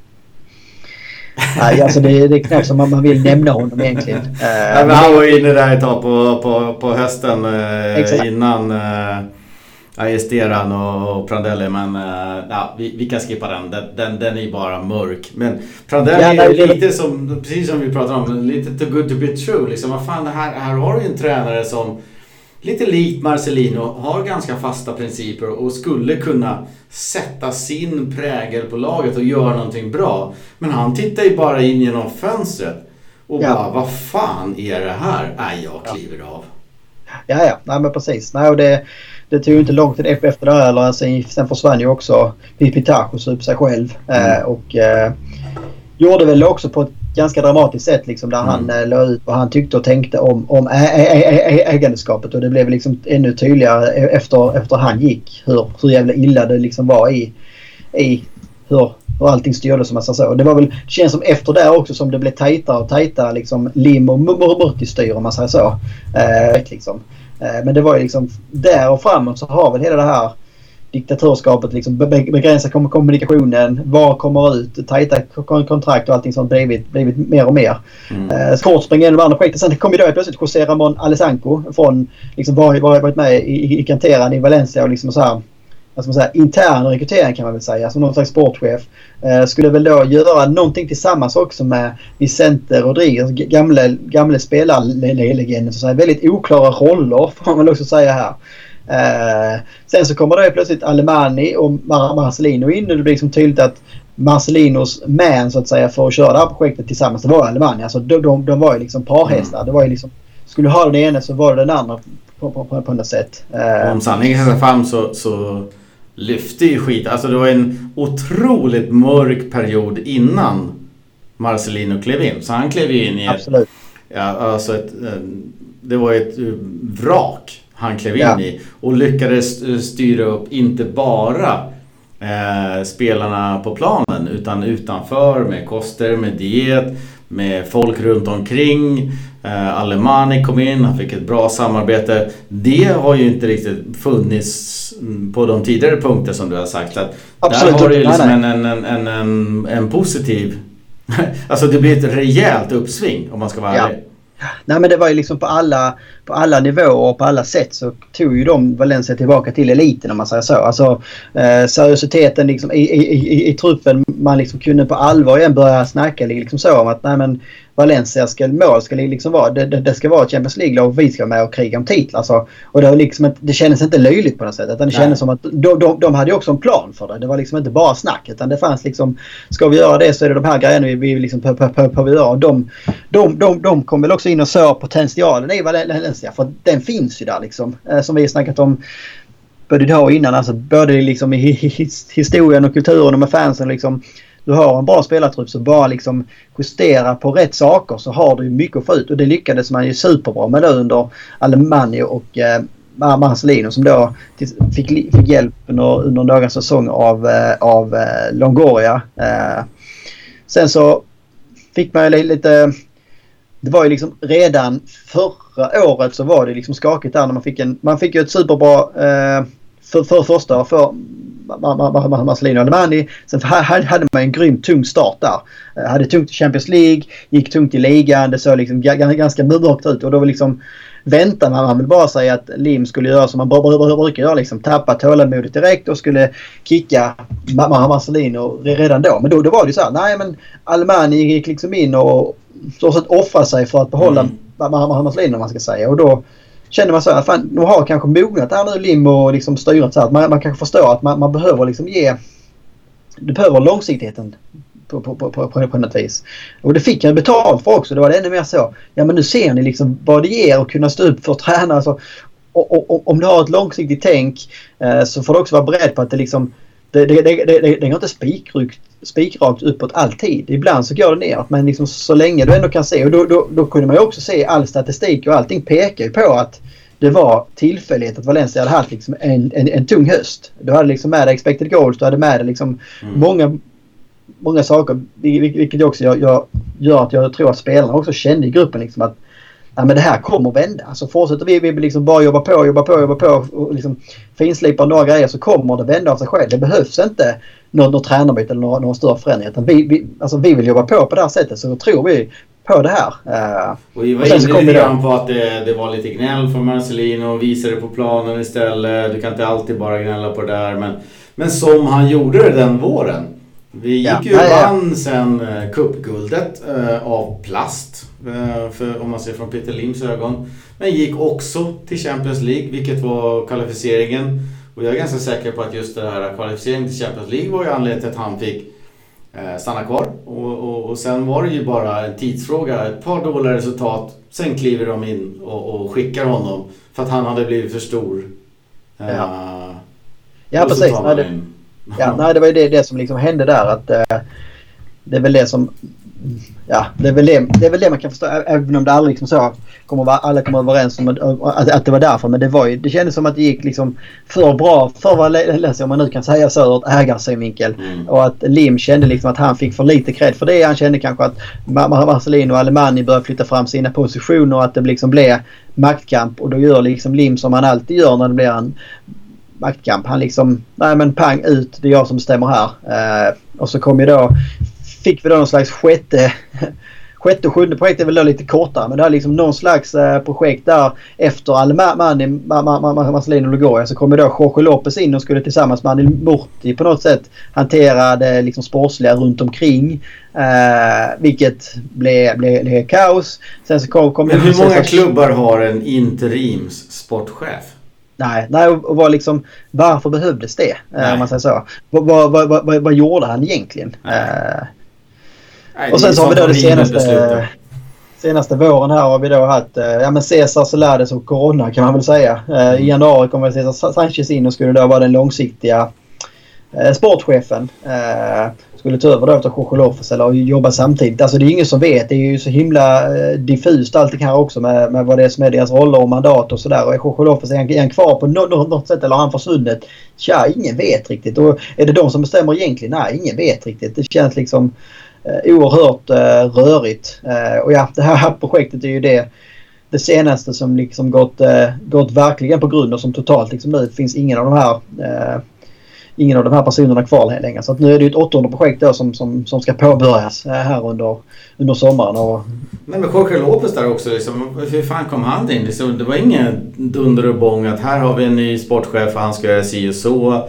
Nej, alltså det är knappt som man vill nämna honom egentligen. Men han var inne där ett tag på hösten innan Esteran och Prandelli. Men vi kan skippa den är bara mörk. Men Prandelli är lite som, precis som vi pratade om, lite too good to be true. Liksom, vad fan, här har du en tränare som lite likt Marcelino har ganska fasta principer och skulle kunna sätta sin prägel på laget och göra någonting bra. Men han tittar ju bara in genom fönstret och bara, vad fan är det här? Nej, jag kliver av. Ja, nej men precis. Nej, och det tog ju inte lång tid efter det här. Eller sen försvann ju också Pitacho upp sig själv. Och gjorde väl också på ett ganska dramatiskt sätt liksom, där han la ut vad han tyckte och tänkte om ägandeskapet, och det blev liksom ännu tydligare efter han gick hur jävla illa det liksom var i hur allting styrdes, som man sa så. Det var väl, det känns som efter det också som det blev tajtare liksom lim och murti-styr, om man säger så. Liksom. Men det var ju liksom där och framåt så har väl hela det här diktaturskapet liksom begränsa kommunikationen, vad kommer ut, tajta kontrakt och allting sånt blivit mer och mer. Kort springa igenom andra projektet. Sen kom ju då plötsligt José Ramón Alessanco från liksom varit med i Canteran i Valencia och liksom så här, vad ska man säga, intern rekrytering kan man väl säga, som någon slags sportchef. Skulle väl då göra någonting tillsammans också med Vicente Rodríguez, gamla spelarlegenden, så väldigt oklara roller får man väl också säga här. Sen så kommer det plötsligt Alemani och Marcelino in, och det blir liksom tydligt att Marcelinos man så att säga för att köra det här projektet tillsammans, det var Alemani. Alltså de var ju liksom parhästar. Det var ju liksom, skulle du ha den ene så var det den andra på något sätt. Om sanningen är fram så lyfte ju skit. Alltså det var en otroligt mörk period innan Marcelino klev in. Så han klev in i absolut. Det var ett vrak han klev in i och lyckades styra upp inte bara spelarna på planen utan utanför, med koster, med diet, med folk runt omkring. Alemani kom in, han fick ett bra samarbete. Det har ju inte riktigt funnits på de tidigare punkter som du har sagt. Att absolut, där har det ju liksom en positiv alltså det blir ett rejält uppsving om man ska vara ärlig. Nej, men det var ju liksom på alla nivåer och på alla sätt så tog ju de Valencia tillbaka till eliten, om man säger så. Alltså seriositeten liksom i truppen, man liksom kunde på allvar igen börja snacka liksom så om att nej, men Valencia ska liksom vara det ska vara ett Champions League-lag och vi ska med och kriga om titlar. Alltså, och det var liksom det kändes inte löjligt på något sätt, utan det kändes som att de hade ju också en plan för det. Det var liksom inte bara snack, utan det fanns liksom, ska vi göra det så är det de här grejerna vi liksom på vi gör. De kom väl också in och så potentialen i Valencia, för den finns ju där liksom, som vi har snackat om både idag och innan, alltså både liksom i historien och kulturen och med fansen liksom. Du har en bra spelartrupp, så bara liksom justera på rätt saker så har du mycket att få ut, och det lyckades man ju superbra med under Alemani och Marcelino, som då fick hjälp under några säsonger av Longoria. Sen så fick man ju lite, det var ju liksom redan förra året så var det liksom skakigt där när man fick ju ett superbra för första för Marcelino och Alemani. Sen hade man en grym tung start där. Hade tungt i Champions League, gick tungt i ligan, det såg liksom ganska mörkt ut, och då var liksom väntar man vill bara säga att Lim skulle göra som man brukar göra, liksom tappa tålamodet direkt och skulle kicka Marcelino redan då. Men då var det ju så här, nej men Alemani gick liksom in och så att offra sig för att behålla Marcelino, om man ska säga, och då känner man så här, fan, nu har kanske mognat här nu Lim och liksom styrat så att man kanske förstår att man behöver liksom du behöver långsiktigheten på något vis. Och det fick han betalt för också. Det var det ännu mer så. Ja, men nu ser ni liksom vad det ger att kunna stå upp för tränare. Alltså, och om du har ett långsiktigt tänk så får du också vara beredd på att det liksom det går inte spikrakt uppåt alltid. Ibland så går det ner. Men liksom, så länge du ändå kan se. Och då kunde man ju också se all statistik och allting pekar ju på att det var tillfällighet att Valencia hade haft liksom en tung höst. Du hade liksom med dig expected goals, du hade med dig liksom många saker, vilket också gör att jag tror att spelarna också kände i gruppen liksom att ja, men det här kommer att vända. Alltså fortsätter vi liksom bara jobba på och liksom finslipa några grejer så kommer det vända av sig själv. Det behövs inte något tränarbyte eller någon större förändring. Utan vi vill jobba på det här sättet, så tror vi på det här. Och vi var inne lite grann på att det var lite gnäll från Marcelino och visade på planen istället. Du kan inte alltid bara gnälla på det där. Men som han gjorde det den våren. Vi gick ju vann sen cupguldet av plast. För, om man ser från Peter Lims ögon. Men gick också till Champions League, vilket var kvalificeringen. Och jag är ganska säker på att just det här kvalificeringen till Champions League var ju anledningen till att han fick stanna kvar. Och sen var det ju bara en tidsfråga. Ett par dåliga resultat. Sen kliver de in och skickar honom. För att han hade blivit för stor. Ja, precis. Nej, det var ju det som liksom hände där. Att det är väl det som... Ja, det är väl det man kan förstå. Även om det aldrig liksom så alla kommer överens om att det var därför. Men det kändes som att det gick liksom för bra för vad läser om man nu kan säga så ur ett ägarsynvinkel. Och att Lim kände liksom att han fick för lite cred för det. Han kände kanske att Marcelino och Alemani började flytta fram sina positioner och att det liksom blev maktkamp. Och då gör liksom Lim som han alltid gör när det blir en maktkamp. Han liksom, nej men pang ut, det är jag som bestämmer här. Och så kom ju då fick vi då någon slags sjätte och sjunde projekt är väl då lite kortare, men det är liksom någon slags projekt där efter Alemani, Marcelino och Lugoria, så kommer då Jorge Lopez in och skulle tillsammans med Anil Murti på något sätt hantera det liksom sportsliga runt omkring, vilket blev kaos. Sen så kom men hur många klubbar har en interims sportchef? Nej, och var liksom, varför behövdes det? Om man säger så. Vad gjorde han egentligen? Och sen så har vi då det senaste våren här har vi då haft Cesar Celades och Corona kan man väl säga. I januari kommer Cesar Sanchez in och skulle då vara den långsiktiga sportchefen. Skulle ta över då efter Jorge Lopez eller jobba samtidigt. Alltså det är ingen som vet. Det är ju så himla diffust allting här också med vad det är som är deras roller och mandat och sådär. Och är Jorge Lopez är han kvar på något sätt eller har han försvunnit? Tja, ingen vet riktigt. Och är det de som bestämmer egentligen? Nej, ingen vet riktigt. Det känns liksom oerhört rörigt. Och ja, det här projektet är ju det senaste som liksom gått verkligen på grund och som totalt liksom nu finns ingen av de här personerna kvar längre. Så att nu är det ju ett 8:e projekt då som ska påbörjas här under sommaren. Och... Nej, men Jorge Lopez där också, liksom, hur fan kom han in? Liksom, det var ingen dunder och bång att här har vi en ny sportchef och han ska göra si och så.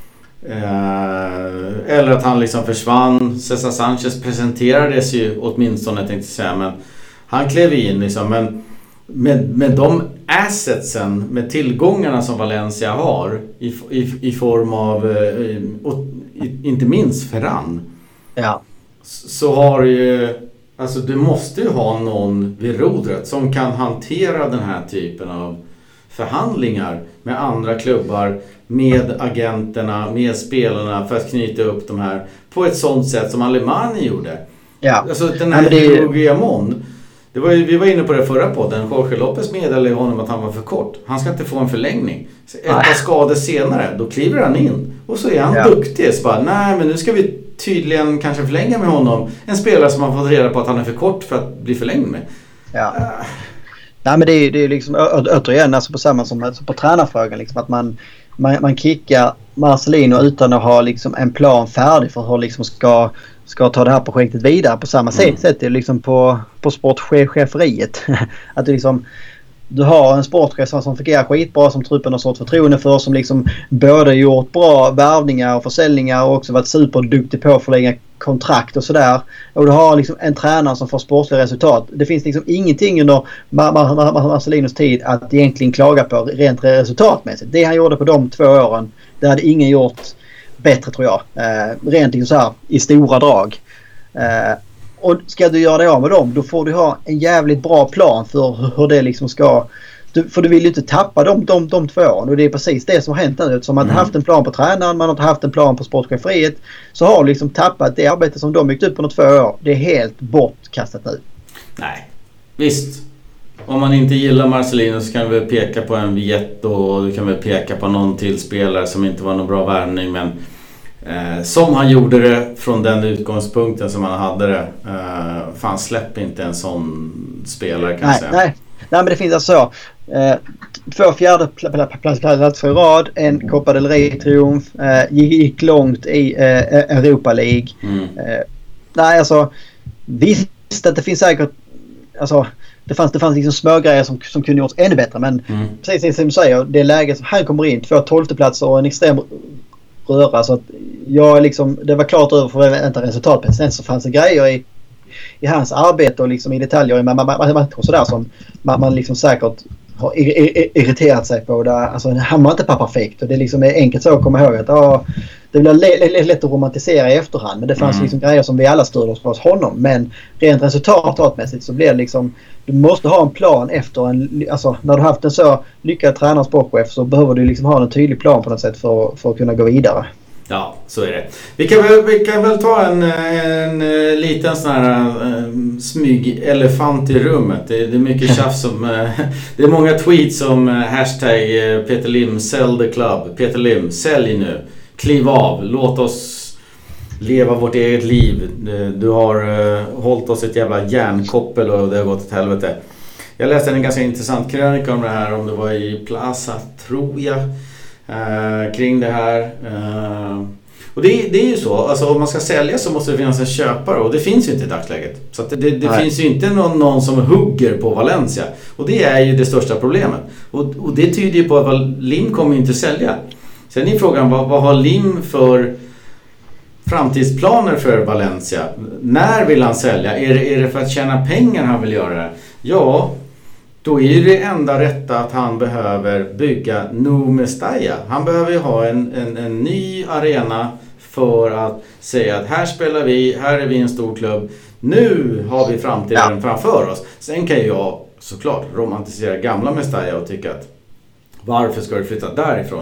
Eller att han liksom försvann. Cesar Sanchez presenterades ju åtminstone, tänkte jag säga, men han klev in liksom, men med de assetsen, med tillgångarna som Valencia har i form av inte minst Ferran, så har ju, alltså du måste ju ha någon vid rodret som kan hantera den här typen av förhandlingar med andra klubbar, med agenterna, med spelarna, för att knyta upp de här på ett sånt sätt som Alemani gjorde. Alltså den här Guillamon, vi var inne på det förra podden. Jorge Lopez meddelade honom att han var för kort. Han ska inte få en förlängning. Ett par skador senare, då kliver han in. Och så är han duktig. Så bara, nej men nu ska vi tydligen kanske förlänga med honom. En spelare som har fått reda på att han är för kort för att bli förlängd med. Nej, men det är liksom återigen alltså på samma som på tränarfrågan liksom, att man kickar Marcelino utan att ha liksom en plan färdig för hur liksom ska ta det här projektet vidare på samma sätt. Det är liksom på sportcheferiet. Att det liksom, du har en sportchef som fungerar skitbra, som truppen har sorts förtroende för, som liksom både gjort bra värvningar och försäljningar och också varit superduktig på att förlänga kontrakt och sådär. Och du har liksom en tränare som får sportsliga resultat. Det finns liksom ingenting under Marcelinos tid att egentligen klaga på rent resultatmässigt. Det han gjorde på de 2 åren, det hade ingen gjort bättre, tror jag. Rent liksom så här, i stora drag. Och ska du göra det av med dem, då får du ha en jävligt bra plan för hur det liksom ska... För du vill ju inte tappa de 2 åren. Och det är precis det som har hänt nu. Eftersom man har haft en plan på tränaren, man har inte haft en plan på sportcheferiet, så har du liksom tappat det arbete som de byggt upp under 2 år. Det är helt bortkastat nu. Nej, visst. Om man inte gillar Marcelino så kan vi peka på en Viet och du kan väl peka på någon till spelare som inte var någon bra värvning, men som han gjorde det från den utgångspunkten som han hade det. Fan, släpp inte en sån spelare, kan jag säga. Nej, men det finns alltså 2 fjärdeplatser i rad, en Copa del Rey-triumf, gick långt i Europa League. Nej, alltså visst att det finns säkert, alltså det fanns liksom små grejer som kunde gjorts ännu bättre, men precis som du säger, det läget som han kommer in, 2 12:e-platser och en extrem röra, så att jag liksom, det var klart över för att vänta resultat, men sen så fanns det grejer i hans arbete och liksom i detaljer i matcher och sådär som man liksom säkert har irriterat sig på. Där, alltså, han var inte perfekt och det liksom är enkelt så att komma ihåg att det blir lätt att romantisera i efterhand, men det fanns liksom grejer som vi alla störde oss på hos honom, men rent resultatmässigt så blir det liksom, du måste ha en plan efter alltså när du har haft en så lyckad tränare och sportchef, så behöver du liksom ha en tydlig plan på något sätt för att kunna gå vidare. Ja, så är det. Vi kan väl ta en liten sån här smyg elefant i rummet. Det är mycket tjafs som... det är många tweets som hashtag Peter Lim sell the club. Peter Lim, sälj nu. Kliv av. Låt oss leva vårt eget liv. Du har hållit oss ett jävla järnkoppel och det har gått åt helvete. Jag läste en ganska intressant krönika om det här, om det var i Plaza, tror jag. Kring det här. Och det är ju så, alltså om man ska sälja så måste det finnas en köpare, och det finns ju inte i dagsläget. Så att det finns ju inte någon som hugger på Valencia, och det är ju det största problemet. Och det tyder ju på att Lim kommer inte sälja. Sen är frågan, vad har Lim för framtidsplaner för Valencia? När vill han sälja? Är det för att tjäna pengar han vill göra det? Ja, då är det enda rätta att han behöver bygga Nou Mestalla. Han behöver ju ha en ny arena för att säga att här spelar vi, här är vi en stor klubb. Nu har vi framtiden framför oss. Sen kan jag såklart romantisera gamla Mestalla och tycka att varför ska du flytta därifrån?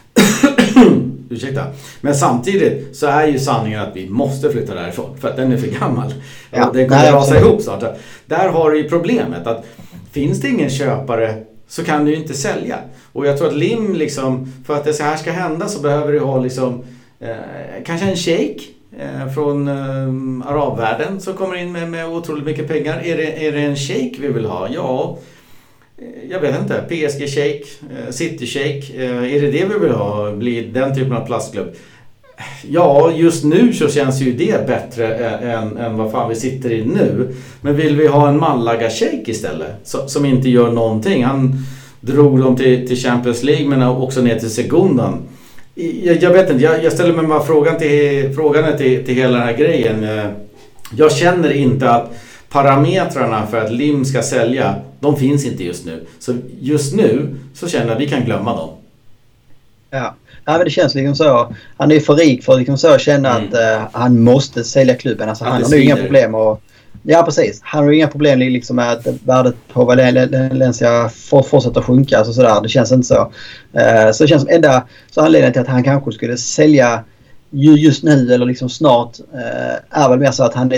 Ursäkta. Men samtidigt så är ju sanningen att vi måste flytta därifrån för att den är för gammal. Och den kommer rasa ihop snart. Där har du ju problemet att finns det ingen köpare så kan du ju inte sälja. Och jag tror att Lim liksom, för att det så här ska hända så behöver du ha liksom kanske en shake från arabvärlden som kommer in med otroligt mycket pengar. Är det en shake vi vill ha? Ja, jag vet inte. PSG shake, City shake, är det vi vill ha? Blir den typen av plastklubb? Ja, just nu så känns ju det bättre än vad fan vi sitter i nu. Men vill vi ha en Malaga-shake istället som inte gör någonting? Han drog dem till Champions League men också ner till Segundan. Jag vet inte, jag ställer mig bara frågan till hela den här grejen. Jag känner inte att parametrarna för att Lim ska sälja, de finns inte just nu. Så just nu så känner jag att vi kan glömma dem. Ja, men det känns liksom så. Han är för rik för att liksom så känna att han måste sälja klubben. Alltså, han har ju inga problem. Ja, precis. Han har inga problem liksom med att värdet på Valencia fortsätter att sjunka. Alltså sådär. Det känns inte så. Så det känns som enda så anledningen till att han kanske skulle sälja just nu eller liksom snart är väl mer så att han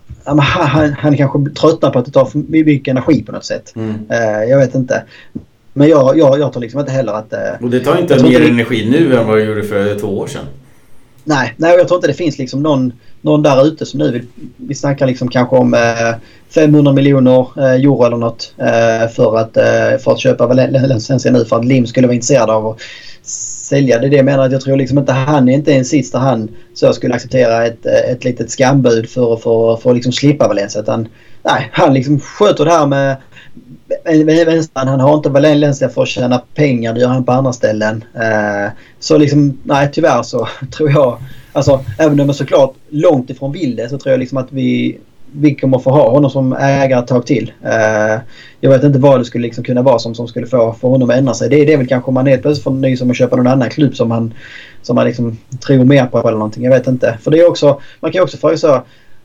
är kanske tröttnar på att det tar för mycket energi på något sätt. Jag vet inte. Men jag tror liksom inte heller att... Och det tar inte mer energi nu än vad det gjorde för 2 år sedan. Nej, jag tror inte det finns liksom någon där ute som nu vi snackar liksom kanske om 500 miljoner euro eller något för att köpa Valencia nu, för att Lim skulle vara intresserad av att sälja. Det är det jag menar, att jag tror liksom inte han är inte en sista han så skulle acceptera ett litet skambud för att liksom slippa Valencia, utan han liksom sköter det här med vänstern. Han har inte Valencia för att tjäna pengar, det gör han på andra ställen. Så liksom, tyvärr så tror jag, alltså även om jag såklart långt ifrån vill det, så tror jag liksom att vi kommer få ha honom som ägare ett tag till. Jag vet inte vad det skulle liksom kunna vara som skulle få honom att ändra sig. Det är väl kanske om man helt plötsligt får ny som att köpa någon annan klubb som man liksom tror mer på eller någonting. Jag vet inte. För det är också, man kan också fråga så,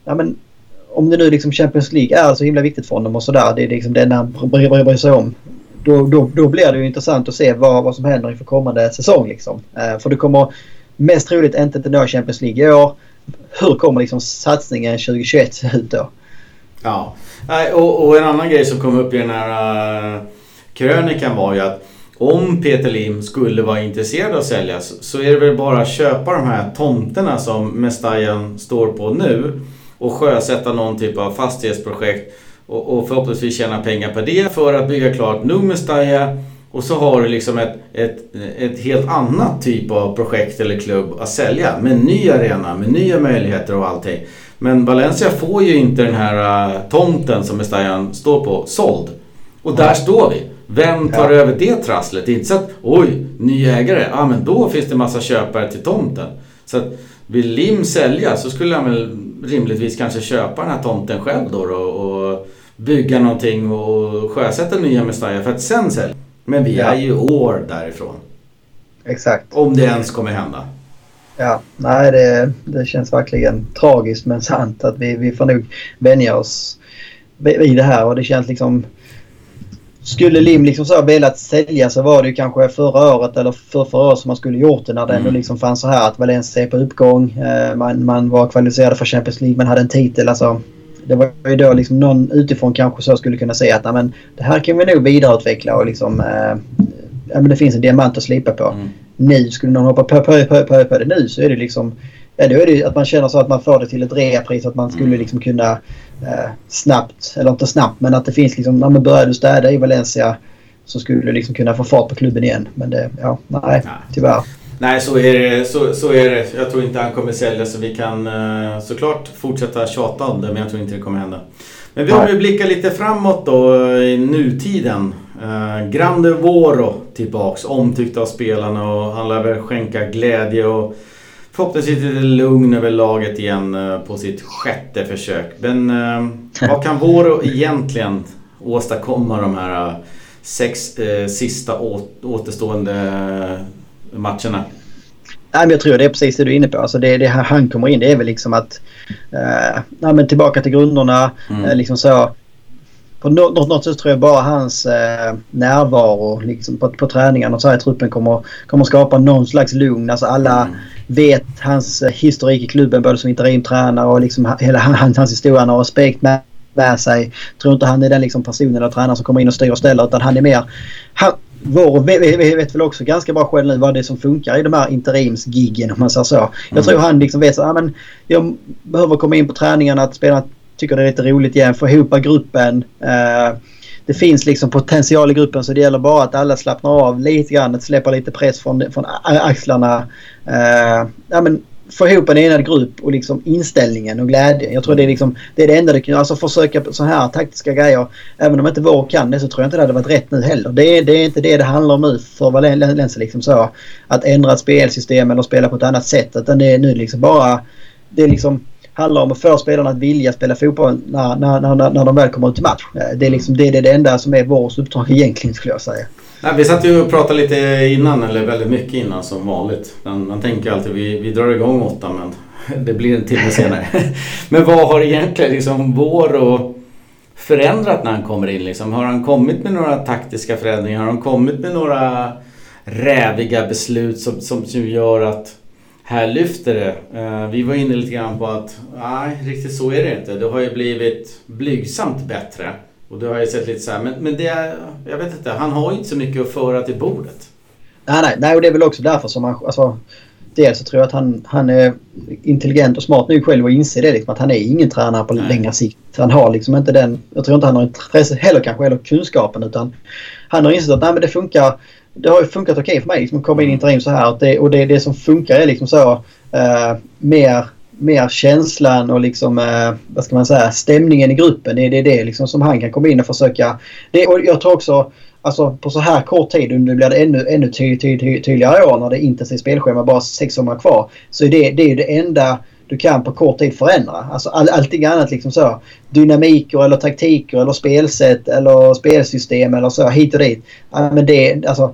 ja, men om det nu liksom Champions League är så himla viktigt för honom och sådär, det är liksom det han bryr sig om. Då blir det ju intressant att se vad som händer inför kommande säsong liksom. För det kommer mest troligt inte nå Champions League i år. Hur kommer liksom satsningen 2021 se ut då? Ja, och en annan grej som kom upp i den här krönikan var ju att om Peter Lim skulle vara intresserad av att sälja så är det väl bara att köpa de här tomterna som Mestalla står på nu och sjösätta någon typ av fastighetsprojekt och förhoppningsvis tjäna pengar på det för att bygga klart nog Mestalla, och så har du liksom ett helt annat typ av projekt eller klubb att sälja med ny arena, med nya möjligheter och allting. Men Valencia får ju inte den här tomten som Mestalla står på såld. Och där står vi. Vem tar över det trasslet? Det är inte så att, ny ägare, men då finns det massa köpare till tomten. Så att vill Lim sälja så skulle han väl rimligtvis kanske köpa den här tomten själv då och bygga någonting och sjösätta nya Mestalla för att sen sälja. Men vi är ju år därifrån. Exakt. Om det ens kommer hända. Ja, nej det känns verkligen tragiskt men sant att vi får nog vänja oss vid det här, och det känns liksom, skulle Lim liksom så velat sälja så var det ju kanske förra året eller förra året som man skulle gjort det, när det ändå liksom fanns så här att Valencia är på uppgång, man var kvalificerad för Champions League, man hade en titel, alltså det var ju då liksom någon utifrån kanske så skulle kunna säga att men det här kan vi nog vidareutveckla och liksom men det finns en diamant att slipa på. Nu skulle någon hoppa på det nu, så är det liksom, ja, då är det att man känner så att man får det till ett reapris, att man skulle liksom kunna snabbt, eller inte snabbt, men att det finns liksom, när man börjar städa i Valencia så skulle du liksom kunna få fart på klubben igen. Men det, nej, tyvärr. Nej, så är det. Jag tror inte han kommer sälja, så vi kan såklart fortsätta tjata om det, men jag tror inte det kommer hända. Men vi har ju blickat lite framåt då i nutiden. Grande Voro tillbaks, omtyckt av spelarna, och han lär väl skänka glädje och förhoppningsvis lite lugn över laget igen på sitt 6:e försök. Men vad kan Voro egentligen åstadkomma de här 6 sista återstående matcherna? Nej, men jag tror det är precis det du är inne på. Alltså det här han kommer in, det är väl liksom att men tillbaka till grunderna, liksom så. På något sätt tror jag bara hans närvaro liksom på träningarna och så här i truppen kommer skapa någon slags lugn. Alltså alla vet hans historik i klubben, både som interimtränare och liksom hela hans historia, och respekt med sig. Jag tror inte han är den liksom personen eller tränaren som kommer in och styr och ställer, utan han är mer... Vi vet väl också ganska bra själv nu vad det är som funkar i de här interimsgiggen, om man säger så. Jag tror han liksom vet så, men jag behöver komma in på träningarna, att spelarna tycker det är lite roligt igen, få ihop gruppen. Det finns liksom potential i gruppen, så det gäller bara att alla slappnar av lite grann, att släppa lite press från axlarna. Men få ihop en enad grupp och liksom inställningen och glädjen. Jag tror det är liksom, det är det enda det kan, alltså försöka så här taktiska grejer. Även om inte vår kan det, så tror jag inte det hade varit rätt nu heller. Det är inte det handlar om nu för Valencia, liksom så att ändra ett spelsystem eller spela på ett annat sätt, utan det är nu liksom bara, det är liksom handlar om att få spelarna att vilja spela fotboll när de väl kommer ut till match. Det är liksom det enda som är vårt uppdrag egentligen, skulle jag säga. Nej, vi satt ju och pratade lite innan, eller väldigt mycket innan som vanligt. Man tänker alltid vi drar igång 8, men det blir en timme senare. Men vad har egentligen liksom Voro förändrat när han kommer in? Liksom? Har han kommit med några taktiska förändringar? Har han kommit med några räviga beslut som gör att här lyfter det? Vi var inne lite grann på att nej, riktigt så är det inte. Det har ju blivit blygsamt bättre. Och det har ju sett lite så här, men det är, jag vet inte, han har inte så mycket att föra till bordet. Nej, och det är väl också därför som han, alltså, dels så tror jag att han är intelligent och smart nu själv och inser det liksom, att han är ingen tränare på längre sikt. Han har liksom inte den, jag tror inte han har intresse heller kanske, eller kunskapen, utan han har insett att nej, men det funkar. Det har ju funkat okej för mig liksom, att komma in i interim så här, och det som funkar är liksom så mer känslan och liksom vad ska man säga, stämningen i gruppen. Det är det liksom som han kan komma in och försöka. Och jag tror också, alltså på så här kort tid, nu blir det ännu tydligare år när det inte är spelschema, bara 6 månader kvar, så är det är det enda du kan på kort tid förändra. Alltså allting annat liksom så, dynamiker eller taktiker eller spelsätt eller spelsystem eller så hit och dit. Men det, alltså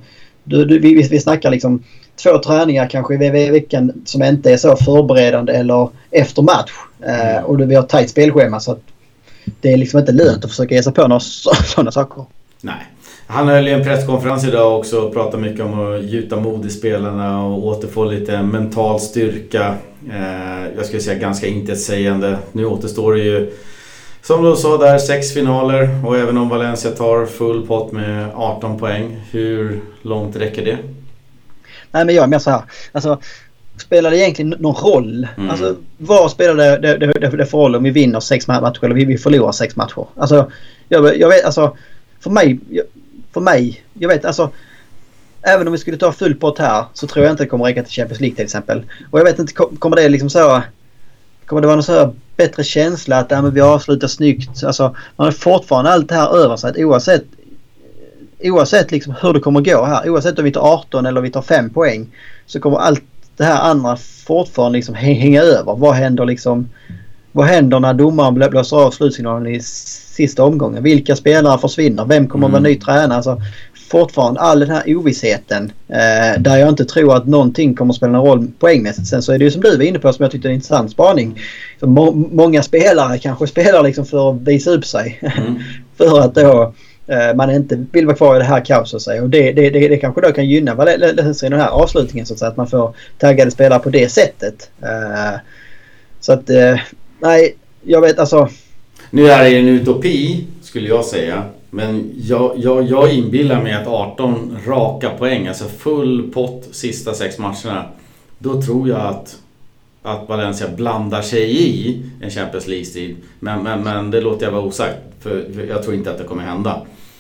Vi snackar liksom 2 träningar kanske i veckan som inte är så förberedande eller efter match. Och vi har tajt spelschema, så att det är liksom inte lönt att försöka ge sig på några sådana saker. Nej. Han höll i en presskonferens idag också och pratade mycket om att gjuta mod i spelarna och återfå lite mental styrka. Jag skulle säga ganska intetsägande. Nu återstår det ju, som du sa där, 6 finaler, och även om Valencia tar full pott med 18 poäng, hur långt räcker det? Nej, men jag är mer så här. Alltså, spelar det egentligen någon roll? Alltså, vad spelar det för roll om vi vinner 6 matcher eller vi förlorar 6 matcher? Alltså, jag vet, alltså, för mig, jag vet, alltså, även om vi skulle ta full pott här, så tror jag inte det kommer räcka till Champions League till exempel. Och jag vet inte, kommer det liksom så, kommer det vara någon så här bättre känsla att men vi avslutar snyggt? Alltså, man har fortfarande allt det här över sig, oavsett liksom hur det kommer gå här, oavsett om vi tar 18 eller vi tar 5 poäng, så kommer allt det här andra fortfarande liksom hänga över. Vad händer när domaren blåser av slutsignalen i sista omgången? Vilka spelare försvinner? Vem kommer att vara ny tränare? Alltså, fortfarande all den här ovissheten, där jag inte tror att någonting kommer att spela någon roll poängmässigt. Sen så är det ju som du var inne på, som jag tyckte är en intressant spaning. Så många spelare kanske spelar liksom för att visa upp sig. För att då man inte vill vara kvar i det här kaoset. Och det kanske då kan gynna Valencia i den här avslutningen, så att man får taggade spelare på det sättet. Så att nej, jag vet alltså. Nu är det en utopi, skulle jag säga. Men jag inbillar mig att 18 raka poäng, alltså full pott sista 6 matcherna, då tror jag att Valencia blandar sig i en Champions League-strid. Men det låter jag vara osagt, för jag tror inte att det kommer hända.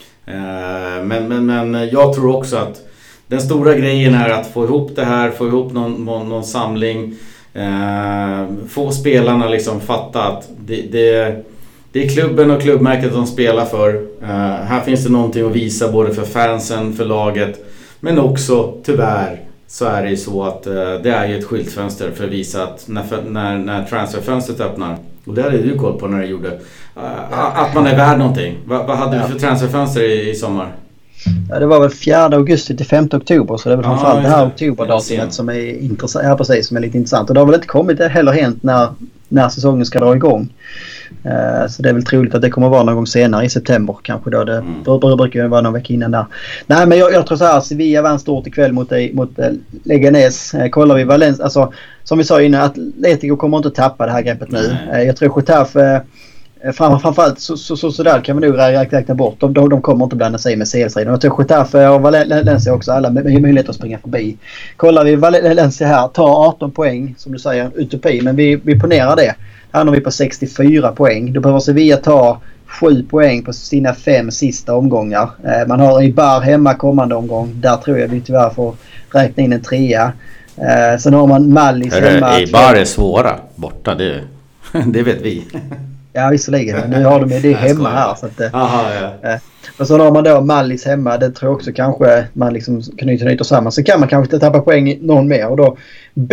Men jag tror också att den stora grejen är att få ihop det här, få ihop någon samling, få spelarna liksom fatta att det är klubben och klubbmärket de spelar för. Här finns det någonting att visa både för fansen, för laget, men också tyvärr så är det ju så att det är ju ett skyltfönster för att visa att när transferfönstret öppnar, och det hade du koll på när det gjorde, att man är värd någonting. Vad hade vi för transferfönster i sommar? Ja, det var väl 4 augusti till 5 oktober, så det är väl framförallt det här oktoberdatumet som är intressant, ja, precis, som är lite intressant. Och det har väl inte kommit heller hänt när säsongen ska dra igång. Så det är väl troligt att det kommer vara någon gång senare i september kanske då. Det brukar ju vara någon vecka innan där. Nej, men jag tror så här, Sevilla vann stort ikväll mot Leganés. Kollar vi Valencia, alltså som vi sa innan, Atletico kommer inte tappa det här greppet nu. Jag tror Getafe framförallt så där kan man nog räkna bort. De kommer inte blanda sig med CL-striden. Jag tror Getafe och Valencia också, alla med möjlighet att springa förbi. Kollar vi Valencia här, tar 18 poäng som du säger, utopi, men vi ponerar det. Här har vi på 64 poäng. Då behöver Sevilla ta 7 poäng på sina 5 sista omgångar. Man har Eibar hemma kommande omgång. Där tror jag vi tyvärr får räkna in en 3. Sen har man Mallis hemma. Eibar är svåra borta, det vet vi. Ja, visserligen. Nu har de det hemma här. Så att, aha, ja. Och så har man då Mallis hemma. Det tror jag också kanske man liksom knyter samman. Så kan man kanske tappa poäng någon mer. Och då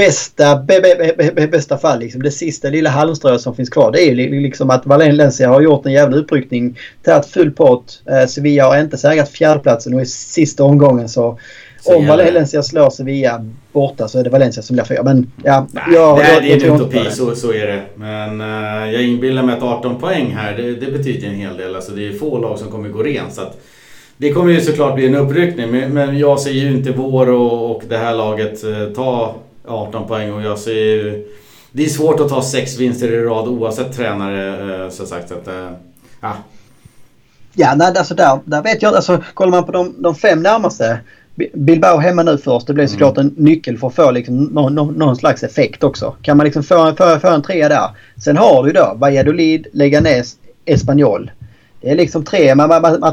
bästa fall, liksom, det sista lilla halmstrået som finns kvar, det är liksom att Valencia har gjort en jävla uppryckning, tagit full pott. Sevilla har inte säkrat fjärdeplatsen, och i sista omgången så om Valencia slår Sevilla borta så är det Valencia som blir 4. Men ja, det är en utopi, så är det. Men jag inbillar mig att 18 poäng här, det betyder en hel del. Alltså, det är få lag som kommer gå rent, så att det kommer ju såklart bli en uppryckning. Men jag ser ju inte vår och det här laget ta 18 poäng, och jag ser ju, det är svårt att ta 6 vinster i rad oavsett tränare, så sagt att ja. Ja, nej, alltså där vet jag, alltså kollar man på de 5 närmaste, Bilbao hemma nu först, det blir såklart en nyckel för att få liksom någon slags effekt också. Kan man liksom få en 3 där. Sen har du då Valladolid, Leganés, Espanyol. Det är liksom 3 man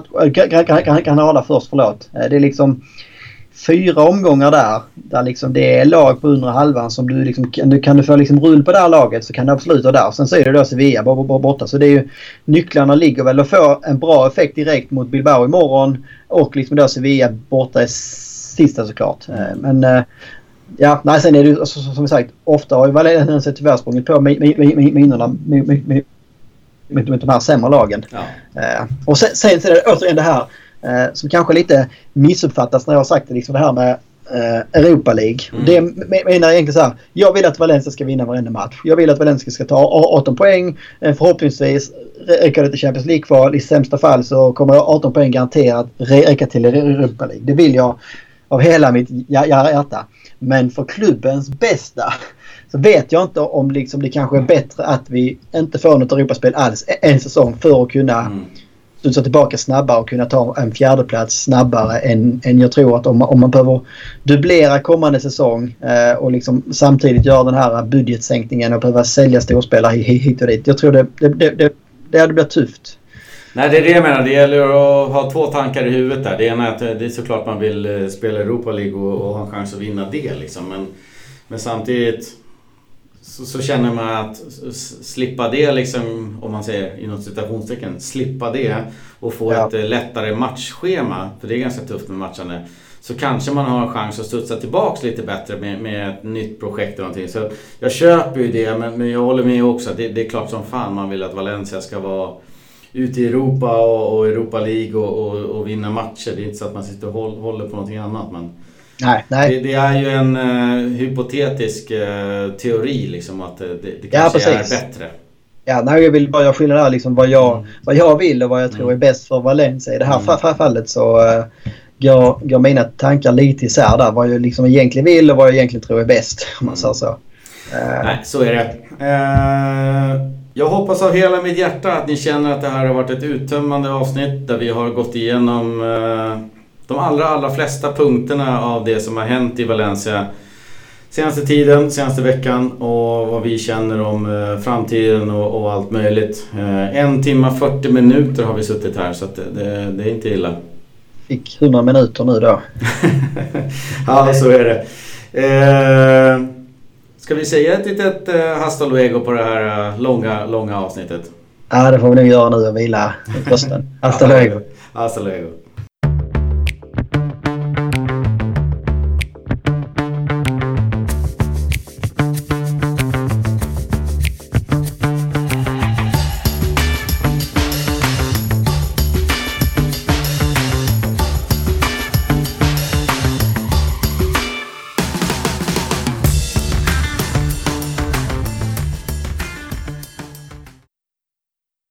kan hålla först, förlåt. Det är liksom 4 omgångar där liksom det är lag på undre halvan som du liksom kan du få liksom rull på det här laget, så kan du absoluta där. Sen så är det då Sevilla borta, så det är ju, nycklarna ligger väl att få en bra effekt direkt mot Bilbao imorgon, och liksom då Sevilla borta är sista såklart. Men ja, nej, sen är det ju som vi sagt, ofta har ju Valencia tyvärr sprungit på minorna med de här sämre lagen. Ja. Och sen så är det återigen det här, som kanske lite missuppfattas när jag har sagt det, liksom det här med Europa League. Det menar egentligen så här: jag vill att Valencia ska vinna varenda match. Jag vill att Valencia ska ta 18 poäng. Förhoppningsvis räcker det till Champions League-kval. I sämsta fall så kommer 18 poäng garanterat räcka till Europa League. Det vill jag av hela mitt hjärta. Men för klubbens bästa så vet jag inte om liksom det kanske är bättre att vi inte får något Europaspel alls en säsong för att kunna studsa tillbaka snabbare och kunna ta en fjärdeplats snabbare än jag tror att om man behöver dubblera kommande säsong och liksom samtidigt göra den här budgetsänkningen och behöva sälja storspelare hit och dit. Jag tror det blir tufft. Nej, det är det jag menar. Det gäller att ha två tankar i huvudet där. Det ena är att det är såklart man vill spela Europa League och ha en chans att vinna det liksom. Men samtidigt så känner man att slippa det liksom, om man säger inom citationstecken, slippa det och få ett lättare matchschema, för det är ganska tufft med matcherna, så kanske man har en chans att studsa tillbaks lite bättre med ett nytt projekt eller någonting. Så jag köper ju det, men jag håller med också att det är klart som fan man vill att Valencia ska vara ute i Europa och Europa League och vinna matcher. Det är inte så att man sitter och håller på någonting annat, men nej. Det är ju en hypotetisk teori liksom, att det kanske är bättre. Ja, nej, jag vill bara göra skillnad där liksom, vad jag vill och vad jag tror är bäst för Valencia. I det här fallet så går mina tankar lite isär där. Vad jag liksom egentligen vill och vad jag egentligen tror är bäst, om man säger så. Nej, så är det. Jag hoppas av hela mitt hjärta att ni känner att det här har varit ett uttömmande avsnitt där vi har gått igenom de allra flesta punkterna av det som har hänt i Valencia senaste tiden, senaste veckan, och vad vi känner om framtiden och allt möjligt. 1 timme 40 minuter har vi suttit här, så att det är inte illa. Fick 100 minuter nu då. Ja, så är det. Ska vi säga ett litet hasta luego på det här långa avsnittet? Ja, det får vi nog göra nu och vila rösten. Hasta luego. Hasta luego.